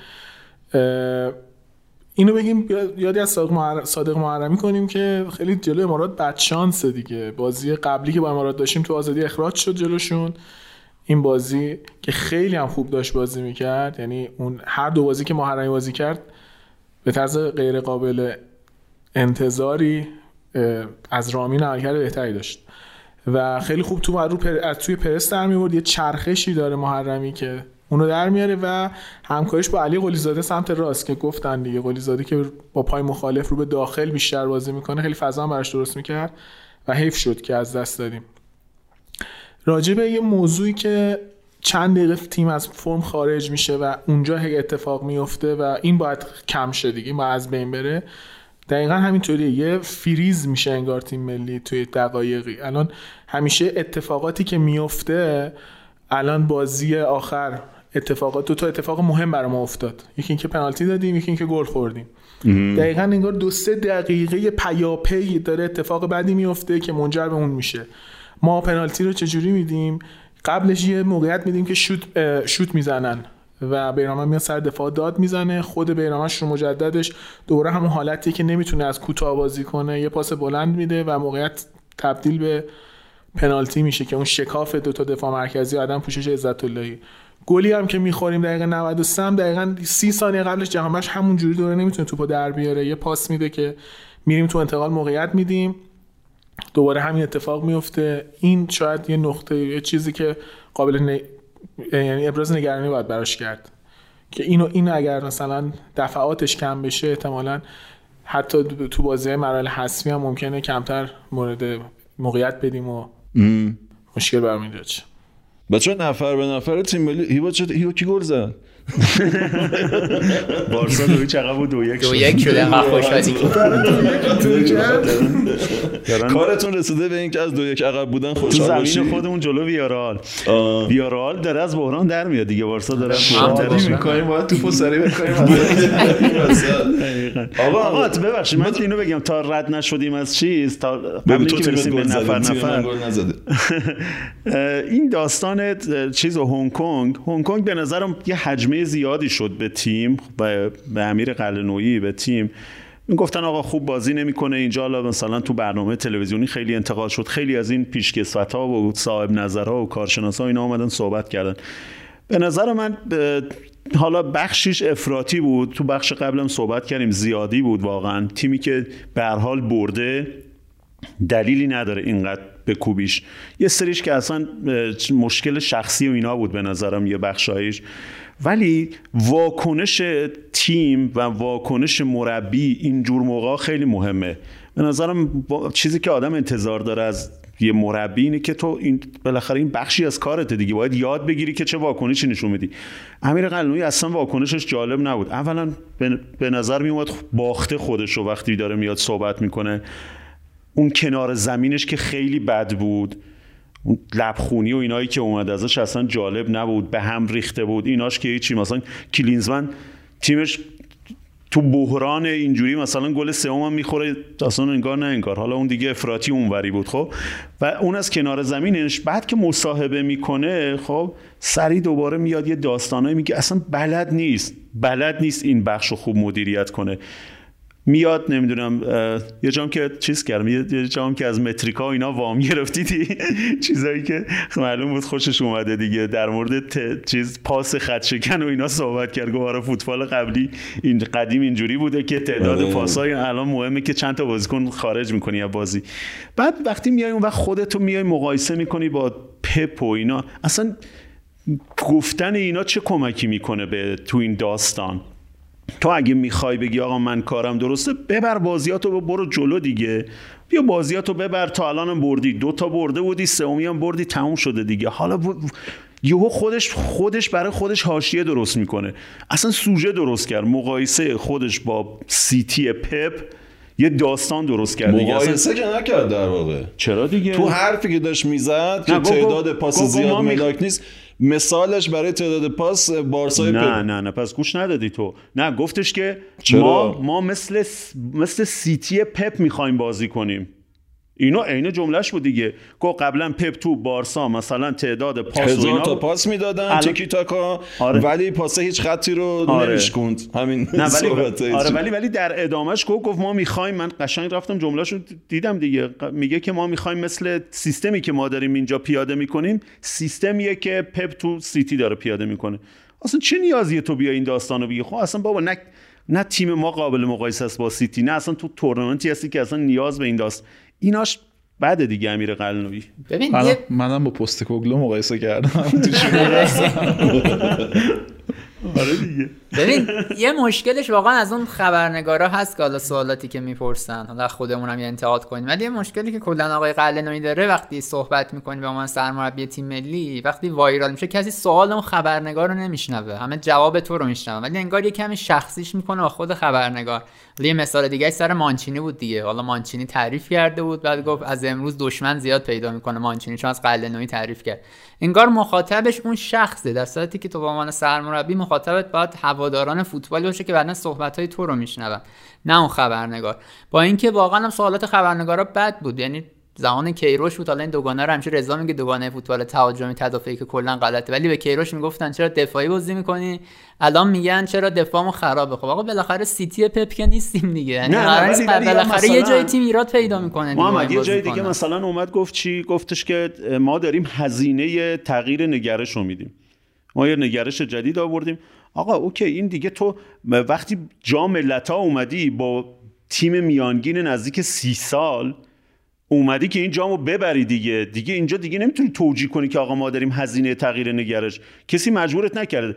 H: اینو بگیم یادی از صادق محرم صادق محرمی کنیم که خیلی جلوی امارات بد شانسه دیگه. بازی قبلی که با امارات داشتیم تو آزادی اخراج شد جلوشون. این بازی که خیلی هم خوب داشت بازی میکرد، یعنی اون هر دو بازی که محرمی بازی کرد به طرز غیر قابل انتظاری از رامین عملکرد بهتری داشت و خیلی خوب تو رو پر... از توی پرس در میورد. یه چرخشی داره محرمی که اونو در میاره و همکاریش با علی قلیزاده سمت راست که گفتن دیگه، قلیزاده که با پای مخالف رو به داخل بیشتر بازی میکنه خیلی فضا هم براش درست میکرد و حیف شد که از دست دادیم. راجع به یه موضوعی که چند دقیقه تیم از فرم خارج میشه و اونجا هی اتفاق میفته و این باید کم شه دیگه، ما از بین بره. دقیقا همینطوریه، یه فریز میشه انگار تیم ملی توی دقایقی. الان همیشه اتفاقاتی که میفته، الان بازی آخر اتفاقات دو تا اتفاق مهم برای ما افتاد، یکی اینکه پنالتی دادیم، یکی اینکه گل خوردیم. دقیقا انگار دو سه دقیقه پیاپی داره اتفاق بعدی میفته که منجر به اون میشه. ما پنالتی رو چجوری میدیم؟ قبلش یه موقعیت میدیم که شوت شوت میزنن و بیرانوند میاد سر دفاع داد میزنه، خود بیرانوند رو مجددش دوباره همون حالتی که نمیتونه از کوتاه بازی کنه یه پاس بلند میده و موقعیت تبدیل به پنالتی میشه که اون شکاف دو تا دفاع مرکزی آدم پوشش عزت اللهی. گلی هم که میخوریم دقیقه نود و سه دقیقاً سی ثانیه قبلش جهانبخش همون جوری دوره نمیتونه توپو در بیاره، یه پاس میده که میریم تو انتقال موقعیت میدیم، دوباره همین اتفاق میفته. این شاید یه نقطه، یه چیزی که قابل ن... یعنی ابراز نگرانی باید براش کرد که اینو این اگر مثلا دفعاتش کم بشه احتمالاً حتی تو بازی مراحل حذفی هم ممکنه کمتر مورد موقعیت بدیم و ام. مشکل برمی داره.
A: بچه نفر به نفر تیم ملی هیوا چه هیوا کی گل زد؟
C: بارسا دو یک عقب بود دو یک
B: دو یک شده. انقدر خوشحالی
A: کارتون رسیده به این که از دو یک عقب بودن خوشحال باشید.
C: زمین خودمون جلو ویارال ویارال داره از بحران در میاد دیگه. بارسا داره از بحران در
G: میکنیم باید توپو سری بکنیم.
C: آقا ببخشید من اینو بگم تا رد نشدیم از چیز تا قبل که برسیم به نفر نفر این داستان چیز هنگ کنگ هنگ کنگ به نظرم یه حجمه زیادی شد به تیم و به امیر قلعه‌نویی به تیم. این گفتن آقا خوب بازی نمیکنه اینجا. حالا مثلا تو برنامه تلویزیونی خیلی انتقاد شد. خیلی از این پیشکسوت‌ها و صاحب نظرها و کارشناسا اینا اومدن صحبت کردن. به نظر من حالا بخشش افراطی بود. تو بخش قبلم صحبت کردیم زیادی بود. واقعا تیمی که به هر حال برده دلیلی نداره اینقدر به کوبیش. یه سریش که اصلا مشکل شخصی و اینا بود به نظرم یه بخشایش. ولی واکنش تیم و واکنش مربی اینجور موقع خیلی مهمه به نظرم. چیزی که آدم انتظار داره از یه مربی اینه که تو این بالاخره این بخشی از کارته دیگه، باید یاد بگیری که چه واکنشی نشون میدی. امیر قلعه‌نویی اصلا واکنشش جالب نبود. اولا به نظر می اومد باخته خودشو وقتی داره میاد صحبت میکنه. اون کنار زمینش که خیلی بد بود، اون لبخونی و اینایی که اومد ازش اصلا جالب نبود، به هم ریخته بود ایناش که هیچی. مثلا کلینزمن تیمش تو بحران اینجوری مثلا گل سوم هم میخوره اصلا انگار نه انگار. حالا اون دیگه افراطی اونوری بود خب. و اون از کنار زمینش بعد که مصاحبه میکنه خب سری دوباره میاد یه داستانایی میگه اصلا بلد نیست بلد نیست این بخشو خوب مدیریت کنه. میاد نمیدونم یه جام که چیز کردم یه جام که از متریکا اینا وام گرفتیدی چیزایی که معلوم بود خوشش اومده دیگه. در مورد ت... چیز پاس خط شکن و اینا صحبت کرد. گفت آره فوتبال قبلی این قدیم اینجوری بوده که تعداد پاسای الان مهمه که چند تا بازیکن خارج می‌کنی از بازی. بعد وقتی میای اون وقت خودت رو میای مقایسه می‌کنی با پپ و اینا، اصلا گفتن اینا چه کمکی میکنه به تو این داستان؟ تو اگه میخوای بگی آقا من کارم درسته ببر بازیاتو برو جلو دیگه. بیا بازیاتو ببر. تا الانم بردی، دو تا برده بودی، سومی هم بردی، تموم شده دیگه. حالا ب... یهو خودش خودش برای خودش حاشیه درست میکنه. اصلا سوژه درست کرد، مقایسه خودش با سیتی پپ یه داستان درست کرد دیگه.
A: مقایسه که نکرد در واقع.
C: چرا دیگه؟
A: تو حرفی که داشت میزد که تعداد پاس زیاد ملاک نیست، مثالش برای تعداد پاس بارسای
C: نه
A: پپ.
C: نه نه پس گوش ندادی تو. نه گفتش که ما ما مثل مثل سیتی پپ میخوایم بازی کنیم. اینو عین جملهش بود دیگه. گفت قبلا پپ تو بارسا مثلا تعداد پاس
A: هزار تا پاس میدادن الان... تیکی تاکا آره. ولی پاس هیچ خطی رو آره. نمیشکوند. همین
C: نه ولی آره ولی ولی در ادامهش گفت گفت ما میخوایم، من قشنگ رفتم جملهشو دیدم دیگه، میگه که ما میخوایم مثل سیستمی که ما داریم اینجا پیاده میکنیم سیستمیه که پپ تو سیتی داره پیاده میکنه. اصلا چه نیازیه تو بیا این داستانو بگی؟ خب اصلا بابا نه نه تیم ما قابل مقایسه است با سیتی، نه اصلا تو تورنمنتی هستی که اصلا نیاز به این داست. ایناش بعد دیگه امیر قلعه‌نویی.
B: ببین
G: منم,
B: یه...
G: منم با پستکوگلو مقایسه کردم.
C: آره دیگه.
B: ببین یه مشکلش واقعا از اون خبرنگارا هست که حالا سوالاتی که میپرسن حالا خودمون هم یه انتقاد کنیم، ولی یه مشکلی که کلا آقای قلعه‌نویی داره وقتی صحبت میکنی به عنوان سرمربی تیم ملی، وقتی وایرال میشه کسی سوال اون خبرنگار رو نمیشنوه، همه جواب تو رو میشنون، ولی انگار یه کمی شخصیش میکنه با خود خبرنگار. یه مثال دیگه سر مانچینی بود دیگه. حالا مانچینی تعریف کرده بود بعد گفت از امروز دشمن زیاد پیدا میکنه مانچینی چون از قلعه‌نویی تعریف کرد. انگار مخاطبش اون شخصه، در صورتی که تو به عنوان سرمربی مخاطبت باید هواداران فوتبال باشه که بعدن صحبت‌های تو رو میشنون، نه اون خبرنگار. با اینکه واقعا هم سوالات خبرنگارا بد بود، یعنی زمان کیروش بود. حالا این دوگانه رو همیشه رضا میگه دوگانه فوتبال تهاجمی تدافعی که کلا غلطه، ولی به کیروش میگفتن چرا دفاعی بازی میکنی، الان میگن چرا دفاعمون خرابه. خب آقا بالاخره سیتی پپ که نیستیم دیگه، یعنی بالاخره یه جای تیم ایراد پیدا میکنه.
C: محمد یه جای دیگه مثلا اومد گفت چی؟ گفتش که ما داریم هزینه تغییر نگرش رو میدیم، ما یه نگرش جدید آوردیم. آقا اوکی این دیگه تو وقتی جام ملت‌ها اومدی با تیم میانگین نزدیک سی سال اومدی که این جامو ببری دیگه دیگه اینجا دیگه نمیتونی توجیه کنی که آقا ما داریم هزینه تغییر نگرش. کسی مجبورت نکرده.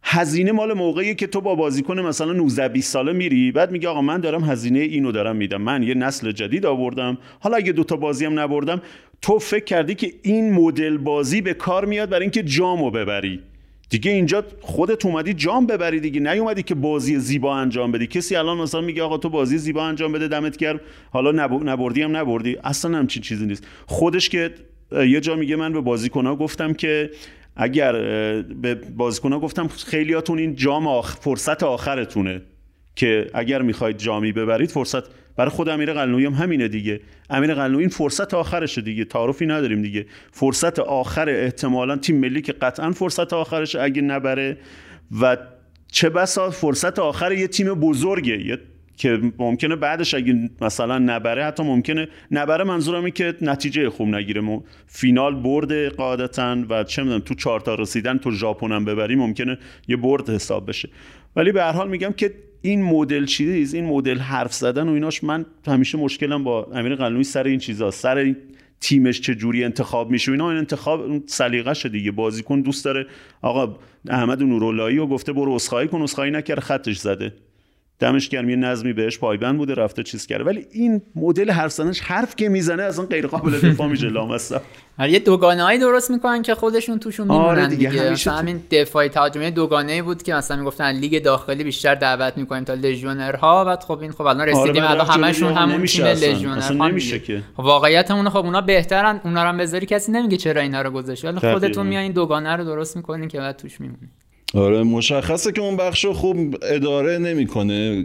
C: هزینه مال موقعیه که تو با بازیکن مثلا نوزده بیست ساله میری، بعد میگه آقا من دارم هزینه اینو دارم میدم، من یه نسل جدید آوردم، حالا اگه دوتا بازی هم نبردم، تو فکر کردی که این مدل بازی به کار میاد برای اینکه جامو ببری دیگه. اینجا خودت اومدی جام ببری دیگه، نیومدی که بازی زیبا انجام بدی. کسی الان مثلا میگه آقا تو بازی زیبا انجام بده دمت گرم، حالا نبردی هم نبردی، اصلا همچین چیزی نیست. خودش که یه جا میگه من به بازیکن‌ها گفتم که اگر به بازیکن‌ها گفتم خیلیاتون این جام آخ... فرصت آخرتونه که اگر میخواید جامی ببرید فرصت. برای خود امیر قلنویی هم همینه دیگه. امیر قلنویی این فرصت آخرشه دیگه، تعارفی نداریم دیگه. فرصت آخر احتمالاً تیم ملی که قطعاً فرصت آخرشه اگه نبره، و چه بسا فرصت آخر یه تیم بزرگه یه... که ممکنه بعدش اگه مثلا نبره، حتی ممکنه نبره، منظورم اینه که نتیجه خوب نگیره، فینال برد قاعدتاً و چه میدونم تو چهار تا رسیدن تو ژاپن هم ببری ممکنه یه برد حساب بشه. ولی به هر حال میگم که این مدل چیز، این مدل حرف زدن و ایناش، من همیشه مشکلم با امیر قلنویی سر این چیزا، سر این تیمش چه جوری انتخاب میشه اینا. این انتخاب سلیقه‌شه دیگه. بازیکن دوست داره آقا احمد نوراللهی رو گفته برو اسخای کن، اسخای نکرد، خطش زده، دمش گرم، یه نظمی بهش پایبند بوده رفته چیز کرده. ولی این مدل حرف زدنش، حرف که میزنه اصلا غیر قابل دفاع میشه لامصب.
B: یه دوگانه‌ای درست میکنن که خودشون توشون میمونن.
C: آره دیگه,
B: دیگه.
C: مثلا
B: همین دفاعی تهاجمی دوگانه‌ای بود که مثلا میگفتن لیگ داخلی بیشتر دعوت میکنیم تا لژیونرها، بعد خب این خب الان رسیدیم الان همشون همون تیم لژیونرها
C: نمیشه که.
B: واقعیتمون خب اونا بهترن، اونا رو هم بذاری کسی نمیگه چرا اینا رو گذاشتی، ولی خودتون میایین دوگانه رو درست میکنین که بعد توش میمونید.
A: آره مشخصه که اون بخشو خوب اداره نمیکنه،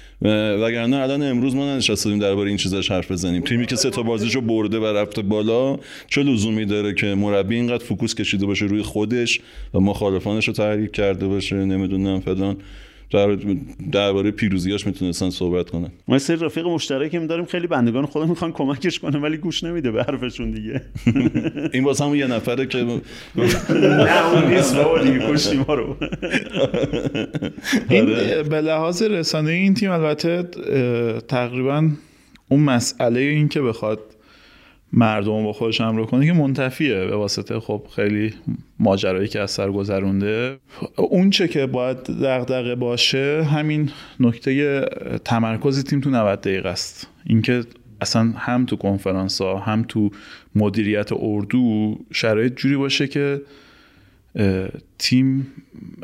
A: وگرنه الان امروز ما ننشستیم درباره این چیزاش حرف بزنیم. تیمی که سه تا بازیشو برده و رفته بالا چه لزومی داره که مربی اینقدر فوکوس کشیده باشه روی خودش و مخالفانش رو تحریک کرده باشه، نمیدونم فلان. در درباره پیروزیاش میتونستن صحبت کنن.
C: ما سر رفیق مشترکیم داریم، خیلی بندگان خدا میخوان کمکش کنه ولی گوش نمیده به حرفشون دیگه.
A: این واسه همون یه نفره که
C: نه اون نیست بابا دیگه، کشتی ما رو.
G: این به لحاظ رسانه این تیم البته تقریبا اون مسئله این که بخواد مردم با خودش همراه کنه که منتفیه به واسطه خب خیلی ماجرایی که از سر گذرونده. اون چه که باید دغدغه باشه همین نکته تمرکز تیم تو نود دقیقه است. اینکه اصلا هم تو کنفرانس ها هم تو مدیریت اردو شرایط جوری باشه که تیم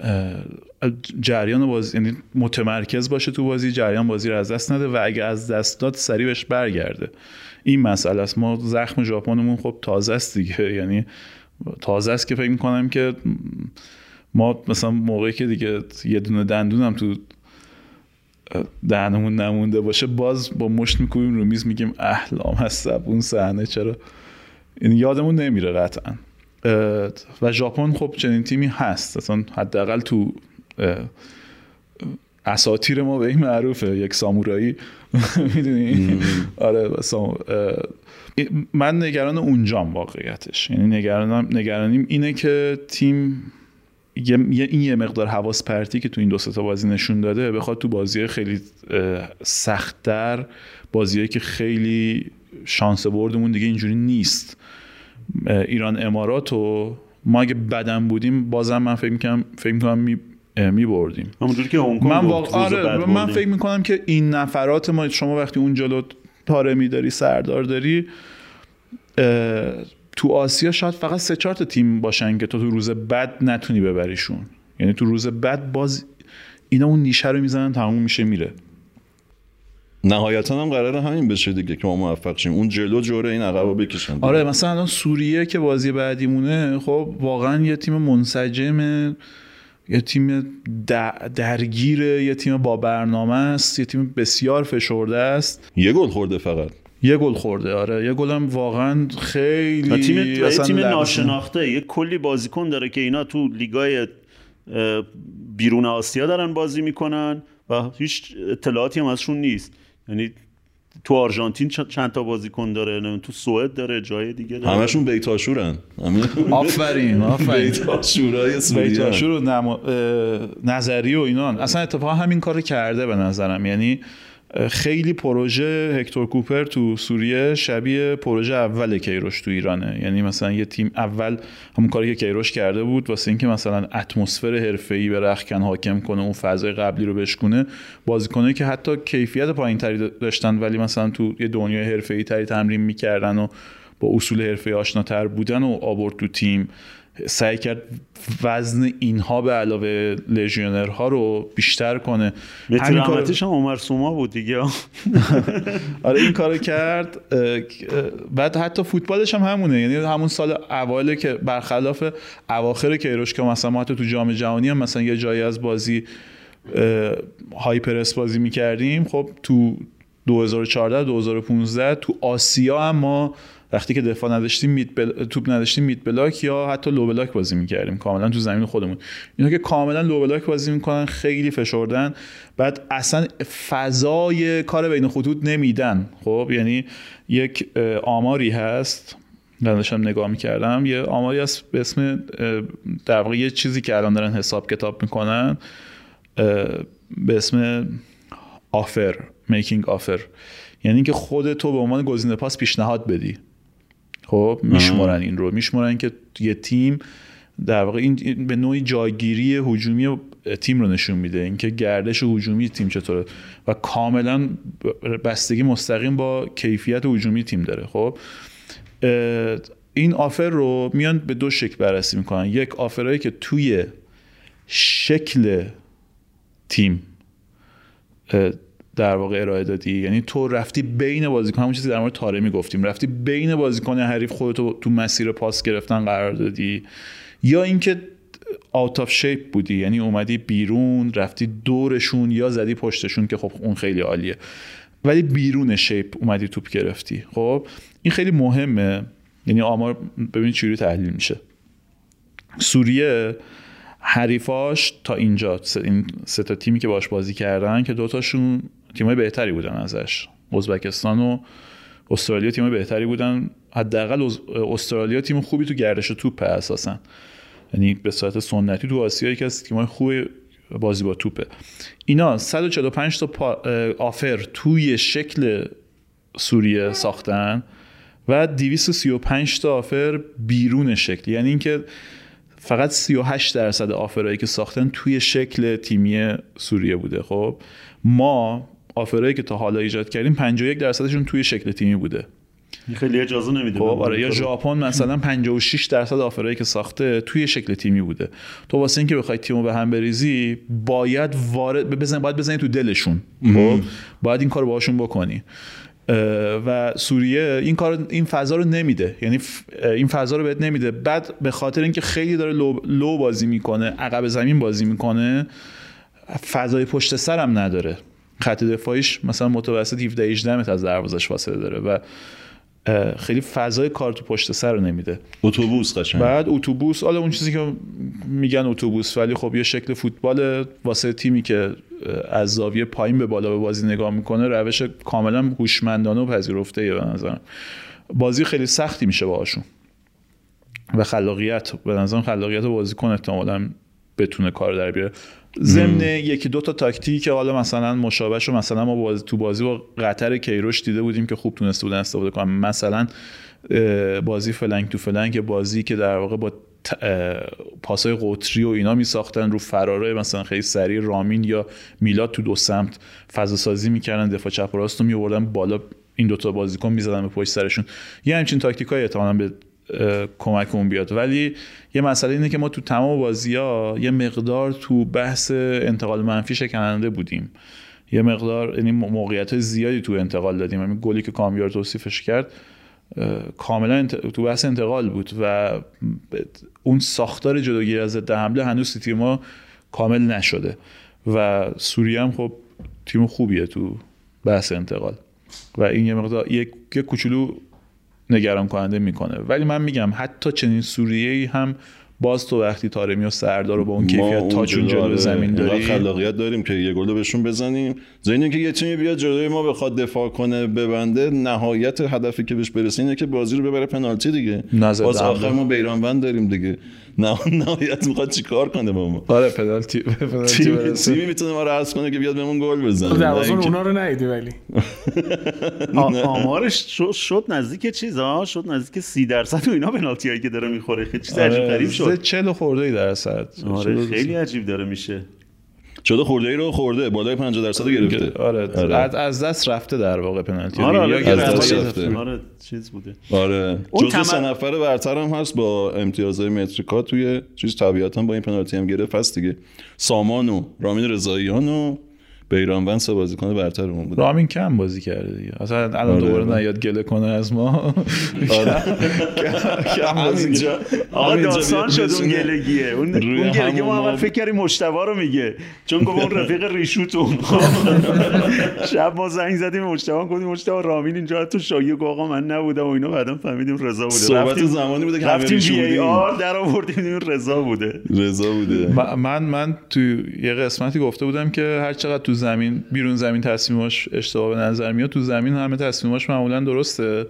G: جریان بازی، یعنی متمرکز باشه تو بازی، جریان بازی رو از دست نده و اگه از دست داد سریع بهش برگرده. این مسئله است. ما زخم ژاپنمون خب تازه است دیگه، یعنی تازه است که فکر می‌کنم که ما مثلا موقعی که دیگه یه دونه دندونم تو دهنمون نمونده باشه باز با مشت می‌کوبیم رو میز میگیم احلام هستم اون صحنه چرا، این یادمون نمیره قطعاً. و ژاپن خب چنین تیمی هست، اصلا حداقل تو اساطیر ما به این معروفه، یک سامورایی میدونی. آره من نگران اونجام واقعیتش، یعنی نگرانم نگرانیم اینه که تیم یه این یه مقدار حواس پرتی که تو این دو سه تا بازی نشون داده بخواد تو بازی‌های خیلی سخت‌تر، بازی‌هایی که خیلی شانس بردمون دیگه اینجوری نیست، ایران امارات و ما اگه بدن بودیم بازم من فکر می‌کنم فکر می‌کنم می می بردیم
C: همونجوری که هنگ کنگ
G: من واقعا آره من فکر می‌کنم که این نفرات ما، شما وقتی اون جلو طارمی داری، سردار داری، تو آسیا شاید فقط سه چهار تا تیم باشن که تو تو روز بد نتونی ببریشون، یعنی تو روز بد باز اینا اون نیشه رو میزنن تموم میشه میره.
A: نهایتا هم قراره همین بشه دیگه که ما موفق شیم اون جلو جوره این عقبا بکشن.
G: آره مثلا الان سوریه که بازی بعدیمونه خب واقعا یه تیم منسجمه، یه تیم درگیره، یه تیم با برنامه است، یه تیم بسیار فشرده است.
A: یه گل خورده فقط،
G: یه گل خورده. آره یه گل هم واقعا خیلی
C: تیم یه تیم ناشناخته، یه کلی بازیکن داره که اینا تو لیگای بیرون آسیا دارن بازی میکنن و هیچ اطلاعاتی هم ازشون نیست. یعنی تو آرژانتین چند تا بازیکن داره، تو سوئد داره، جای دیگه داره،
A: همشون بیتاشورن.
G: آفرین آفرین
A: بیتاشورای سوریه،
G: بیتاشور و نظری و اینان. اصلا اتفاقا همین کارو کرده به نظرم، یعنی خیلی پروژه هکتور کوپر تو سوریه شبیه پروژه اول کیروش تو ایرانه. یعنی مثلا یه تیم اول همون کاری که کیروش کرده بود واسه اینکه مثلا اتمسفر حرفه‌ای به رختکن حاکم کنه، اون فضای قبلی رو بشکونه، بازیکنایی که حتی کیفیت پایین‌تری داشتن ولی مثلا تو یه دنیای حرفه‌ای تری تمرین می‌کردن و با اصول حرفه‌ای آشناتر بودن و آورد تو تیم، سعی کرد وزن اینها به علاوه لژیونرها رو بیشتر کنه.
C: همین رحمتش هم عمر سوما بود دیگه.
G: آره این کارو کرد. بعد حتی فوتبالش هم همونه، یعنی همون سال اوایل که برخلاف اواخر کیروش که مثلا ما حتی تو جام جهانی هم مثلا یه جایی از بازی های پرس بازی میکردیم، خب تو دو هزار و چهارده دو هزار و پانزده تو آسیا هم ما وقتی که دفاع نداشتیم میت بل... توپ نداشتیم میت بلاک یا حتی لو بلاک بازی میکردیم کاملا تو زمین خودمون. اینا که کاملا لو بلاک بازی میکنن، خیلی فشردن، بعد اصلا فضای کار بین خطوط نمیدن. خب یعنی یک آماری هست من داشتم نگاه میکردم، یه آماری هست به اسم در واقع یه چیزی که الان دارن حساب کتاب میکنن به اسم آفر میکینگ آفر، یعنی اینکه خودتو به عنوان گزینه پاس پیشنهاد بدی. خب میشمرن این رو، میشمرن که یه تیم در واقع این به نوعی جایگیری هجومی تیم رو نشون میده، اینکه گردش هجومی تیم چطوره و کاملا بستگی مستقیم با کیفیت هجومی تیم داره. خب این آفر رو میان به دو شکل بررسی میکنن. یک آفرایی که توی شکل تیم در واقع ارائه دادی، یعنی تو رفتی بین بازیکن، همون چیزی در مورد طارمی گفتیم، رفتی بین بازیکن حریف خودتو تو مسیر پاس گرفتن قرار دادی، یا اینکه آوت آف شیپ بودی، یعنی اومدی بیرون رفتی دورشون یا زدی پشتشون که خب اون خیلی عالیه، ولی بیرون شیپ اومدی توپ گرفتی. خب این خیلی مهمه، یعنی آمار ببین چجوری تحلیل میشه. سوریه حریفاش تا اینجا این سه تا تیمی که باش بازی کردن که دوتاشون تیمای بهتری بودن ازش، ازبکستان و استرالیا تیمای بهتری بودن، حداقل استرالیا تیم خوبی تو گردش توپه اساسا، یعنی به صورت سنتی تو آسیا یکی از تیمای خوب بازی با توپه. اینا صد و چهل و پنج تا آفر توی شکل سوریه ساختن و دویست و سی و پنج تا آفر بیرون شکل، یعنی اینکه فقط سی و هشت درصد آفرایی که ساختن توی شکل تیمی سوریه بوده. خب ما آفرایی که تا حالا ایجاد کردیم پنجاه و یک درصدشون توی شکل تیمی بوده.
C: خیلی اجازه نمیده.
G: خب آره، یا ژاپن مثلا پنجاه و شش درصد آفرایی که ساخته توی شکل تیمی بوده. تو واسه اینکه بخوای تیمو به هم بریزی باید وارد بزنی، باید بزنی تو دلشون. خب باید این کارو باهاشون بکنی. و سوریه این کار این فضا رو نمیده، یعنی این فضا رو بهت نمیده. بعد به خاطر اینکه خیلی داره لو, لو بازی میکنه، عقب زمین بازی میکنه، فضای پشت سرم نداره. خط دفاعیش مثلا متوسط هفده هجده متر از دروازش فاصله داره و خیلی فضای کار تو پشت سر رو نمیده.
A: اتوبوس قشنگ.
G: بعد اتوبوس، حالا اون چیزی که میگن اتوبوس، ولی خب یه شکل فوتبال واسه تیمی که از زاویه پایین به بالا به بازی نگاه میکنه، روش کاملا هوشمندانه و پذیرفته‌ایه. به نظرم بازی خیلی سختی میشه باهاشون و خلاقیت، به نظرم خلاقیت بازیکن احتمالاً بتونه کار در بیاره. ضمن یکی دو تا تاکتیک که حالا مثلا مشابهش رو مثلا ما بازی تو بازی با قطر کیروش دیده بودیم که خوب تونسته بودن استفاده کنن، مثلا بازی فلنگ تو فلنگ، بازی که در واقع با پاسای قطری و اینا می ساختن رو فراره، مثلا خیلی سریع رامین یا میلاد تو دو سمت فضا سازی میکردن، دفاع چپ و راست رو میوردن بالا، این دوتا بازیکن میزدن به پشت سرشون. یه همچین تاکتیکای احتمالاً به کمک اون بیاد. ولی یه مسئله اینه که ما تو تمام بازی‌ها یه مقدار تو بحث انتقال منفی شکننده بودیم، یه مقدار یعنی موقعیت زیادی تو انتقال دادیم. همین گلی که کامیار توصیفش کرد کاملا تو بحث انتقال بود و اون ساختار جلوگیری از ضد حمله هنوز تیم ما کامل نشده و سوریه هم خب تیم خوبیه تو بحث انتقال و این یه مقدار یک کوچولو نگران کننده میکنه. ولی من میگم حتی چنین سوریه‌ای هم باز تو وقتی تارمی و سردار رو با اون کیفیت تاچون جلو زمین داری،
A: خلاقیت داریم که یه گل بهشون بزنیم. ضمن اینکه یه تیمی بیاد جلوی ما بخواد دفاع کنه ببنده، نهایت هدفی که بهش برسه اینه که بازی رو ببره پنالتی دیگه. باز آخر ما بیرانوند داریم دیگه، نه نهایت میخواد چیکار کنه با ما.
G: آره پنالتی پنالتی برسه.
A: تیمی میتونه ما رو حذف کنه که بیاد بهمون گل بزنه.
H: دروازه اونا رو ندیدی ولی
C: آمارش شد نزدیک چیزا، شد نزدیک سی درصد و اینا پنالتیایی که داره میخوره. خیلی چیز عجیب غریب شد.
G: چهل خورده درصد.
C: آره خیلی عجیب داره میشه.
A: شده خورده ای رو خورده، بالای پنجاه درصد رو گرفته.
G: آره, آره. از دست رفته در واقع پنالتی.
C: آره
A: آره از دست رفته.
C: آره چیز بوده.
A: آره جزو سه نفر برتر هم هست با امتیازهای متریکا توی چیز، طبیعتا با این پنالتی هم گرفت هست دیگه. سامان و رامین رضاییان و بیرانوند سه بازیکن برترمون بود.
G: رامین کم بازی کرده دیگه. اصلا الان دوباره نیاد گله کنه از ما.
C: کم بازی اینجا. آقا داستان شد اون گلگیه. اون اون گلگی ما اول فکر کردیم مجتبی رو میگه. چون گفت اون رفیق ریشوتون. شب ما زنگ زدیم مجتبی، گفتیم مجتبی رامین اینجا تو شایعه گفت آقا من نبودم و اینا، بعدم فهمیدیم رضا بوده.
A: صحبت زمانی بوده که
C: رفتیم وی ای آر در آوردیم رضا بوده.
A: رضا بوده.
G: من من تو یه قسمتی گفته بودم که هر چقدر تو زمین بیرون زمین تصمیماش اشتباه به نظر میاد، تو زمین همه تصمیماش معمولا درسته.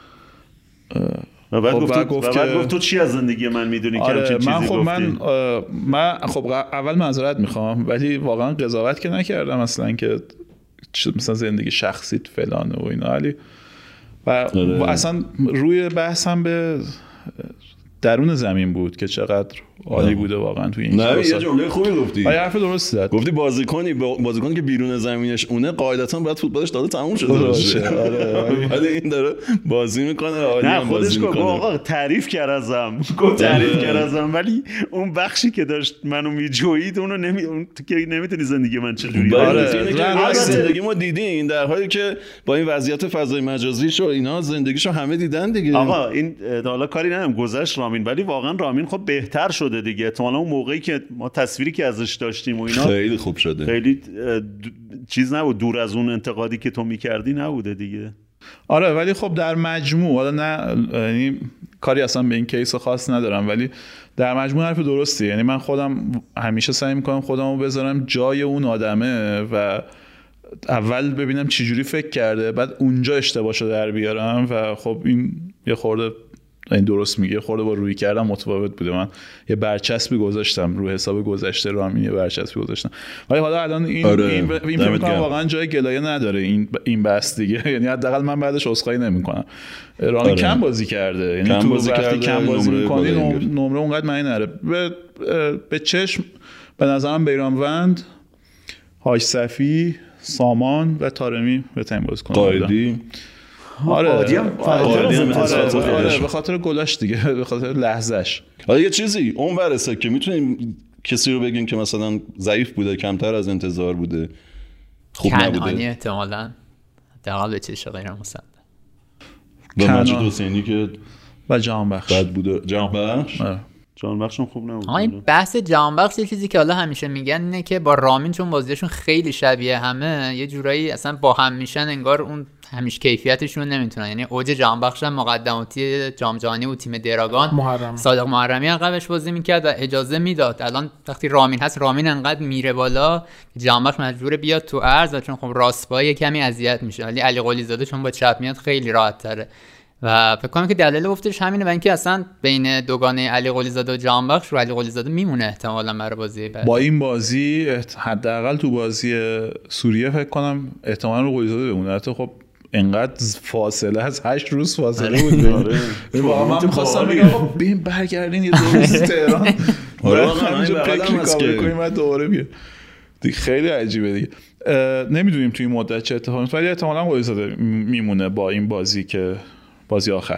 C: و بعد گفت و بعد گفت تو چی از زندگی من میدونی که
G: آره
C: همچین چیزی
G: من خب
C: گفتی؟
G: من من خب اول معذرت میخوام، ولی واقعا قضاوت که نکردم اصلا که مثلا زندگی شخصیت فلانه و اینا، ولی و, و اصلا روی بحثم به درون زمین بود که چقدر عالی بوده واقعا تو این.
A: نه یه جمله خوبی گفتی.
G: آیا حرف درستی زد.
A: گفتی بازیکنی بازیکنی که بیرون زمینش اونه قاعدتا باید فوتبالش داده تموم شده باشه. آره ولی این داره بازی میکنه عالی.
C: نه خودش گفت آقا تعریف کرد ازم، گفت تعریف کرد ازم، ولی اون بخشی که داشت منو میجوید اونو نمی اون که نمیتونی زندگی من چجوری.
A: آره زندگی ما دیدین، در حالی که با این وضعیت فضای مجازی شو اینا زندگیشو همه دیدن دیگه.
C: آقا این حالا کاری ندارم گذشت رامین، ولی واقعا رامین خب بهتر شده دیگه. احتمالاً اون موقعی که ما تصویری که ازش داشتیم و اینا
A: خیلی خوب شده،
C: خیلی چیز نبود، دور از اون انتقادی که تو میکردی نبوده دیگه.
G: آره ولی خب در مجموع، حالا نه یعنی کاری اصلا به این کیس خاص ندارم، ولی در مجموع حرف درستی. یعنی من خودم همیشه سعی میکنم خودمو بذارم جای اون آدمه و اول ببینم چی جوری فکر کرده، بعد اونجا اشتباهشو در بیارم. و خب این یه خورده این درست میگه، خورده با روی کردم متفاوت بوده. من یه برچسبی گذاشتم رو حساب گذشته رامین، یه برچسبی گذاشتم، ولی حالا الان این
A: آره.
G: این این فکر کنم واقعا جای گلایه نداره این این بحث دیگه. یعنی حداقل من بعدش عذرخواهی نمیکنم. رامین آره. کم بازی کرده، یعنی کم تو بازی وقتی کرده، کم بازی میکنی نمره اونقدر معنی نره. به به چشم به نظرم بیرانوند، حاج صفی، سامان و طارمی بهترین بازیکن
A: قائدی.
G: آره
C: قائدی هم
G: آره به خاطر گلاش دیگه، به خاطر لحظهش.
A: آره یه چیزی اون برسه که میتونیم کسی رو بگیم که مثلا ضعیف بوده، کمتر از انتظار بوده، خوب نبوده.
B: کنعانی احتمالاً حداقل به چش غیر مصدق.
A: و مجید حسینی که
G: و جهانبخش
A: بد بوده. جهانبخش
C: جهانبخش هم خوب نبود.
B: این بحث جهانبخش یه چیزی که حالا همیشه میگن اینه که با رامین چون بازیشون خیلی شبیه همه، یه جورایی اصلا با هم میشن، انگار اون همیشه کیفیتشون نمیتونن. یعنی اوج جهانبخش هم مقدماتی جام جهانی و تیم دراگان
H: محرم.
B: صادق محرمی عقبش بازی میکرد و اجازه میداد. الان وقتی رامین هست، رامین انقدر میره بالا جهانبخش مجبور بیاد تو عرض، و چون خب راست پای کمی اذیت میشه، ولی علی قلی زاده چون با چپ میاد خیلی راحت تره. و فکر کنم که دلیل گفتش همینه، و اینکه اصلا بین دوگانه علی قلی زاده و جهانبخش رو علی قلی زاده میمونه احتمالاً برای بازی بعد.
G: با این بازی حداقل تو بازی سوریه فکر کنم احتمالاً رو قلی زاده بمونه. حتی خب اینقدر فاصله از هشت روز فاصله بود.
C: آره
G: واقعا من می‌خواستم بگم خب ببین برگردین یه دو روز تهران.
A: آره همینجا بغلم هست که
G: کنیم بعد دوباره بیاد. دیگه خیلی عجیبه دیگه. نمیدونیم توی این مدت چه اتفاقی میفته، ولی احتمالاً قلی زاده میمونه با این بازی که بازی آخر.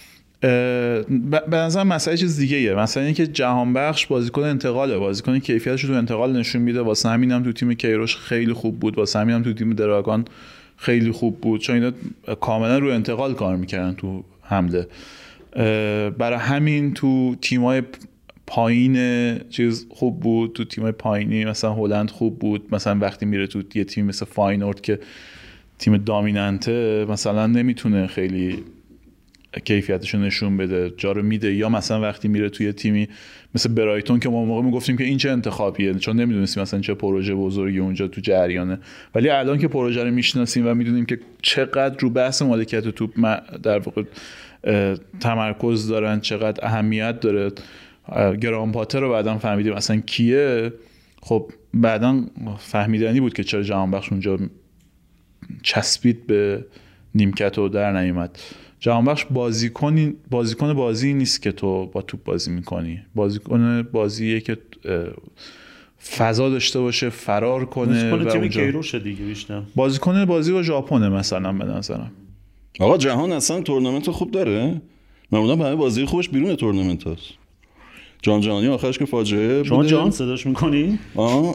G: به نظر مسئله چیز دیگه ایه، مثلا اینکه جهانبخش بازیکن انتقاله، بازیکن کیفیتش رو تو انتقال نشون میده. واسه همینم تو تیم کیروش خیلی خوب بود، واسه همینم تو تیم دراگان خیلی خوب بود، چون اینا کاملا رو انتقال کار میکردن تو حمله. برای همین تو تیمای پایین چیز خوب بود، تو تیمای پایینی مثلا هلند خوب بود. مثلا وقتی میره تو یه تیم مثل فاینورد که تیم دامیننته، مثلا نمیتونه خیلی کیفیتش رو نشون بده، جا رو میده، یا مثلا وقتی میره توی تیمی مثل برایتون که ما موقع میگفتیم که این چه انتخابیه چون نمیدونستیم مثلا چه پروژه بزرگی اونجا تو جریانه، ولی الان که پروژه رو میشناسیم و میدونیم که چقدر رو بحث مالکیت توپ در واقع تمرکز دارن، چقدر اهمیت داره، گرام پاتر رو بعداً فهمیدیم اصلا کیه. خب بعداً فهمیدنی بود که چرا جهانبخش اونجا چسبید به نیمکت و در نیومد. جهانبخش بازیکن بازیکن بازی نیست که تو با توپ بازی میکنی، بازیکن بازیه که فضا داشته باشه، فرار کنه و
C: تیم
G: اونجا
C: کیروشه دیگه بیشتر
G: بازیکن بازی با ژاپن مثلا به نظرم.
A: آقا جهان اصلا تورنمنت خوب داره، معمولا همه بازی خوبش بیرون تورنمنت هست. جام جهانی آخرش که فاجعه
C: شما
A: بوده.
C: جان صداش میکنی؟
A: آه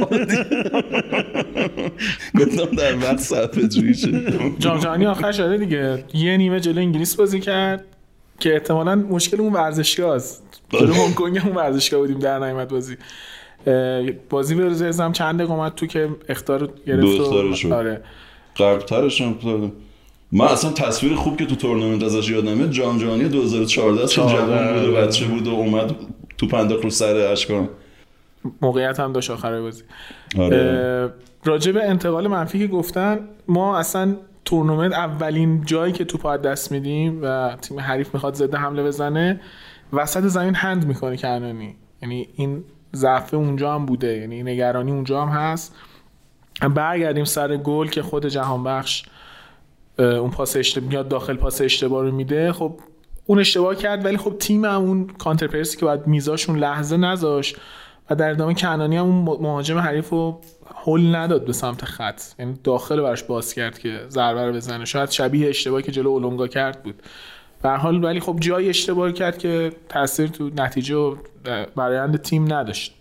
A: گفتم در وقت صفحه جویی شد.
H: جام جهانی آخرش شده دیگه، یه نیمه جلو انگلیس بازی کرد که احتمالاً مشکل اون ورزشگاه است. جلو هنگ کنگ اون ورزشگاه بودیم در نیامد بازی. بازی به روز هم چند دقیقه اومد تو که اخطار گرفت و آره
A: قبل‌ترش هم دادم. من اصلا تصویر خوب که تو تورنمنت ازش یادم میاد جام جهانی دو هزار و چهارده است، جوان بود و بچه بود و اومد تو پنداخت رو سر اشکان،
H: موقعیت هم داشت آخر بازی.
A: آره.
H: راجع به انتقال منفی که گفتن، ما اصلا تورنمنت اولین جایی که توپ از دست میدیم و تیم حریف میخواد ضد حمله بزنه وسط زمین هند میکنه کنانی، یعنی این ضعف اونجا هم بوده، یعنی نگرانی اونجا هم هست. برگردیم سر گل که خود جهانبخش اون پاس اشتباه میاد داخل، پاس اشتباه رو میده. خب اون اشتباه کرد ولی خب تیم هم اون کانتر پرسی که بعد میذاشون لحظه نذاش و در ادامه کنانی هم اون مهاجم حریف رو هول نداد به سمت خط، یعنی داخل براش باز کرد که ضربه رو بزنه. شاید شبیه اشتباهی که جلو اولونگا کرد بود به هر حال، ولی خب جای اشتباه کرد که تاثیر تو نتیجه و برآیند تیم نداشت.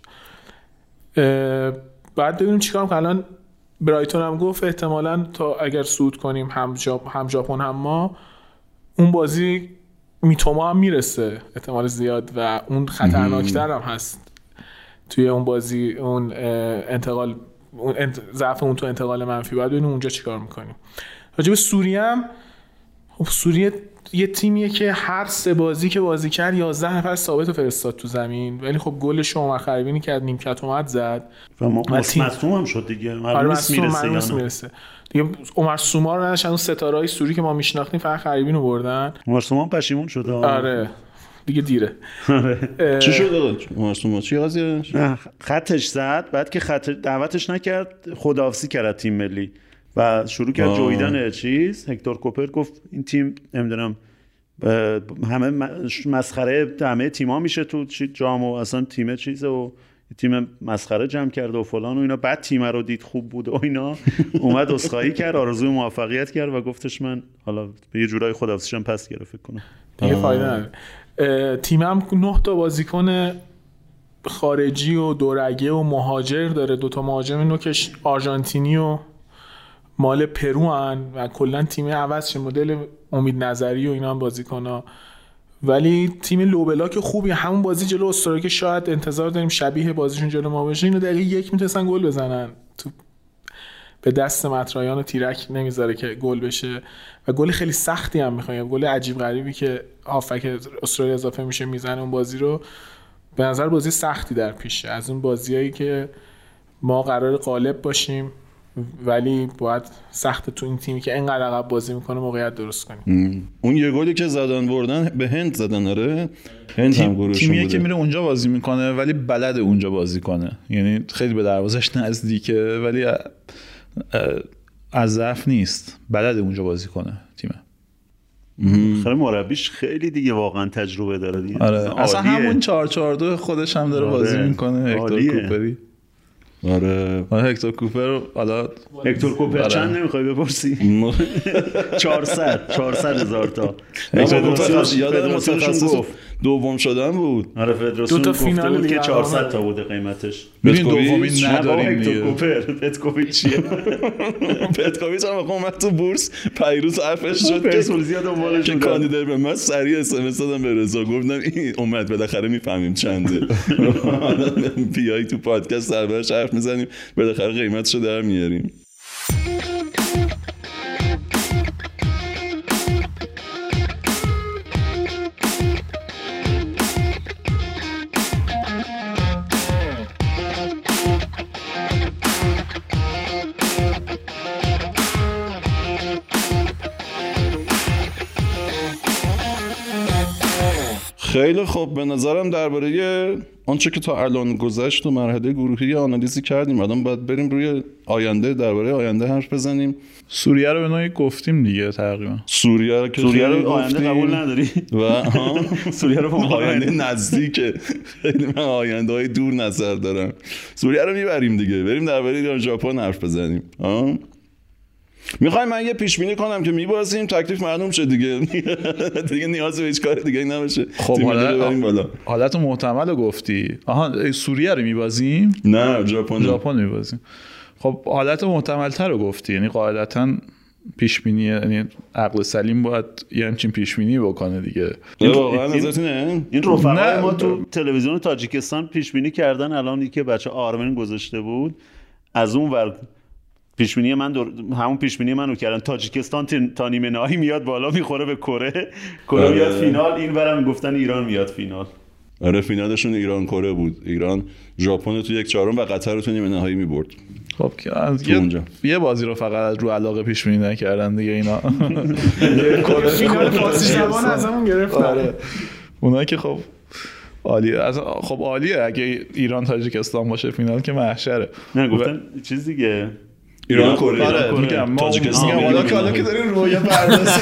H: بعد ببینیم چیکار کنیم. الان برایتون هم گفت احتمالاً تا اگر صعود کنیم هم ژاپ هم ژاپن هم ما، اون بازی میتوما هم میرسه احتمال زیاد و اون خطرناکتر هم هست توی اون بازی، اون انتقال، اون ضعف اون تو انتقال منفی. بعد ببینیم اونجا چیکار میکنیم. راجع به سوریه هم، خب سوریه یه تیمیه که هر سه بازی که بازی کرد یازده نفر ثابت فرستاد تو زمین، ولی خب گلش عمر خریبینی کرد نیمکت اومد زد
C: و مصدوم هم شد دیگه، معلوم نیست میرسه
H: میرسه دیگه. عمر سوما رو نداشتن، اون ستاره‌های سوری که ما میشناختیم فقط خریبین رو بردن.
C: عمر سوما پشیمون شده.
H: آره دیگه دیره.
A: چی شد آقا عمر سوما؟ چی قضیهش؟
C: خطش زد، بعد که خط دعوتش نکرد خداحافظی کرد تیم ملی و شروع کرد جویدن چیز. هکتور کوپر گفت این تیم نمیدونم همه مسخره همه تیم‌ها میشه تو جام و اصلا تیم چیزه و تیم مسخره جمع کرده و فلان و اینا. بعد تیم رو دید خوب بود و اینا اومد اسخایی کرد، آرزوی موفقیت کرد و گفتش من حالا به یه جورای خداحافظیشم پس گرفت فکر کنم.
H: دیگه فایده نداره. تیمم نه تا بازیکن خارجی و دورگه و مهاجر داره، دو تا مهاجم نوکش آرژانتینی و مال پرو هن و کلا تیم عوض شه، مدل امید نظری و اینا هم بازیکن‌ها. ولی تیم لوبلاک خوبی، همون بازی جلو استرالیا که شاید انتظار داریم شبیه بازیشون جلو ما بشه، اینو دقیقه یک میتونستن گل بزنن، تو به دست مطرایان و تیرک نمیذاره که گل بشه و گل خیلی سختی هم میخواد، گل عجیب غریبی که هافک استرالیا اضافه میشه میزنه اون بازی رو. به نظر بازی سختی در پیشه، از اون بازیایی که ما قرار غالب باشیم ولی باید سخت تو این تیمی که اینقدر عقب بازی میکنه موقعیت درست کنیم.
A: اون یه گلی که زدن بردن به هند زدن، آره هند هم گروشون
G: تیمیه
A: بوده
G: که میره اونجا بازی میکنه ولی بلد اونجا بازی کنه، یعنی خیلی به دروازش نزدیکه ولی از ضعف نیست، بلد اونجا بازی کنه تیمه.
C: خیلی مربیش خیلی دیگه واقعا تجربه داره دیگه.
G: آره اصلا همون چهار چهار دو خودش هم داره بازی میکنه. هکتور کوپری.
A: آره
G: هکتور کوپر. حالا
C: هکتور کوپر چند نمیخوای بپرسی؟ چهارصد چهارصد هزار تا.
A: یادم متخصص دوم شدن بود.
C: آره فدراسیون گفته بود که چهارصد تا بوده قیمتش.
G: ببین دومین نداریم
C: دیگه. هکتور کوپر پتکوویچ چیه؟
A: پتکوویچ هم اومد تو بورس پیروز حرفش شد
C: پرسپولیس دنبالش
A: که کاندیدای به من سریع اس ام اس دادم به رضا، گفتم این اومد بالاخره میفهمیم چنده. بیای تو پادکست دربارش حرف میزنیم بالاخره قیمتشو در میاریم. خیلی خوب. به نظرم درباره آنچه که تا الان گذشت و مرحله گروهی آنالیزی کردیم، الان باید بریم روی آینده، درباره آینده حرف بزنیم.
G: سوریه رو به نوعی گفتیم دیگه تقریبا.
A: سوریه رو که
C: سوریه رو آینده قبول نداری
A: و
C: سوریه رو
A: آینده نزدیکه، خیلی من آینده های دور نظر دارم. سوریه رو میبریم دیگه، بریم درباره ایران ژاپن حرف بزنیم. ها میخوایم من یه پیش بینی کنم که میبازیم، تکلیف معلوم شه دیگه دیگه نیاز به هیچ کار دیگه نباشه.
G: خب حالا حالت محتمل گفتی. آها سوریه رو میبازیم؟
A: نه ژاپن
G: ژاپن میبازیم. خب حالت محتمل تر رو گفتی، یعنی قاعدتاً پیش بینی، یعنی عقل سلیم باید یه همچین پیش بینی بکنه دیگه.
A: واقعا نظرتونه؟
C: این رفقای ما تو تلویزیون تاجیکستان پیش بینی کردن الان که بچه آرمن گذاشته بود، از اون ور پیش بینی من دور... همون پیش بینی منو کردن تاجیکستان تا نیمه نهایی میاد بالا میخوره به کره، کره میاد فینال، این ورم میگفتن ایران میاد فینال.
A: آره فینالشون ایران کره بود، ایران ژاپن تو یک چهارم و قطر رو تو نیمه نهایی میبرد.
G: خب که یه... یه بازی رو فقط رو علاقه پیش بینی نکردن دیگه اینا.
H: فینال فارسی زبان از همون گرفتن.
G: آره اونایی که خب عالیه، از خب عالیه اگه ایران تاجیکستان باشه فینال که محشره.
C: نه گفتن چیز دیگه
A: ایران کره.
G: آره میگم تاجیکستان، حالا که حالا که دارین رویا پردازی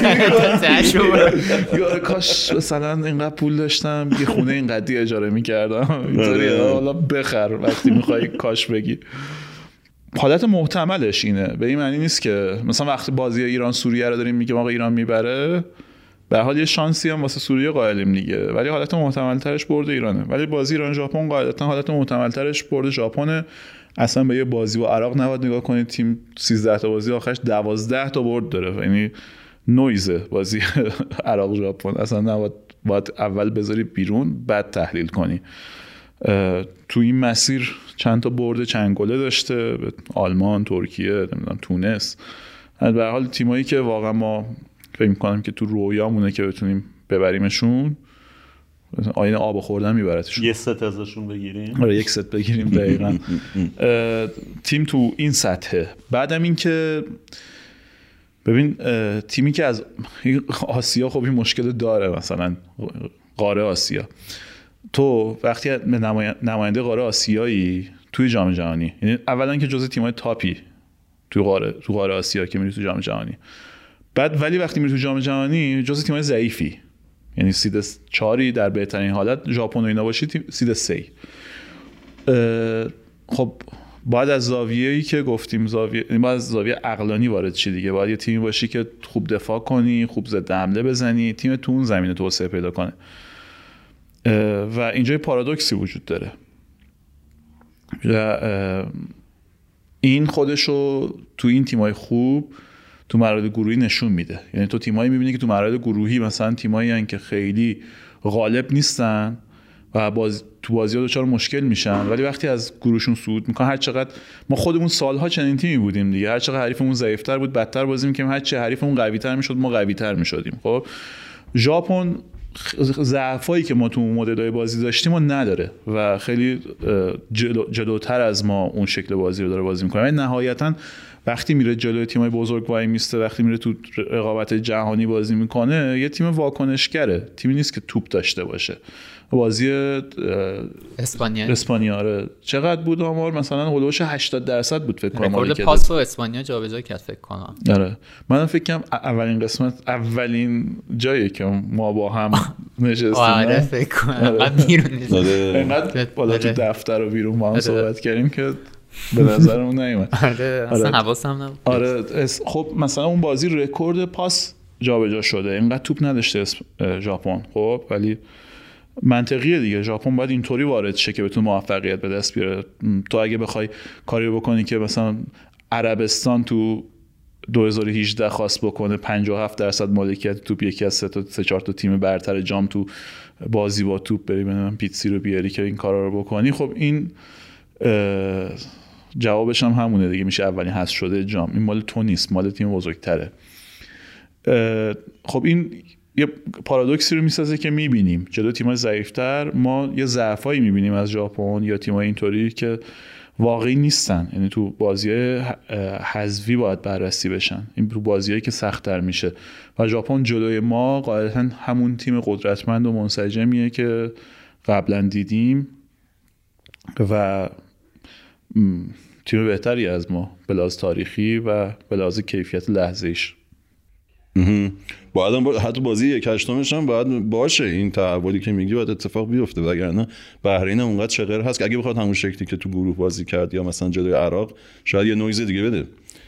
G: می‌کنید کاش مثلا اینقدر پول داشتم یه خونه اینقدی اجاره می‌کردم اینطوری، حالا بخر وقتی می‌خوای کاش بگی. حالت محتملش اینه، به این معنی نیست که مثلا وقتی بازی ایران سوریه رو داریم میگیم آقا ایران میبره، به هر حال یه شانسی هم واسه سوریه قائلیم دیگه، ولی حالت محتمل ترش برد ایرانه. ولی بازی ایران ژاپن قاعدتا حالت محتمل ترش برد ژاپن. اصلا به یه بازی با عراق نباید نگاه کنید، تیم سیزده تا بازی آخرش دوازده تا برد داره، یعنی نویزه بازی عراق ژاپن، اصلا نباید باید اول بذاری بیرون بعد تحلیل کنی. تو این مسیر چند تا برد چند گله داشته، آلمان، ترکیه، نمیدونم تونس. به هر حال تیمایی که واقعا ما فکر می‌کنم که تو رویامونه که بتونیم ببریمشون، آینه آب خوردن میبرتشون.
C: یه ست ازشون بگیریم.
G: آره یک ست بگیریم دقیقاً. تیم تو این سطحه. بعدم این که ببین تیمی که از آسیا خب این مشکل داره، مثلا قاره آسیا، تو وقتی نماینده قاره آسیایی توی جام جهانی، یعنی اولا که جزء تیم‌های تاپی تو قاره تو قاره آسیا که میری تو جام جهانی، بعد ولی وقتی میری تو جام جهانی جزء تیم‌های ضعیفی، یعنی سید چاری در بهترین حالت، ژاپن و اینا باشی سید سی. خب باید از زاویه‌ای که گفتیم زاویه، یعنی باید از زاویه عقلانی وارد شی دیگه، باید یه تیمی باشی که خوب دفاع کنی، خوب ضد حمله بزنی، تیم تو اون زمینه توسعه پیدا کنه. و اینجا یه پارادوکسی وجود داره و این خودشو تو این تیمای خوب تو مراحل گروهی نشون میده. یعنی تو تیمایی میبینی که تو مراحل گروهی مثلا تیمایی هستن که خیلی غالب نیستن و باز تو بازی‌ها دچار مشکل میشن، ولی وقتی از گروهشون صعود میکنن، هر چقدر ما خودمون سالها چنین تیمی بودیم دیگه، هر چقدر حریفمون ضعیف‌تر بود بدتر بازی می‌کردیم، هر چه حریفمون قوی‌تر میشد ما قوی‌تر میشدیم. خب ژاپن ضعفایی که ما تو مدل‌های بازی داشتیم و نداره و خیلی جلو، جلوتر از ما اون شکل بازی رو داره بازی میکنه. ولی نهایتاً وقتی میره جلوی تیمای بزرگ وای میسته، وقتی میره تو رقابت جهانی بازی میکنه، یه تیم واکنشگره، تیمی نیست که توپ داشته باشه. بازی
B: اسپانیا
G: اسپانیا رو چقدر بود آمار؟ مثلا هولوش هشتاد درصد بود فکر کنم.
B: رکورد پاس با اسپانیا جابجا کرد فکر کنم.
G: آره من فکر کنم اولین قسمت اولین جایی که ما با هم نشستیم.
B: آره فکر کنم انقدر بیرون نیست،
G: انقدر بالا تو دفتر و بیرون با هم صحبت کردیم که به نظرمون نیومد.
B: آره اصلا حواسم نبود.
G: آره خب مثلا اون بازی رکورد پاس جابجا شده، اینقدر توپ نداشته ژاپن. خب ولی منطقیه دیگه، ژاپن باید اینطوری وارد شه که بتونه موفقیت به دست بیاره. تو اگه بخوای کاری بکنی که مثلا عربستان تو دو هزار و هجده خواست بکنه پنجاه و هفت درصد مالکیت توپ، یکی از سه تا سه چهار تا تیم برتر جام تو بازی با توپ بری ببینم پیتسی رو بیاری که این کارا رو بکنی، خب این جوابش هم همونه دیگه، میشه اولین حذف شده جام. این مال تو نیست، مال تیم بزرگتره. خب این یه پارادوکسی رو میسازه که میبینیم جلو تیم‌های ضعیف‌تر ما یه ضعفایی میبینیم از ژاپن یا تیم‌های اینطوری که واقعی نیستن، یعنی تو بازی حذفی باید بررسی بشن، این تو بازیایی که سخت‌تر میشه و ژاپن جلوی ما قاعدتا همون تیم قدرتمند و منسجمیه که قبلا دیدیم و تیم بهتری از ما به لحاظ تاریخی و به لحاظ کیفیت لحظه‌ایش.
A: باید با... حتی بازی یک هشتمش هم باید باشه این تحولی که میگی باید اتفاق بیفته، وگرنه بحرین هم اونقدر چغر هست که اگه بخواد همون شکلی که تو گروه بازی کرد یا مثلا جلوی عراق شاید یه نویز دیگه بده.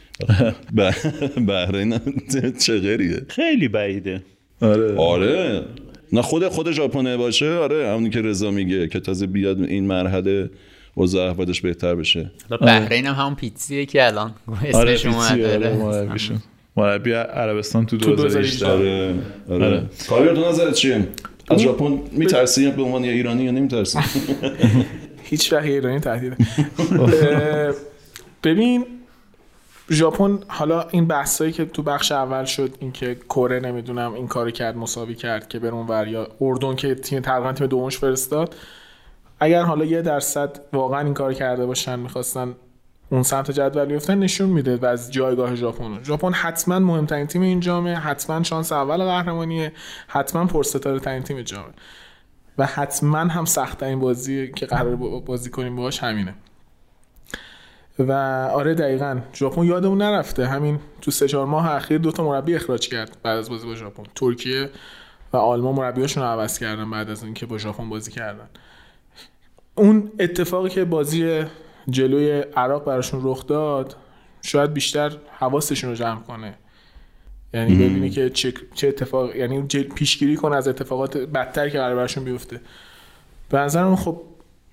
A: بحرین هم چغریه،
C: خیلی بعیده.
A: آره آره نه خود خود ژاپن باشه، آره همونی که رضا میگه که تازه بیاد این مرحله اوضاع احوالش بهتر بشه.
B: بحرین هم همون پیتزیه که الان اسمش اومده،
G: مربی عربستان تو دو هزار و هجده.
A: آره آره. کاویار تو نظرت چیه؟ از ژاپن میترسی به عنوان ایرانی یا نمیترسی؟
H: هیچ وقت ایرانی تهدید. ببین ژاپن، حالا این بحثایی که تو بخش اول شد، این که کره نمیدونم این کارو کرد مساوی کرد که برون ور، یا اردن که تیم تقریبا تیم دومش فرستاد، اگر حالا یه درصد واقعا این کارو کرده باشن میخواستن اون سمت جدول بیفتن، نشون میده و از جایگاه ژاپن. ژاپن حتما مهمترین تیم این جامه، حتما شانس اول قهرمانیه، حتما پرستاره ترین تیم جامه و حتما هم سخت ترین بازی که قرار بازی کنیم باهاش همینه. و آره دقیقاً ژاپن یادمون نرفته همین تو سه چهار ماه اخیر دو تا مربی اخراج کرد بعد از بازی با ژاپن. ترکیه و آلمان مربیاشون رو عوض کردن بعد از اینکه با ژاپن بازی کردن. اون اتفاقی که بازی جلوی عراق براشون رخ داد شاید بیشتر حواسشون رو جمع کنه، یعنی ببینی که چه چه اتفاق، یعنی پیشگیری کنه از اتفاقات بدتر که قرار براشون بیفته. به نظرم خب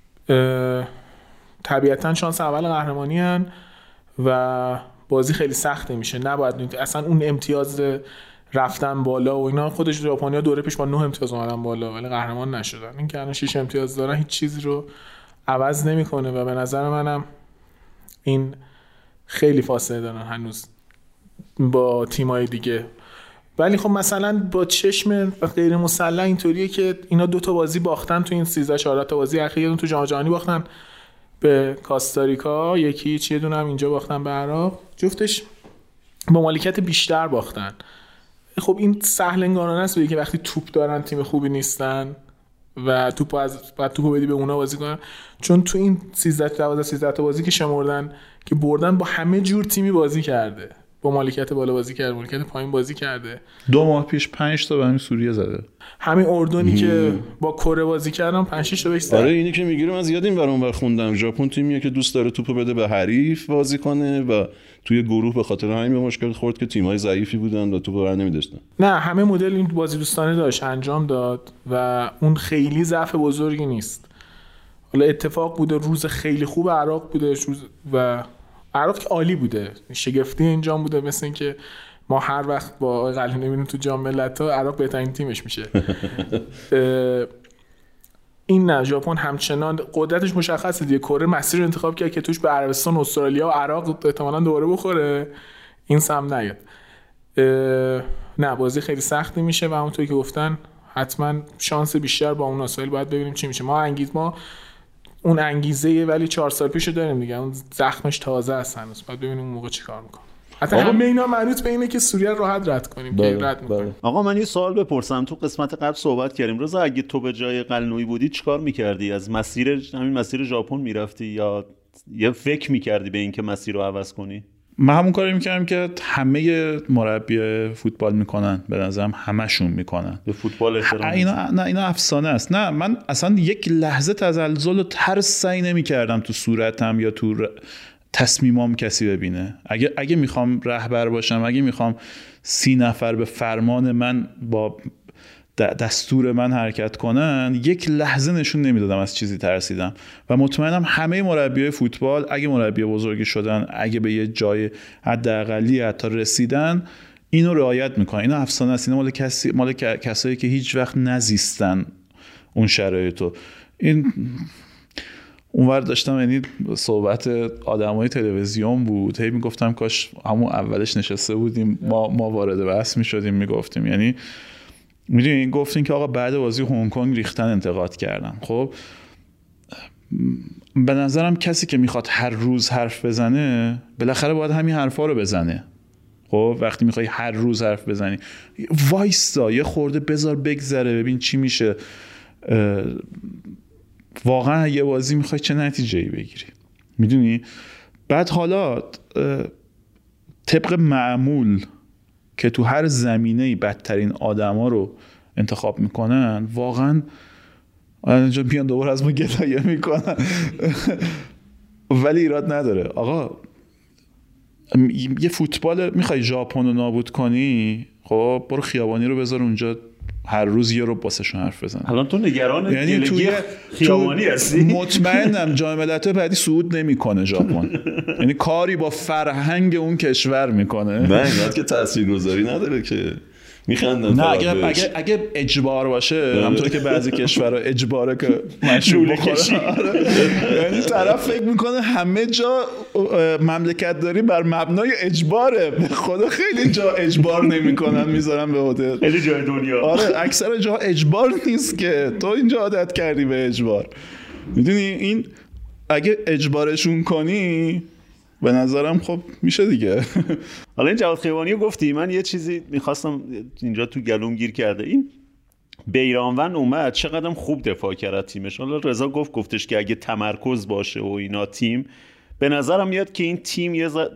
H: طبیعتاً شانس اول قهرمانی هن و بازی خیلی سخته میشه، نباید اصلا اون امتیاز رفتن بالا و اینا، خودش ژاپنیا دوره پیش با نه امتیاز اومدن بالا ولی قهرمان نشدن، این که الان شش امتیاز دارن هیچ چیزی رو عوض نمیکنه و به نظر منم این خیلی فاصله دارن هنوز با تیمای دیگه. ولی خب مثلا با چشم غیر مسلح اینطوریه که اینا دو تا بازی باختن تو این سیزده چهارده تا بازی اخیر، تو جام جهانی باختن به کاستاریکا یکی چیه دونم اینجا باختن به عراق، جفتش با مالکیت بیشتر باختن. خب این سهل انگارانه است بگی که وقتی توپ دارن تیم خوبی نیستن و توپ از بعد توپو بدی به اونا بازی کنن، چون تو این سیزده دوازده سیزده تا بازی که شمردن که بردن با همه جور تیمی بازی کرده، با مالکیت بالا بازی کرده، مالکیت پایین بازی کرده.
G: دو ماه پیش پنج تا به همین سوریه زده،
H: همین اردنی که با کره بازی کردن پنج شش تا بهش زد.
A: آره اینی که میگیرم از یاد این برام بر خوندم، ژاپن تیمیه که دوست داره توپو بده به حریف بازی کنه و توی گروه به خاطر همین به مشکل خورد که تیم‌های ضعیفی بودن و توپو بر نمی‌داشتن.
H: نه همه مدل این بازی دوستانه داشت انجام داد و اون خیلی ضعف بزرگی نیست. حالا اتفاق بوده روز خیلی خوب عراق بوده روز و عراق که عالی بوده، شگفتی اینجام بوده، مثل اینکه ما هر وقت با قلعه نمی‌بینیم تو جام ملت‌ها عراق بهترین تیمش میشه. این نه، ژاپن همچنان قدرتش مشخصه دیگه، کره مسیر رو انتخاب کرد که توش به عربستان، استرالیا و عراق احتمالاً دوباره بخوره، این سم نیاد. نه بازی خیلی سختی میشه و همونطوری که گفتن حتما شانس بیشتر با اون مسائل باید ببینیم چی میشه. ما انگیز ما اون انگیزه ولی چهار سال پیشو داریم دیگه، اون زخمش تازه است هنوز، باید ببینیم اون موقع چیکار میکنه. حتی همه اینا مربوط به اینه که سوریه راحت رد کنیم که رد میکنیم.
C: آقا من یه سوال بپرسم، تو قسمت قبل صحبت کردیم رضا، اگه تو به جای قلنویی بودی چیکار میکردی؟ از مسیر همین مسیر ژاپن میرفتی یا یا فکر میکردی به این که مسیر رو عوض کنی؟
G: من همون کاری میکردم که همه مربی فوتبال میکنن، به نظرم همشون میکنن.
C: به فوتبال احترام
G: اینا نه اینا افسانه است. نه من اصلا یک لحظه تزلزل و ترس سعی نمیکردم تو صورتم یا تو ر... تصمیمام کسی ببینه. اگه اگه میخوام رهبر باشم، اگه میخوام سی نفر به فرمان من با دستور من حرکت کنن، یک لحظه نشون نمیدادم از چیزی ترسیدم و مطمئنم همه مربیای فوتبال اگه مربی بزرگی شدن، اگه به یه جای حداقلی حتی رسیدن، اینو رعایت میکنن. اینا افسانه است، اینا مال کسی مال کسایی که هیچ وقت نزیستن اون شرایطو. این اونور داشتم، یعنی صحبت آدمای تلویزیون بود، هی میگفتم کاش همون اولش نشسته بودیم ما ما وارد بحث میشدیم میگفتیم. یعنی میدونین گفتین که آقا بعد بازی هنگ کنگ ریختن انتقاد کردن. خب به نظرم کسی که میخواد هر روز حرف بزنه بالاخره باید همین حرفا رو بزنه. خب وقتی میخوای هر روز حرف بزنی وایستا یه خورده بذار بگذره ببین چی میشه، واقعا یه بازی میخوای چه نتیجه‌ای بگیری، میدونی؟ بعد حالا طبق معمول که تو هر زمینه‌ای بدترین آدما رو انتخاب میکنن، واقعا اینجا میان دوباره از ما گلایه میکنن ولی ایراد نداره. آقا یه فوتبال میخوای ژاپن رو نابود کنی، خب برو خیابانی رو بذار اونجا هر روز یه رو باسشون حرف بزن.
C: الان تو نگران
G: یعنی توی
C: خیابانی هستی؟
G: مطمئنم جام ملت‌های بعدی صعود نمیکنه ژاپن، یعنی کاری با فرهنگ اون کشور میکنه.
A: نه اینقدر که تاثیرگذاری نداره که میخندن.
G: نه اگه اگه اگه اجبار باشه، همونطور که بعضی کشورها اجباره که مشروب بخوره، یعنی طرف فکر میکنه همه جا مملکت داری بر مبنای اجباره. به خدا خیلی جا اجبار نمیکنن میذارن به هتل،
C: خیلی جای دنیا.
G: آره اکثر جا اجبار نیست که تو اینجا عادت کردی به اجبار. میدونی این اگه اجبارشون کنی به نظرم خب میشه دیگه.
C: حالا این جواد خیبانی رو گفتی، من یه چیزی میخواستم اینجا تو گلوم گیر کرده. این بیرانوند اومد چقدرم خوب دفاع کرد تیمش. حالا رضا گفت گفتش که اگه تمرکز باشه و اینا تیم، به نظرم میاد که این تیم یه ز...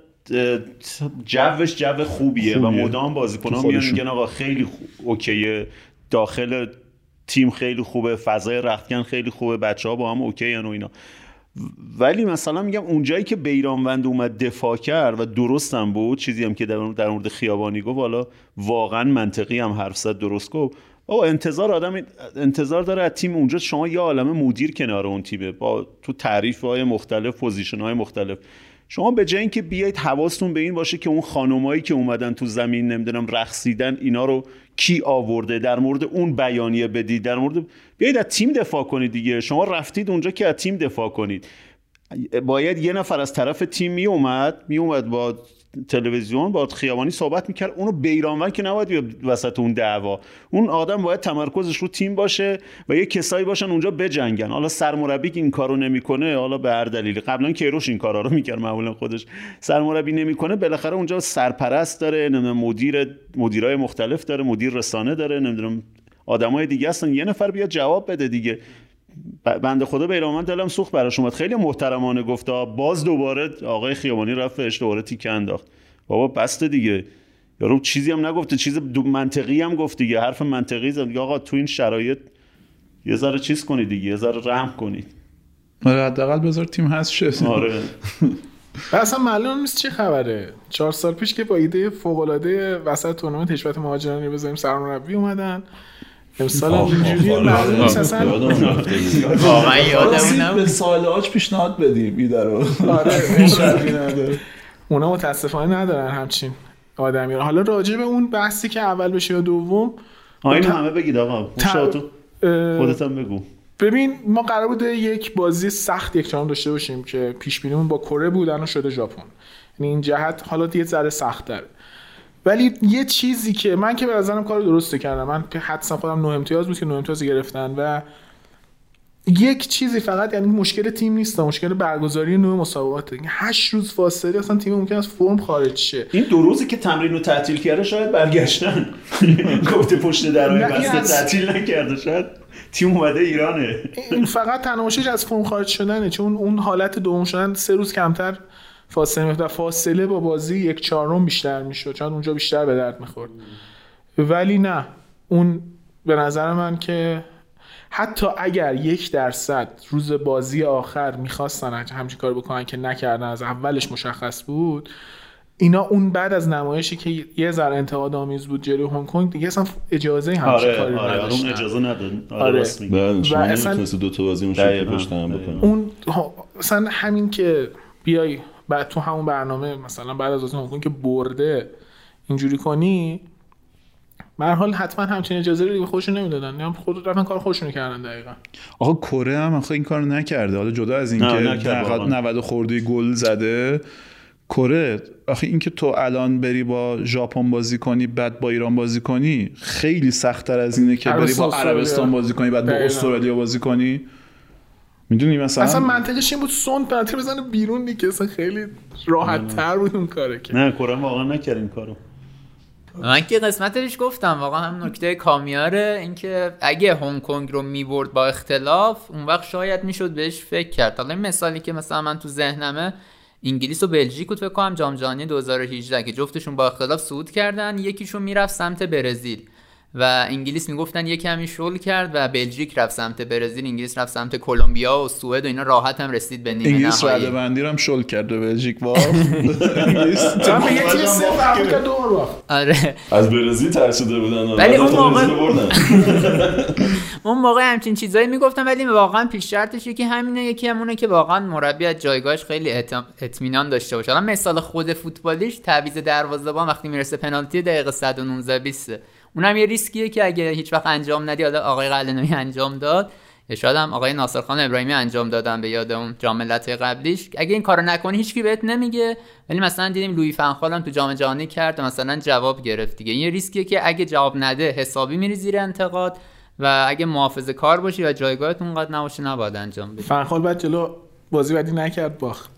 C: جوش جو خوبیه, خوبیه. و مدام بازیکنان میان میگن آقا خیلی خوب اوکیه، داخل تیم خیلی خوبه، فضای رختکن خیلی خوبه، بچه‌ها با هم اوکی ان و اینا. ولی مثلا میگم اونجایی که بیرانوند اومد دفاع کرد و درستم بود، چیزی هم که در در مورد خیابانی گفت حالا واقعا منطقی هم حرف زد، درست گفت. آقا انتظار آدم انتظار داره از تیم اونجا شما یه عالمه مدیر کنار اون تیمه با تو تعریف‌های مختلف، پوزیشن‌های مختلف. شما به جای اینکه بیایید حواستون به این باشه که اون خانمایی که اومدن تو زمین نمیدونم رقصیدن اینا رو کی آورده، در مورد اون بیانیه بدید، در مورد بیایید از تیم دفاع کنید دیگه. شما رفتید اونجا که از تیم دفاع کنید. باید یه نفر از طرف تیم می اومد می اومد با تلویزیون با خیابانی صحبت میکرد. اونو بیرانوند که نباید بیاد وسط اون دعوا. اون آدم باید تمرکزش رو تیم باشه و یه کسایی باشن اونجا بجنگن. حالا سرمربی که این کارو نمیکنه، حالا به هر دلیلی، قبلا کیروش این کارا رو میکرد معمولا خودش، سرمربی نمیکنه، بالاخره اونجا سرپرست داره، نمیدونم مدیر مدیرای مختلف داره، مدیر رسانه داره، نمیدونم آدمای دیگه هستن، یه نفر بیاد جواب بده دیگه. بنده خدا بیرانوند دلم سوخت براش اومد، خیلی محترمانه گفت. باز دوباره آقای خیابانی رفتش دوباره تیکه انداخت. بابا بسته دیگه، یارو چیزی هم نگفته، چیز منطقی هم گفت دیگه، حرف منطقی زد. آقا تو این شرایط یه ذره چیز کنید دیگه، یه ذره رحم کنید.
G: آره حداقل بذار تیم هست شه.
C: آره
H: اصلا معلوم نیست چه خبره. چهار سال پیش که با ایده فوق‌العاده وسط تورنمنت حشمت مهاجرانی بذاریم سرمربی اومدن، امسال اینجوری معلوم نیست اصلا.
B: واقعا یادمون
G: به سالاج پیشنهاد بدیم ایده رو.
H: آره نداره، اونا متاسفانه ندارن همچین آدمی. حالا راجع به اون بحثی که اول بشه یا دوم،
C: اینو همه بگید آقا، تو خودت هم بگو.
H: ببین ما قرار بوده یک بازی سخت یک چهارم داشته باشیم که پیش بینیمون با کره بود، الان شده ژاپن. یعنی این جهت حالا یه ذره سخت‌تره. ولی یه چیزی که من که به نظرم کار درسته کردم، من که حدسم خودم نه امتیاز بود که نه امتیاز گرفتن، و یک چیزی فقط، یعنی مشکل تیم نیست، مشکل برگزاری نوع مسابقاته. هشت روز فاصله اصلا تیم ممکن است فرم خارج شه.
C: این دو روزی که تمرین رو تعطیل کرده شاید برگشتن گفته پشت درای بسته تعطیل نکرده، شاید تیم اومده ایرانه.
H: این فقط تناشش از فرم خارج شدنه، چون اون حالت دوم شدن سه روز کمتر فاصله میفته، فاصله با بازی یک چهارم بیشتر میشد، چون اونجا بیشتر به درد میخورد. ولی نه، اون به نظر من که حتی اگر یک درصد روز بازی آخر میخواستن همچین کار بکنن که نکردن، از اولش مشخص بود، اینا اون بعد از نمایشی که یه ذره انتقاد آمیز بود جلوی هنگ کنگ دیگه اصلا اجازه همچین
C: آره،
H: کاری
C: آره،
H: نداشتن.
C: اون اجازه نداد.
H: آره,
C: آره.
A: و اصلا نمیتونست دو تا بازی اون شکلی پشت هم بکنن.
H: اون مثلا همین که بیای بعد تو همون برنامه مثلا بعد از بازی هنگ کنگ که برده اینجوری کنی، به هر حال حتما همچین اجازه رو دیگه خودشون نمیدادن، یا خود رفتن کار خودشون کردن. دقیقاً
G: آقا کره هم آخه این کارو نکرده. حالا جدا از این که نود خورده گل زده، کره آخه این که تو الان بری با ژاپن بازی کنی بعد با ایران بازی کنی خیلی سخت‌تر از اینه که بری با عربستان بازی کنی بعد با استرالیا بازی کنی. میدونی مثلا
H: اصلا منطقش این بود سون پنالتی بزنه بیرون دیگه، اصلا خیلی راحت تر بود اون کاره که
C: نه کره واقعا نکرد این کارو.
B: من که قسمتش گفتم واقعا هم نکته کامیاره اینکه اگه هنگ کنگ رو میبرد با اختلاف اون وقت شاید میشد بهش فکر کرد. حالا این مثالی که مثلا من تو ذهنمه انگلیس و بلژیک بود فکر کنم جام جهانی دو هزار و هجده که جفتشون با اختلاف صعود کردن، یکیشون میرفت سمت برزیل و انگلیس میگفتن یه کمی شل کرد و بلژیک رفت سمت برزیل، انگلیس رفت سمت کلمبیا و سوئد و اینا راحت هم رسید به نیمه نهایی.
G: انگلیس رده بندی رو هم شل کرد به بلژیک باخت. انگلیس
H: چون به یه تیم صفر بود که دو بار باخت.
B: آره
A: از برزیل ترسیده بودن
B: ولی اون موقع اون موقع همچین چیزایی میگفتن ولی واقعا پیش شرطش یکی همینه، یکی همونه که واقعا مربی از جایگاهش خیلی اطمینان داشته باشه. حالا مثال خود فوتبالیش تعویض دروازه‌بان وقتی میرسه پنالتی دقیقه صد و نوزده بیست، اونم یه ریسکیه که اگه هیچ وقت انجام ندی، حالا آقای قلعه‌نویی انجام داد یا شاید هم آقای ناصرخان ابراهیمی انجام دادن به یاد اون جام ملت‌های قبلیش، اگه این کارو نکنی هیچکی بهت نمیگه. ولی مثلا دیدیم لوئی فنخال هم تو جام جهانی کرد مثلا جواب گرفت دیگه. این یه ریسکیه که اگه جواب نده حسابی میری زیر انتقاد و اگه محافظه‌کار باشی و جایگاهت اونقدر نباشه نباید انجام بدی.
H: فنخال بعد جلو بازی بعدی نکرد باخت.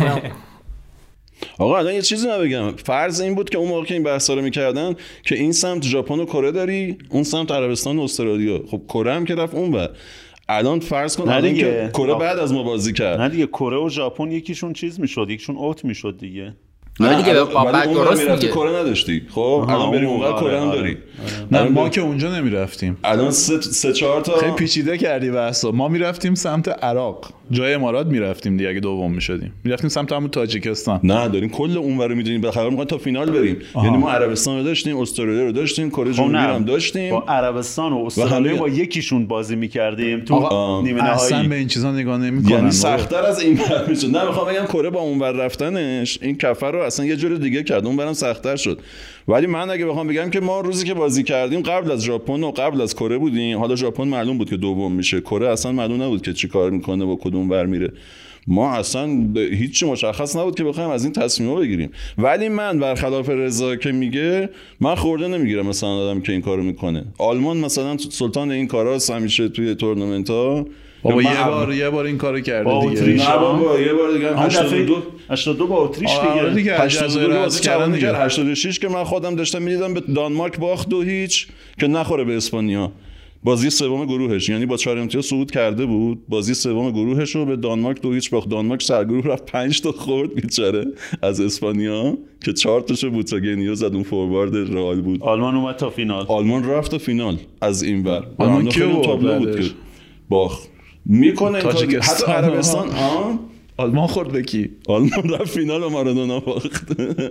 A: آقا الان یه چیزی نبگم، فرض این بود که اون موقع که این بحثا رو می‌کردن که این سمت ژاپن و کره داری، اون سمت عربستان و استرالیا، خب کره هم که رفت اون و الان فرض کن الان که کره بعد از ما بازی کرد،
C: نه دیگه کره و ژاپن یکیشون چیز میشد یکیشون اوت میشد دیگه.
B: نه دیگه
A: بعد درست میگه کره نداشتی، خب الان بریم اونور کره هم داری.
G: نه ما که اونجا نمیرفتیم،
A: الان سه سه چهار تا
G: خیلی پیچیده کردی بحثو. ما میرفتیم سمت عراق، جای امارات میرفتیم دیگه، اگه دوم میشدیم میرفتیم سمت همون تاجیکستان.
A: نه داریم کل اونور رو میدونیم، بالاخره میخوایم تا فینال بریم. آها. یعنی ما عربستان رو داشتیم، استرالیا رو داشتیم، کره جنوبی هم داشتیم.
C: با عربستان و استرالیا با یکیشون بازی میکردیم تو نیمه نهایی.
G: اصلا به این چیزا نگاه نمیکنن،
A: یعنی سخت‌تر از این میشه. نه میخوام بگم کره با اونور رفتنش این کفر رو اصلا یه جور دیگه کرد، اون برام سخت‌تر شد. ولی من اگه بخوام بگم که ما روزی که بازی کردیم قبل از ژاپن و قبل از کره بودیم، حالا ژاپن معلوم بود که دوم میشه، کره اصلا معلوم نبود که چی کار میکنه با کدوم ور میره. ما اصلا هیچ مشخص نبود که بخوایم از این تصمیمو بگیریم. ولی من برخلاف رضا که میگه من خورده نمیگیرم مثلا آدم که این کارو میکنه. آلمان مثلا سلطان این کاراست همیشه توی تورنمنت‌ها.
G: بابا یه بار یه بار این کارو کرده دیگه.
A: نه بابا یه بار دیگه هشتاد و دو
C: هشتاد و دو با اتریش دیگه.
G: دیگه
A: هشتاد و دو بازی کردن دیگه. هشتاد و شش که من خودم داشتم میدیدم به دانمارک باخت دو هیچ که نخوره به اسپانیا. بازی سوم گروهش، یعنی با چهار امتیاز صعود کرده بود، بازی سوم گروهش رو به دانمارک دو هیچ باخت. دانمارک سرگروه رفت پنج تا خورد بیچاره از اسپانیا که چهار تاشو بوتاگنیو زد، اون فوروارد رئال بود.
C: آلمان اومد تا فینال.
A: آلمان رفت تا فینال از این ور.
G: آلمان که
A: تابلو بود که باخت. میکنه حتی عربستان ها
G: آلمان خورد به کی؟
A: آلمان رفت فینال و مارادونا باخت.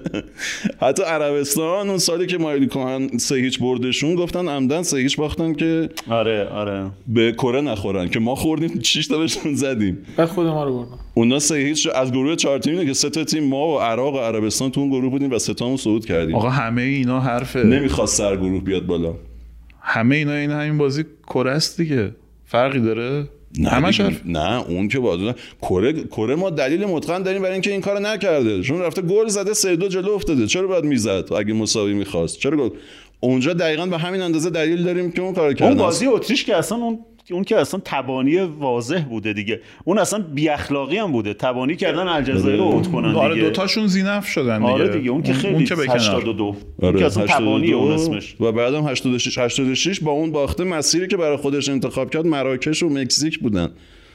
A: حتی عربستان اون سالی که مایلی کوهن سه هیچ بردشون گفتن عمدن سه هیچ باختن که
C: آره آره
A: به کره نخورن، که ما خوردیم شش تا بهشون زدیم
H: بعد خود ما رو بردن.
A: اونا سه هیچ از گروه چهار تیمی که سه تا تیم ما و عراق و عربستان تو اون گروه بودیم و سه تامون صعود کردیم.
G: آقا همه اینا حرفه،
A: نمیخواست سر گروه بیاد بالا.
G: همه اینا این همین بازی کره است دیگه، فرقی داره؟
A: نه
G: همش
A: نه اون که بازی کره کره ما دلیل متقن داریم برای اینکه این کارو نکرده، چون رفته گل زده سه دو جلو افتاده، چرا باید میزد اگه مساوی میخواست؟ چرا گل اونجا دقیقاً به همین اندازه دلیل داریم که اون کارو کرده.
C: اون بازی اتریش که اصلا اون اون که اصلا تبانی واضح بوده دیگه، اون اصلا بی اخلاقی هم بوده، تبانی کردن الجزایر رو اوت کنن دیگه.
G: آره دو تاشون زینف شدن دیگه.
C: آره دیگه اون که خیلی
G: اون که به
C: هشتاد و دو
A: آره
C: که اصلا تبانی اون اسمش.
A: و بعدم هشتاد و شش هشتاد و شش با اون باخته مسیری که برای خودش انتخاب کرد مراکش و مکزیک بودن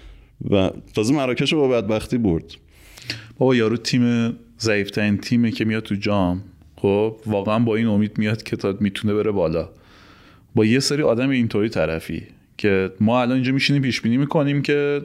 A: و تازه مراکش رو با بدبختی برد.
G: بابا یارو تیم ضعیف‌ترین تیمه که میاد تو جام، خب واقعا با این امید میاد که تا میتونه بره بالا، با یه سری آدم اینطوری طرفی که ما الان اینجا میشینیم پیش بینی میکنیم که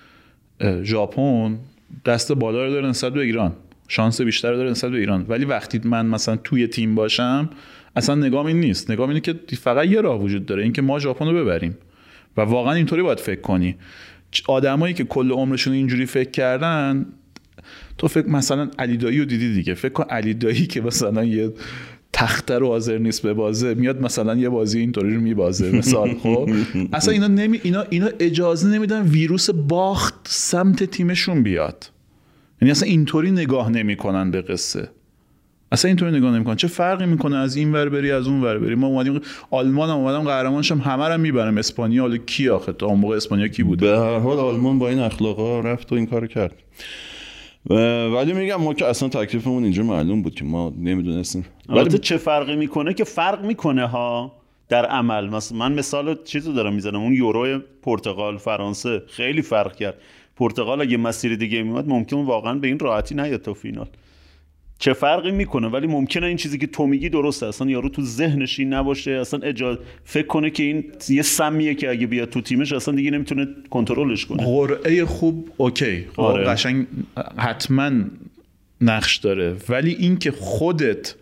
G: ژاپن دست بالا رو داره نسبت به ایران، شانس بیشتر رو داره نسبت به ایران، ولی وقتی من مثلا توی تیم باشم اصلا نگام این نیست، نگام اینه که فقط یه راه وجود داره، اینکه ما ژاپن رو ببریم. و واقعا اینطوری باید فکر کنی. آدمایی که کل عمرشون اینجوری فکر کردن، تو فکر مثلا علی دایی رو دیدی دیگه، فکر کن علی دایی که مثلا یه تخته رو حاضر نیست به بازه، میاد مثلا یه بازی اینطوری رو میبازه مثلا. خب اصلا اینا نمی اینا اینا اجازه نمیدن ویروس باخت سمت تیمشون بیاد، یعنی اصلا اینطوری نگاه نمیکنن به قصه، اصلا اینطوری نگاه نمی‌کنن. چه فرقی میکنه از این ور بری از اون ور بری؟ ما اومدیم آلمان هم اومدم قهرمانش هم همه رو میبرم. اسپانیا حالا کی آخه تا اون موقع اسپانیا کی بود؟
A: به هر حال آلمان با این اخلاقا رفت و این کارو کرد. ولی میگم ما که اصلا تکلیفمون اینجا معلوم بود که ما نمیدونستیم.
C: ولی چه فرقی میکنه که فرق میکنه ها در عمل. مثلا من مثال چیزو دارم میزنم، اون یورو پرتغال فرانسه خیلی فرق کرد. پرتغال اگه مسیر دیگه میومد ممکن واقعا به این راحتی نیاد تا فینال. چه فرقی میکنه؟ ولی ممکنه این چیزی که تو میگی درسته، اصلا یارو تو ذهنش این نباشه، اصلا اجازه فکر کنه که این یه سمیه که اگه بیاد تو تیمش اصلا دیگه نمیتونه کنترلش کنه.
G: قرعه خوب اوکی، خب
C: آره.
G: قشنگ حتما نقش داره، ولی این که خودت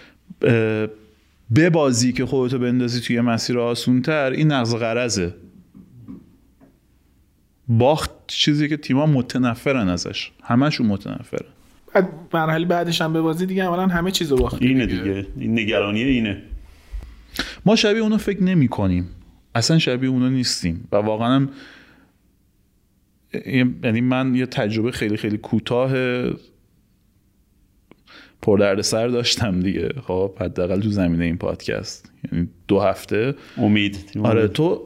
G: ببازی که خودتو بندازی توی مسیر آسونتر، این نقض غرضه. باخت چیزی که تیم‌ها متنفرن ازش، همشون متنفرن.
H: بعد مرحله بعدش هم ببازی دیگه اولا همه چیزو باختی.
C: اینه دیگه، این نگرانیه اینه.
G: ما شبیه اونو فکر نمی کنیم، اصلا شبیه اونو نیستیم و واقعا هم یعنی من یه تجربه خیلی خیلی کوتاه پردردسر داشتم دیگه، خب حداقل تو زمینه این پادکست، یعنی دو هفته
C: امید.
G: آره تو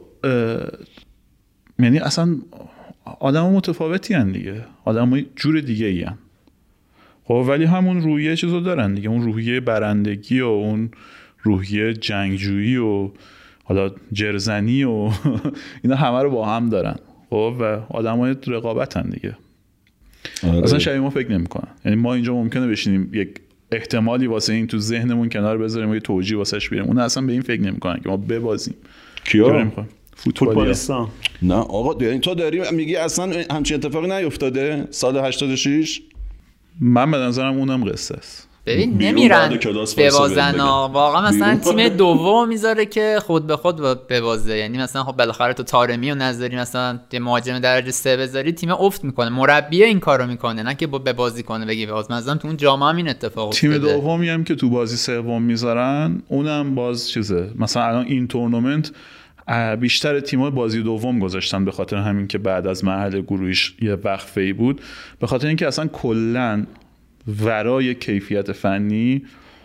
G: یعنی اصلا آدم متفاوتی هن دیگه، آدم جور دیگه ای هن. خب ولی همون روحیه چیزو دارن دیگه، اون روحیه برندگی و اون روحیه جنگجویی و حالا جرزنی و اینا همه رو با هم دارن. خب و آدمای رقابتن دیگه. آره. اصلا شبیه ما فکر نمی‌کنن. یعنی ما اینجا ممکنه بشینیم یک احتمالی واسه این تو ذهنمون کنار بذاریم و یه توجیه واسش بیاریم، اون اصلا به این فکر نمی‌کنن که ما ببازیم.
A: کیا؟
C: فوتبالیستان.
A: نه آقا، یعنی تو داری میگی اصلا همچین اتفاقی نیفتاده سال هشتاد و شش؟
G: من به نظرم اونم قصه است.
B: ببین نمیرن ببازن واقعا، مثلا تیم دوم میذاره که خود به خود ببازه. یعنی مثلا خب بالاخره تو طارمی و نظری مثلا یه مهاجم درجه سه بذاری تیم افت میکنه، مربی این کارو میکنه، نه که به بازی کنه بگی باز. مثلا تو اون جام هم این اتفاق افتاده.
G: تیم دومی هم که تو بازی سوم میذارن اونم باز چیزه. مثلا الان این تورنمنت بیشتر تیم‌ها بازی دوم گذاشتن به خاطر همین که بعد از مرحله گروهیش یه وقفه‌ای بود، به خاطر اینکه اصلا کلاً ورای کیفیت فنی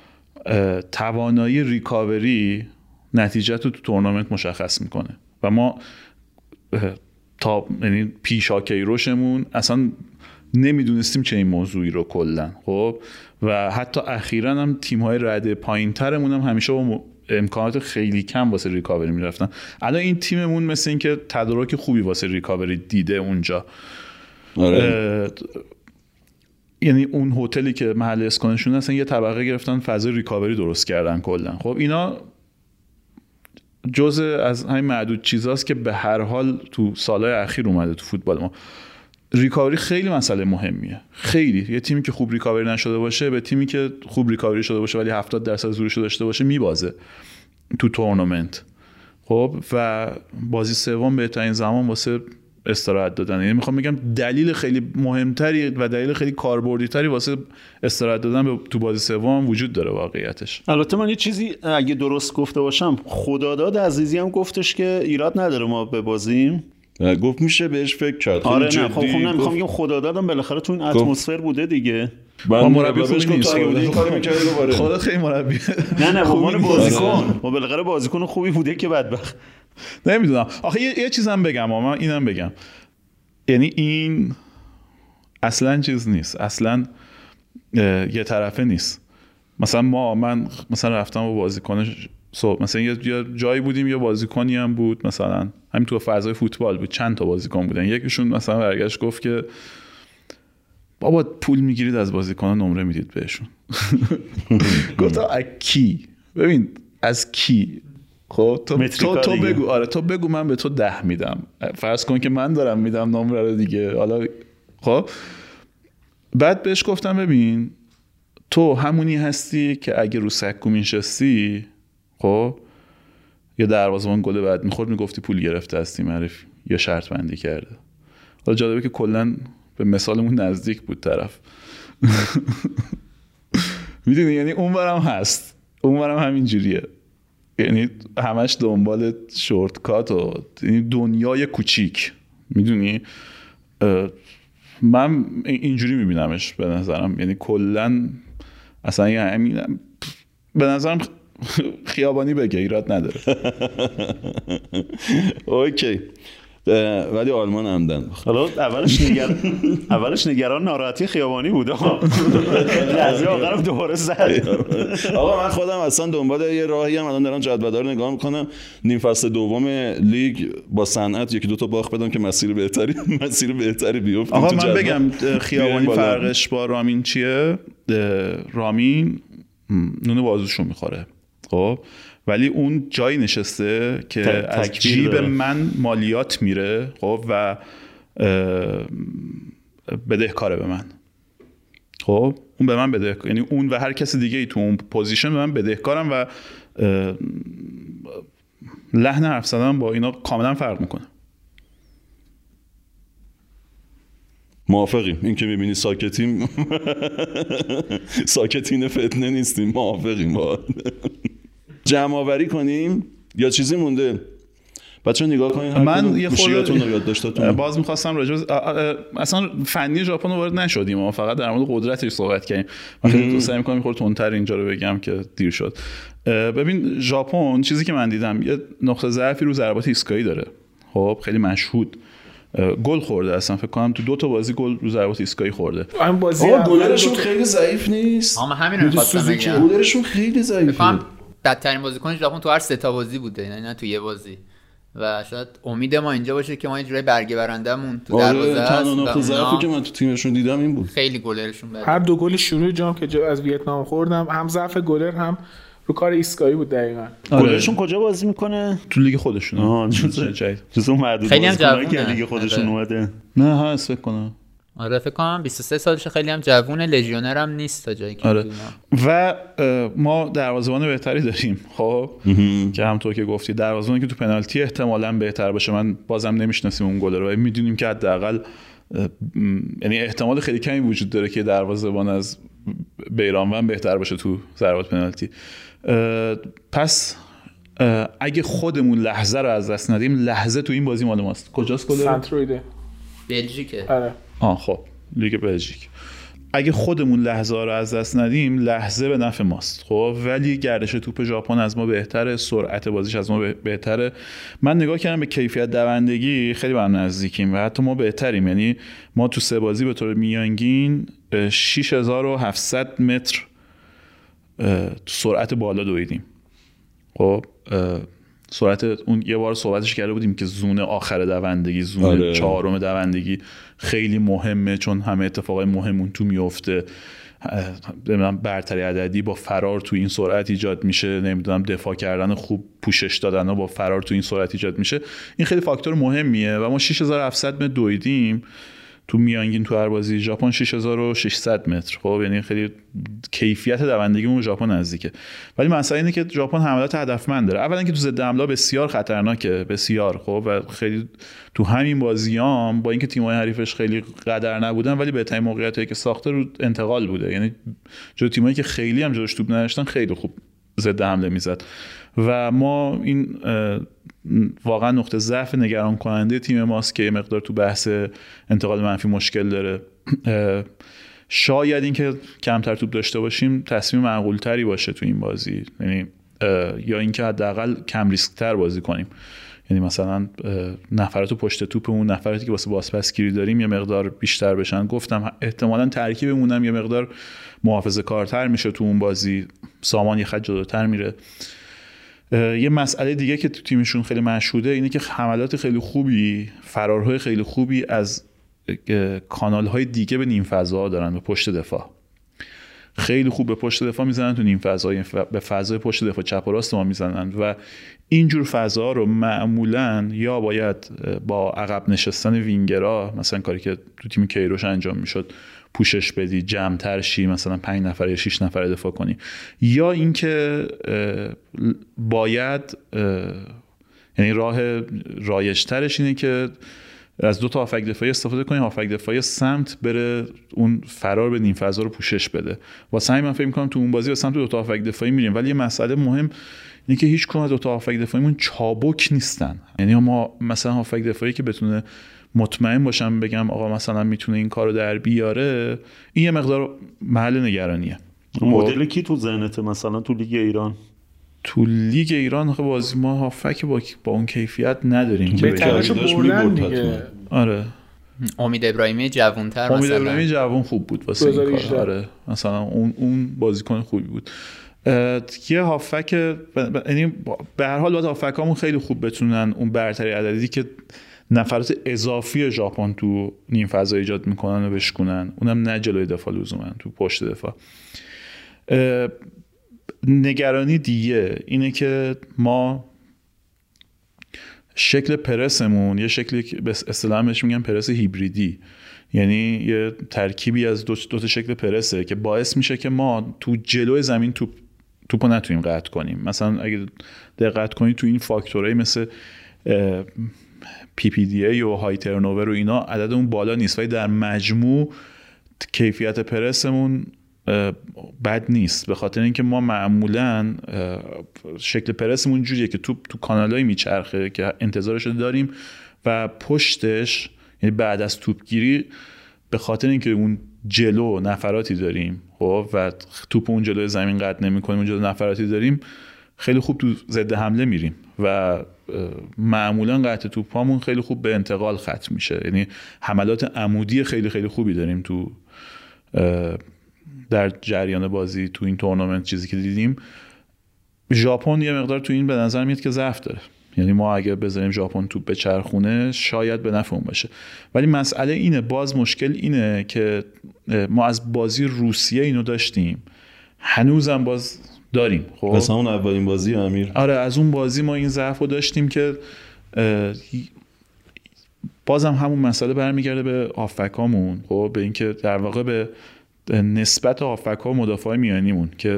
G: توانایی ریکاوری نتیجه تو تورنمنت مشخص میکنه و ما تا یعنی پیشا کیروشمون اصلا نمیدونستیم چه این موضوعی رو کلا. خب و حتی اخیراً هم تیم‌های رده پایین‌ترمون هم همیشه با امکانات خیلی کم واسه ریکاوری میرفتن. الان این تیممون مثل این که تدارک خوبی واسه ریکاوری دیده اونجا. آره. یعنی اون هتلی که محل اسکانشون هستن یه طبقه گرفتن، فضای ریکاوری درست کردن کلا. خب اینا جزء از همین معدود چیزاست که به هر حال تو سالهای اخیر اومده تو فوتبال ما. ریکاوری خیلی مسئله مهمیه، خیلی. یه تیمی که خوب ریکاوری نشده باشه به تیمی که خوب ریکاوری شده باشه ولی هفتاد درصد زورش داشته باشه میبازه تو تورنمنت. خب و بازی سوم بهترین زمان واسه استراحت دادن. یعنی میخوام بگم دلیل خیلی مهمتری و دلیل خیلی کاربردی تری واسه استراحت دادن به تو بازی سوم وجود داره واقعیتش.
C: البته من یه چیزی اگه درست گفته باشم، خداداد عزیزی هم گفتش که ایراد نداره ما ببازیم،
A: گفت میشه بهش فکر کرد.
C: آره نه خب خب نمیخوام بگم خدادادم بالاخره تو این اتمسفر بوده دیگه.
G: با مربی خوبی نیست،
A: این کارو می‌کردی دوباره.
G: خدا خیلی مربی
C: نه نه با من بازیکن، ما بالاخره بازیکن خوبی بوده که بدبخت.
G: نمیدونم آخه یه, یه چیزم بگم، اما اینم بگم، یعنی این اصلا چیز نیست، اصلا یه طرفه نیست. مثلا ما من مثلا رفتم با بازیکنش صبح، مثلا یه جایی بودیم یه بازیکنی هم بود، مثلا همین تو فضای فوتبال بود، چند تا بازیکن بودن، یکیشون مثلا برگشت گفت که بابا پول میگیرید از بازیکن‌ها نمره میدید بهشون. گفتم از کی؟ ببین از کی؟ خب تو تو, تو بگو، آره تو بگو من به تو ده میدم، فرض کن که من دارم میدم نمره رو دیگه. حالا خب بعد بهش گفتم ببین تو همونی هستی که اگه رو سکو میشستی خب یا دروازه‌بان گل بعد میخورد میگفتی پول گرفته از تیم حریف یا شرط بندی کرده. حالا جالبه که کلا به مثالمون نزدیک بود طرف. میدونی یعنی اونورم هست، اونورم همین جوریه، یعنی همش دنبال شورت کات و دنیای کوچیک. میدونی من اینجوری میبینمش به نظرم، یعنی کلا اصلا یعنی به نظرم خیابانی بگه ایراد نداره.
A: اوکی. ولی آلمان همدن.
C: حالا اولش نگران اولش نگران ناراحتی خیابانی بود. لحظه آخرم دوباره زد.
A: آقا من خودم اصلا دنبال یه راهی ام، الان دارم جدول رو نگاه میکنم، نیم فصل دوم لیگ با صنعت یکی دو تا باخت بدم که مسیر بهتری مسیر بهتری بیفته.
G: آقا من بگم خیابانی فرقش با رامین چیه؟ رامین نون بازوشو میخوره خب، ولی اون جایی نشسته که از جیب داره. من مالیات میره خب و بدهکاره به من خب، اون به من بدهکار، یعنی اون و هر کس دیگه ای تو اون پوزیشن به من بدهکارم و لحن حرف زدن با اینا کاملا فرق میکنه.
A: موافقیم. این که میبینی ساکتیم ساکتین فتنه نیستیم، موافقیم. با جمع آوری کنیم یا چیزی مونده؟ بچه‌ها نگاه کنین.
G: من یه
A: خورده رو یاد داشتم
G: باز می‌خواستم راجع اصلا فنی ژاپن وارد نشدیم، ما فقط در مورد قدرتش صحبت کردیم. من خیلی سعی می‌کنم خورده تندتر اینجا رو بگم که دیر شد. ببین ژاپن چیزی که من دیدم یه نقطه ضعفی رو ضربات ایستگاهی داره. خب خیلی مشهود گل خورده، اصلا فکر کنم تو دو تا بازی گل رو ضربات ایستگاهی خورده.
H: این بازی
A: گلرشون خیلی ضعیف نیست.
B: اما همین رو می‌خواستم بگم.
A: گلرشون خیلی ضعیفه.
B: بدترین بازیکن ژاپن تو هر سه تا بازی بوده، یعنی نه تو یه بازی. و شاید امید ما اینجا باشه که ما یه جوری برگه برندمون تو دروازه است.
A: تنها نقطه ضعفی که من تو تیمشون دیدم این بود.
B: خیلی گلرشون بده.
H: هر دو گل شروع جام که از ویتنام خوردم هم ضعف گلر هم رو کار ایستگاهی بود دقیقاً.
C: گلرشون کجا بازی میکنه؟
G: تو لیگ خودشون.
C: آها جزو معدود بازیکنایی که لیگ خودشون اومده.
G: نه هست فکر کنم.
B: آره فکر کنم بیست و سه سالشه، خیلی هم جوونه، لژیونر هم نیست تا جایی که
G: آره. و ما دروازه‌بان بهتری داریم خب که همونطور که گفتی دروازه‌بانی که تو پنالتی احتمالاً بهتر باشه. من بازم نمیشناسیم اون گل رو و میدونیم که حداقل یعنی احتمال خیلی کمی وجود داره که دروازه‌بان از بیرانوند بهتر باشه تو ضربات پنالتی. پس اگه خودمون لحظه رو از دست ندیم، لحظه تو این بازی مال ماست. کجاست گل؟
H: سنترویده.
B: بلژیکه.
H: آره.
G: آه خب لیگ بلژیک. اگه خودمون لحظه رو از دست ندیم، لحظه به نفع ماست خب، ولی گردش توپ ژاپن از ما بهتره، سرعت بازیش از ما بهتره. من نگاه کردم به کیفیت دوندگی خیلی با هم نزدیکیم و حتی ما بهتریم. یعنی ما تو سه بازی به طور میانگین شش هزار و هفتصد متر سرعت بالا دویدیم خب. سرعت اون یه بار صحبتش کرده بودیم که زون آخر دوندگی، زون آره. چهارم دوندگی خیلی مهمه، چون همه اتفاقای مهم اون تو میفته. نمیدونم برتری عددی با فرار تو این سرعت ایجاد میشه، نمیدونم دفاع کردن خوب، پوشش دادن با فرار تو این سرعت ایجاد میشه. این خیلی فاکتور مهمیه و ما شش هزار و هفتصد متر دویدیم تو میانگین تو هر بازی. ژاپن شش هزار و ششصد متر خب، یعنی خیلی کیفیت دوندگیمون به ژاپن نزدیکه. ولی مسئله اینه که ژاپن حملات هدفمند داره. اولا که تو ضد حمله بسیار خطرناکه، بسیار خب، و خیلی تو همین بازیام با اینکه تیم‌های حریفش خیلی قدر نبودن ولی بهترین موقعیتایی که ساخته رو انتقال بوده. یعنی جو تیمایی که خیلی هم جلوش توپ نداشتن خیلی خوب ضد حمله میزد و ما این واقعا نقطه ضعف نگران کننده تیم ماست که یه مقدار تو بحث انتقال منفی مشکل داره. شاید اینکه کمتر توپ داشته باشیم تصمیم معقول تری باشه تو این بازی، یعنی یا اینکه حداقل کم ریسک تر بازی کنیم. یعنی مثلا نفرات پشت توپمون، نفراتی که واسه بازپسگیری داریم یه مقدار بیشتر بشن. گفتم احتمالاً ترکیبمون هم یه مقدار محافظه‌کارتر میشه تو اون بازی، سامان یه خط جلوتر میره. یه مسئله دیگه که تو تیمشون خیلی مشهوده اینه که حملات خیلی خوبی، فرارهای خیلی خوبی از کانال‌های دیگه به نیم فضاها دارن، به پشت دفاع خیلی خوب به پشت دفاع میزنن، تو نیم فضای به فضای پشت دفاع چپ و راست ما میزنن و اینجور فضاها رو معمولاً یا باید با عقب نشستن وینگرها، مثلا کاری که تو تیم کیروش انجام میشد، پوشش بدی، جمع‌تر شی، مثلا پنج نفر یا شش نفر دفاع کنی، یا اینکه باید یعنی راه رایج‌ترش اینه که از دو تا هافک دفاعی استفاده کنی، هافک دفاعی سمت بره اون فرار به نیم فضا رو پوشش بده. واسه همین من فکر می‌کنم تو اون بازی به سمت دو تا هافک دفاعی میریم، ولی یه مسئله مهم اینه که هیچ کدوم از دو تا هافک دفاعیمون چابک نیستن. یعنی ما مثلا هافک دفاعی که بتونه مطمئن باشم بگم آقا مثلا میتونه این کارو در بیاره، این یه مقدار محل نگرانیه.
C: مدل کی تو ذهنته مثلا تو لیگ ایران؟
G: تو لیگ ایران خب بازی ما هافک با با اون کیفیت نداریم که
H: بهترشو بردن دیگه.
G: آره
B: امید ابراهیمی جوان‌تر مثلا.
G: امید ابراهیمی جوان خوب بود واسه این کار. آره مثلا اون اون بازیکن خوبی بود. یه هافک یعنی به هر حال باید هافکامون خیلی خوب بتونن اون برتری عددی که نفرات اضافی ژاپن تو نیم فضا ایجاد میکنن و بشکنن، اونم نه جلوی دفاع لزوما، تو پشت دفاع. نگرانی دیگه اینه که ما شکل پرسمون یه شکلی که به اصطلاح بهش میگن پرس هیبریدی، یعنی یه ترکیبی از دو تا شکل پرسه که باعث میشه که ما تو جلوی زمین توپ توپو نتونیم قطع کنیم. مثلا اگه دقت کنید تو این فاکتورهای مثل پی پی دی ای و های ترنوور و اینا عددمون بالا نیست، ولی در مجموع کیفیت پرسمون بد نیست، به خاطر اینکه ما معمولا شکل پرسمون جوریه که توپ تو کانالایی میچرخه که انتظارش رو داریم و پشتش، یعنی بعد از توپگیری به خاطر اینکه اون جلو نفراتی داریم خب و توپ اون جلوی زمین قطع نمی‌کنیم، اون جلو نفراتی داریم، خیلی خوب تو ضد حمله میریم و معمولا قطع توپامون خیلی خوب به انتقال ختم میشه. یعنی حملات عمودی خیلی خیلی خوبی داریم تو در جریان بازی تو این تورنمنت. چیزی که دیدیم ژاپن یه مقدار تو این به نظر میاد که ضعف داره، یعنی ما اگه بذاریم ژاپن توپ به چرخونه شاید به نفع اون باشه. ولی مسئله اینه، باز مشکل اینه که ما از بازی روسیه اینو داشتیم، هنوزم باز داریم. خب
A: مثلا اون اولین بازی امیر،
G: آره از اون بازی ما این ضعف رو داشتیم که بازم همون مسئله برمیگرده به هافبکامون، خب به اینکه در واقع به نسبت هافبک و مدافع میانیمون که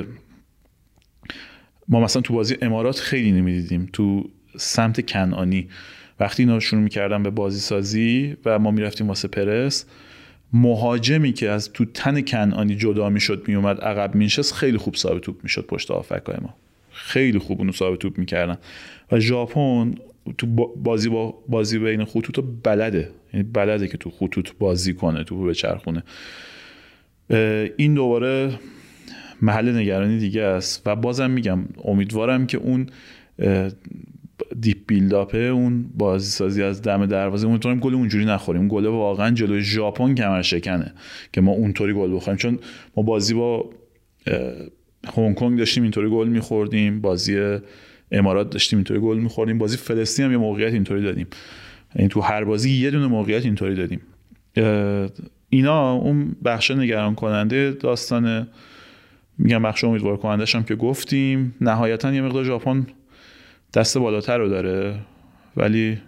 G: ما مثلا تو بازی امارات خیلی نمیدیدیم. تو سمت کنعانی وقتی اینا شروع میکردن به بازی سازی و ما میرفتیم واسه پرس، مهاجمی که از تو تن کنعانی جدا میشد میومد عقب مینشست خیلی خوب صاحب توپ میشد پشت هافبکای ما، خیلی خوب اونو صاحب توپ میکردن. و ژاپن تو بازی با بازی بین خطوط بلده، یعنی بلده که تو خطوط بازی کنه، توپو به چرخونه. این دوباره محل نگرانی دیگه است و بازم میگم امیدوارم که اون دیپ بیلداپه، اون بازی سازی از دم دروازه، امیدوارم گل اونجوری نخوریم. گل واقعا جلوی ژاپن کمر شکنه که ما اونطوری گل بخوریم، چون ما بازی با هنگ کنگ داشتیم اینطوری گل میخوردیم، بازی امارات داشتیم اینطوری گل میخوردیم، بازی فلسطین هم یه موقعیت اینطوری دادیم، یعنی تو هر بازی یه دونه موقعیت اینطوری دادیم. اینا اون بخش نگران کننده داستانه، میگم بخش امیدوار کنندش هم که گفتیم. نهایتا یه مقدار ژاپن دست بالاتر رو داره، ولی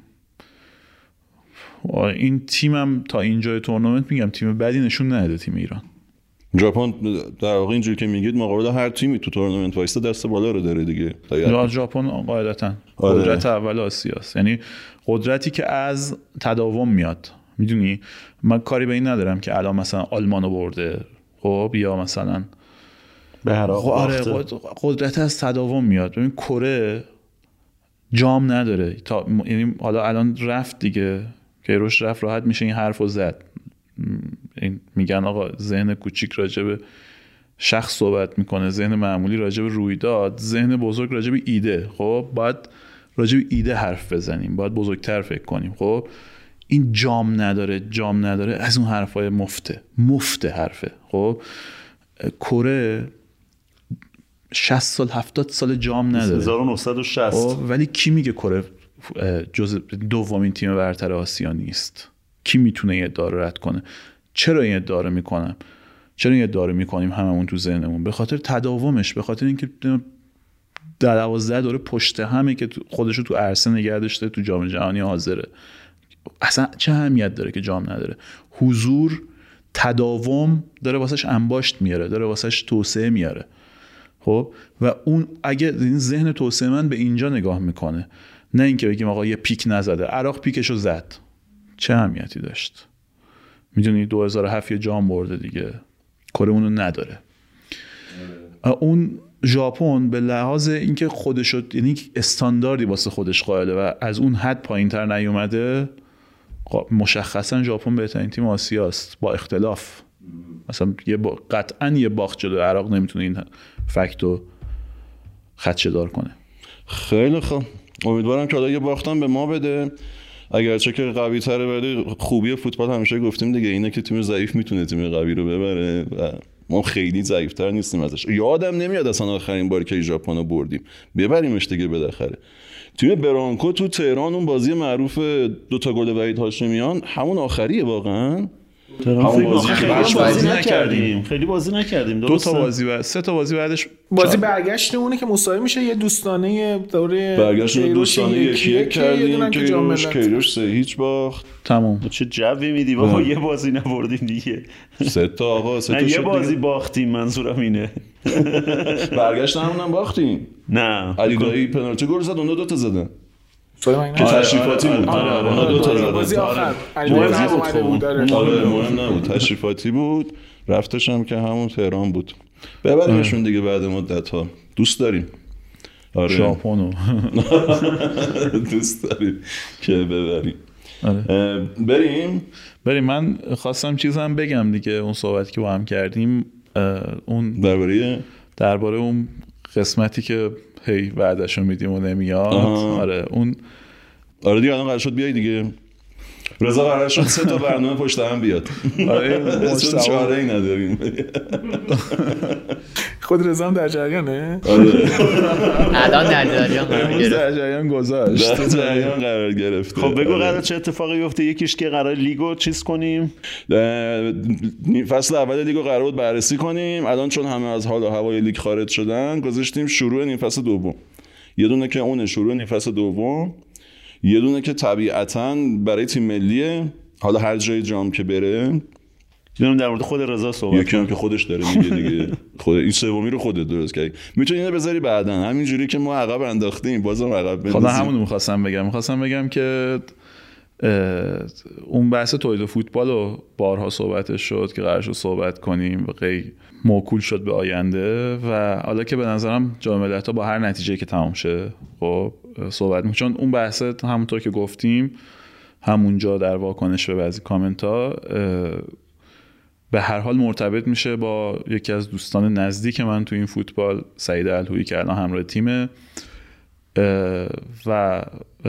G: این تیمم تا اینجای تورنمنت میگم تیم بدی نشون نده تیم ایران.
A: ژاپن در واقع اینجوری که میگید مقابل هر تیمی تو تورنمنت وایسته دست بالا رو داره دیگه.
G: ژاپن قاعدتا قدرت اول آسیاست، یعنی قدرتی که از تداوم میاد. میدونی من کاری به این ندارم که الان مثلا آلمانو برده خب یا مثلا
C: به هر
G: آره قدرت از تداوم میاد. ببین کره جام نداره تا یعنی حالا الان رفت دیگه که روش رفت راحت میشه این حرفو زد. این میگن آقا ذهن کوچیک راجع به شخص صحبت میکنه، ذهن معمولی راجع به رویداد، ذهن بزرگ راجع به ایده. خب باید راجع به ایده حرف بزنیم، باید بزرگتر فکر کنیم. خب این جام نداره جام نداره از اون حرفای مفته مفته حرفه. خب کره شصت سال هفتاد سال جام نداره،
C: هزار و نهصد و شصت،
G: ولی کی میگه کره جز دومین تیم برتر آسیا نیست؟ کی میتونه این ادعا رو رد کنه؟ چرا این ادعا رو میکنم؟ چرا این ادعا رو میکنیم هممون تو ذهنمون؟ به خاطر تداومش، به خاطر اینکه در دوازده دوره پشت همه که خودشو تو عرصه نگه داشته، تو جام جهانی حاضره. اصلا چه اهمیت داره که جام نداره؟ حضور، تداوم داره واسش انباشت میاره، داره واسش توسعه میاره. خب و اون اگه این ذهن توسعه من به اینجا نگاه میکنه، نه اینکه بگیم آقا یه پیک نزده، عراق پیکشو زد، چه اهمیتی داشت؟ میدونی دو هزار و هفت یه جام برده دیگه، کره اونو نداره. اون ژاپن به لحاظ اینکه خودشو یعنی استانداردی واسه خودش قائله و از اون حد پایینتر نیومده، مشخصا ژاپن بهترین تیم آسیاست با اختلاف. مثلا یه با... قطعا یه باخت جلوی عراق نمیتونه این فکتو خدشه‌دار کنه.
A: خیلی خوب، امیدوارم که حالا یه باختم به ما بده، اگرچه که قوی تره، ولی خوبی فوتبال همیشه گفتیم دیگه اینه که تیم ضعیف میتونه تیم قوی رو ببره و ما خیلی ضعیفتر نیستیم ازش. یادم نمیاد اصلا آخرین باری که ژاپن رو بردیم ببریمش دیگه بالاخره. تیم برانکو تو تهران اون بازی معروف دو تا گل وحید هاشمیان همون آخریه واقعا.
C: همون بازی خیلی بازی نکردیم خیلی بازی نکردیم
G: دو تا بازی و سه تا بازی بعدش
H: بازی برگشتمونه که مساوی میشه، یه دوستانه دوره
A: برگشت دوستانه یکی یک کردیم که کیروش سه هیچ باخت.
G: تمام.
C: چه جوی میدی بابا، یه بازی نبردیم دیگه.
A: سه تا آقا سه تا
C: یه بازی باختیم، منظورم اینه.
A: برگشت همونم باختیم.
C: نه
A: علی دایی پنالتی گل زد، اون دو تا زدن
H: که
A: تشریفاتی بود.
H: آره دو تا بازی آخر
A: بازی بود. آره مهم نبود، تشریفاتی بود. رفتش هم که همون تهران بود. ببریمشون دیگه بعد مدت ها. دوست داریم.
G: آره ژاپنو
A: دوست داریم که ببریم.
G: آره.
A: بریم
G: بریم. من خواستم چیزم بگم دیگه، اون صحبتی که با هم کردیم اون
A: درباره
G: درباره اون قسمتی که هی وعدهشو میدیم و نمیاد. آره اون
A: آره دیگه الان قرار شد بیای دیگه. رضا قرار شد سه تا برنامه پشت هم بیاد. آره چاره ای نداریم.
H: خود رضا هم در جریانه.
A: آره
B: الان در جریان قرار گرفت.
G: در جریان گذاشت.
A: در جریان قرار گرفته.
C: خب بگو قرار چه اتفاقی بیفته؟ یکیش که قرار لیگو چیز کنیم،
A: فصل اول لیگو قرار بود بررسی کنیم. الان چون همه از حال و هوای لیگ خارج شدن گذاشتیم شروع نیم فصل دوم. یه دونه که اون شروع نیم فصل دوم، یه دونه که طبیعتاً برای تیم ملیه، حالا هر جای جام که بره.
C: دیدم در مورد خود رضا صحبت،
A: یکی هم که خودش داره میگه دیگه. خود این سومی رو خودت درست کردی، میتونی اینو بذاری بعداً، همینجوری که ما عقب انداختیم بازم عقب بندازیم.
G: خدا همون رو می‌خواستم بگم می‌خواستم بگم که اون بحث تولید فوتبال رو بارها صحبتش شد که قرار شد صحبت کنیم و قی موکول شد به آینده و حالا که به نظرم جام ملت‌ها با هر نتیجه‌ای که تمام شه خب صحبت می‌کنم، چون اون بحث همونطور که گفتیم همونجا در واکنش به بعضی کامنت‌ها به هر حال مرتبط میشه با یکی از دوستان نزدیک من تو این فوتبال، سعید الهویی که الان همراه تیمه و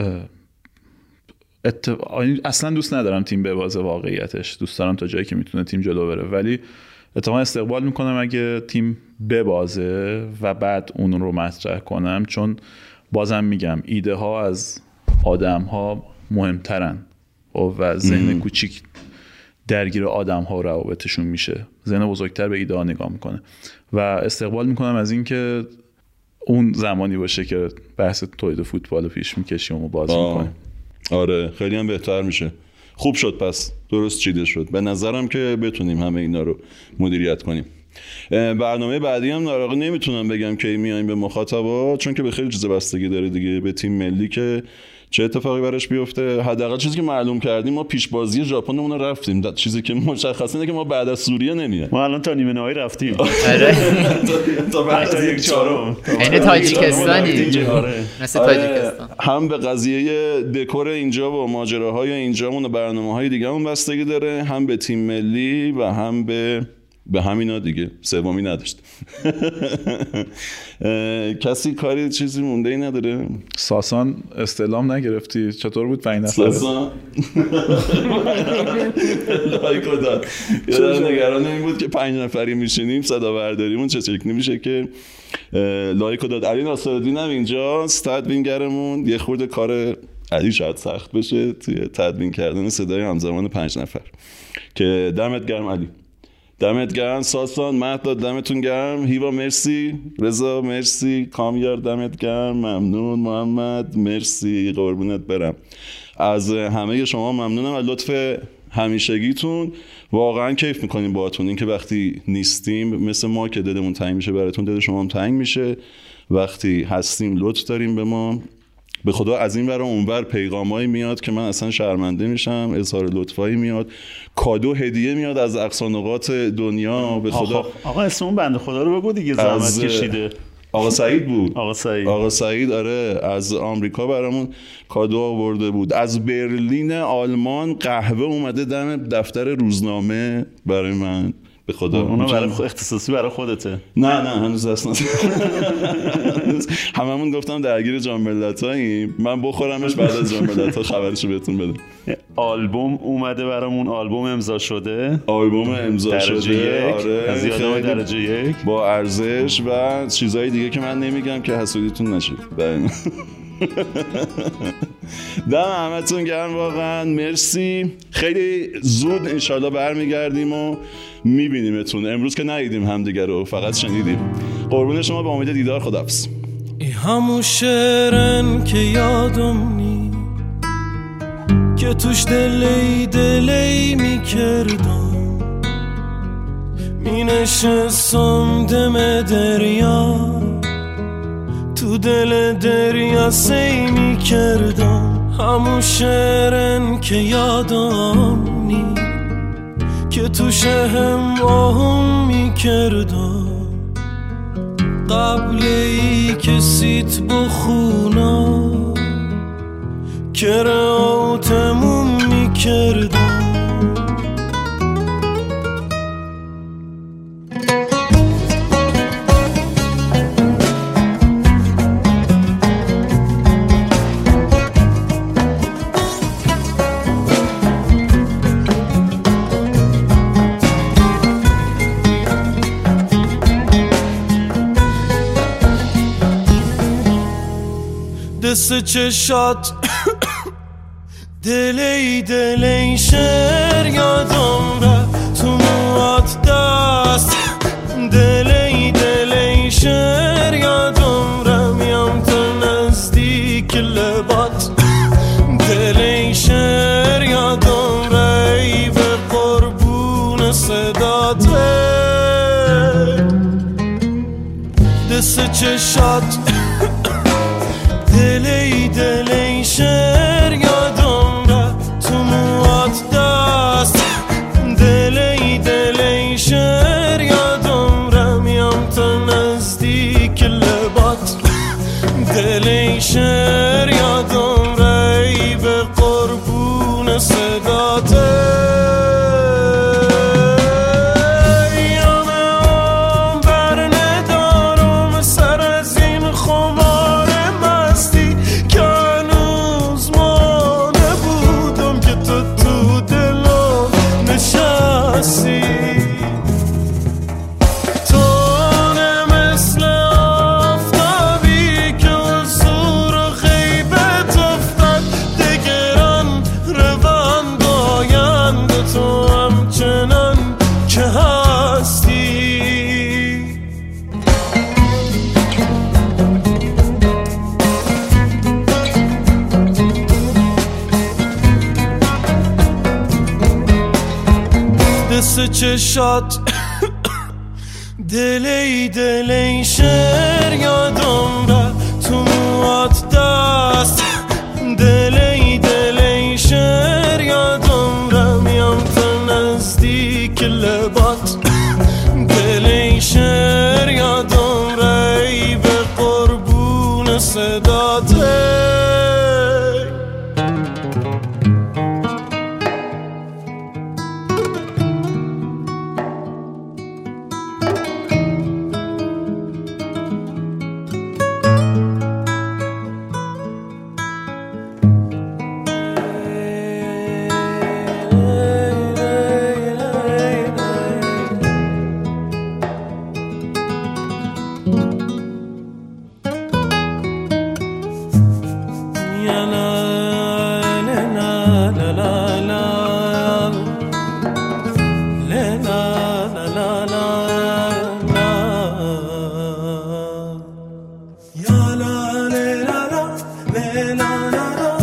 G: ات... اصلا دوست ندارم تیم ببازه، واقعیتش دوست دارم تا جایی که میتونه تیم جلو بره، ولی اتفاقا استقبال میکنم اگه تیم ببازه و بعد اون رو مطرح کنم، چون بازم میگم ایده ها از آدم ها مهمترن و ذهن کوچیک درگیر آدم ها و روابطشون میشه، ذهن بزرگتر به ایده ها نگاه میکنه و استقبال میکنم از این که اون زمانی باشه که بحث تولید فوتبال رو پیش میکشیم و بازی میکنیم.
A: آره خیلی هم بهتر میشه. خوب شد، پس درست چیده شد. به نظرم که بتونیم همه اینا رو مدیریت کنیم. برنامه بعدی هم ناراقه نمیتونم بگم که میایم به مخاطبا، چون که به خیلی چیز بستگی داره دیگه، به تیم ملی که چه اتفاقی براش بیفته. حداقل چیزی که معلوم کردیم ما پیش بازی ژاپنمون رو رفتیم، چیزی که مشخصه اینه که ما بعد از سوریه نمیایم.
C: ما الان تا نیمه نهایی رفتیم.
B: آره
A: تا بعد از یک چهارم
B: یعنی تاجیکستانی مثل تاجیکستان.
A: هم به قضیه دکور اینجا و ماجراهای اینجامون و برنامه‌های دیگه‌مون بستگی داره، هم به تیم ملی و هم به به همینا دیگه، سومی نداشت. کسی کاری چیزی مونده ای نداره؟
G: ساسان استعلام نگرفتی؟ چطور بود پنج نفره؟
A: ساسان لایکو داد. یادم نگران این بود که پنج نفری میشینیم صدا برداریمون چه شکلی میشه که لایکو داد. علی ناصرالدین هم اینجاست، تدوینگرمون. یه خورده کار علی شاید سخت بشه توی تدوین کردن صدای همزمان پنج نفر، که دمت گرم علی، دمت گرم. ساسان، مهداد دمتون گرم. هیوا مرسی، رضا مرسی، کامیار دمت گرم، ممنون. محمد مرسی، قربونت برم. از همه شما ممنونم از لطف همیشگیتون، واقعا کیف میکنیم باهاتون. این که وقتی نیستیم مثل ما که دلمون تنگ میشه براتون، دل شما هم تنگ میشه. وقتی هستیم لطف داریم به ما. به خدا از این ور و اون ور پیغامایی میاد که من اصلا شرمنده میشم، اظهار لطفایی میاد، کادو هدیه میاد از اقصا نقاط دنیا. به خدا
C: آقا اسم اون بنده خدا رو بگو دیگه، زحمت کشیده.
A: آقا سعید بود.
C: آقا سعید
A: آقا سعید آره از آمریکا برامون کادو آورده بود. از برلین آلمان قهوه اومده دم دفتر روزنامه برای من. به خدا
C: اونو برای اختصاصی برای خودته؟
A: نه نه هنوز اصلا. هممون گفتم درگیر جام ملتاییم، من بخورمش بعد از جام ملت‌ها خبرشو بهتون بدم.
C: آلبوم اومده برامون، آلبوم امضا شده،
A: آلبوم امضا شده
C: آره از یادم درجه یک
A: با ارزش و چیزای دیگه که من نمیگم که حسودیتون نشه. دم همتون گرم واقعا، مرسی. خیلی زود انشالله برمیگردیم و میبینیمتون. امروز که ندیدیم همدیگه رو، فقط شنیدیم. قربون شما، با امید دیدار، خداحافظ.
I: ای همون شعرن که یادم نی که توش دلی دلی میکردم، می نشستم دم دریا، تو دل دریا سی میکردم. همون شعرن که یادم نی که توش هم آهم میکردم، قبل ای که سیت بخونا که راتمون میکردم. دست چشات دلی دلی شعر یادم را تو موات دست، دلی دلی شعر یادم را میام تو نزدیک لبات، دلی شعر یادم را ای به قربون صدات. دست چشات دلی دلی شعر یادم را تو موات دست، دلی دلی شعر یادم را میام تا نزدیک لبات، دلی شعر یادم را ای به قربون صدات. چشات دلی دلی شعر یادم را تو موات دست، دلی دلی شعر یادم را میام تا نزدیک لبات، دلی شعر یادم را ای به قربون صدات. La la la la la la la la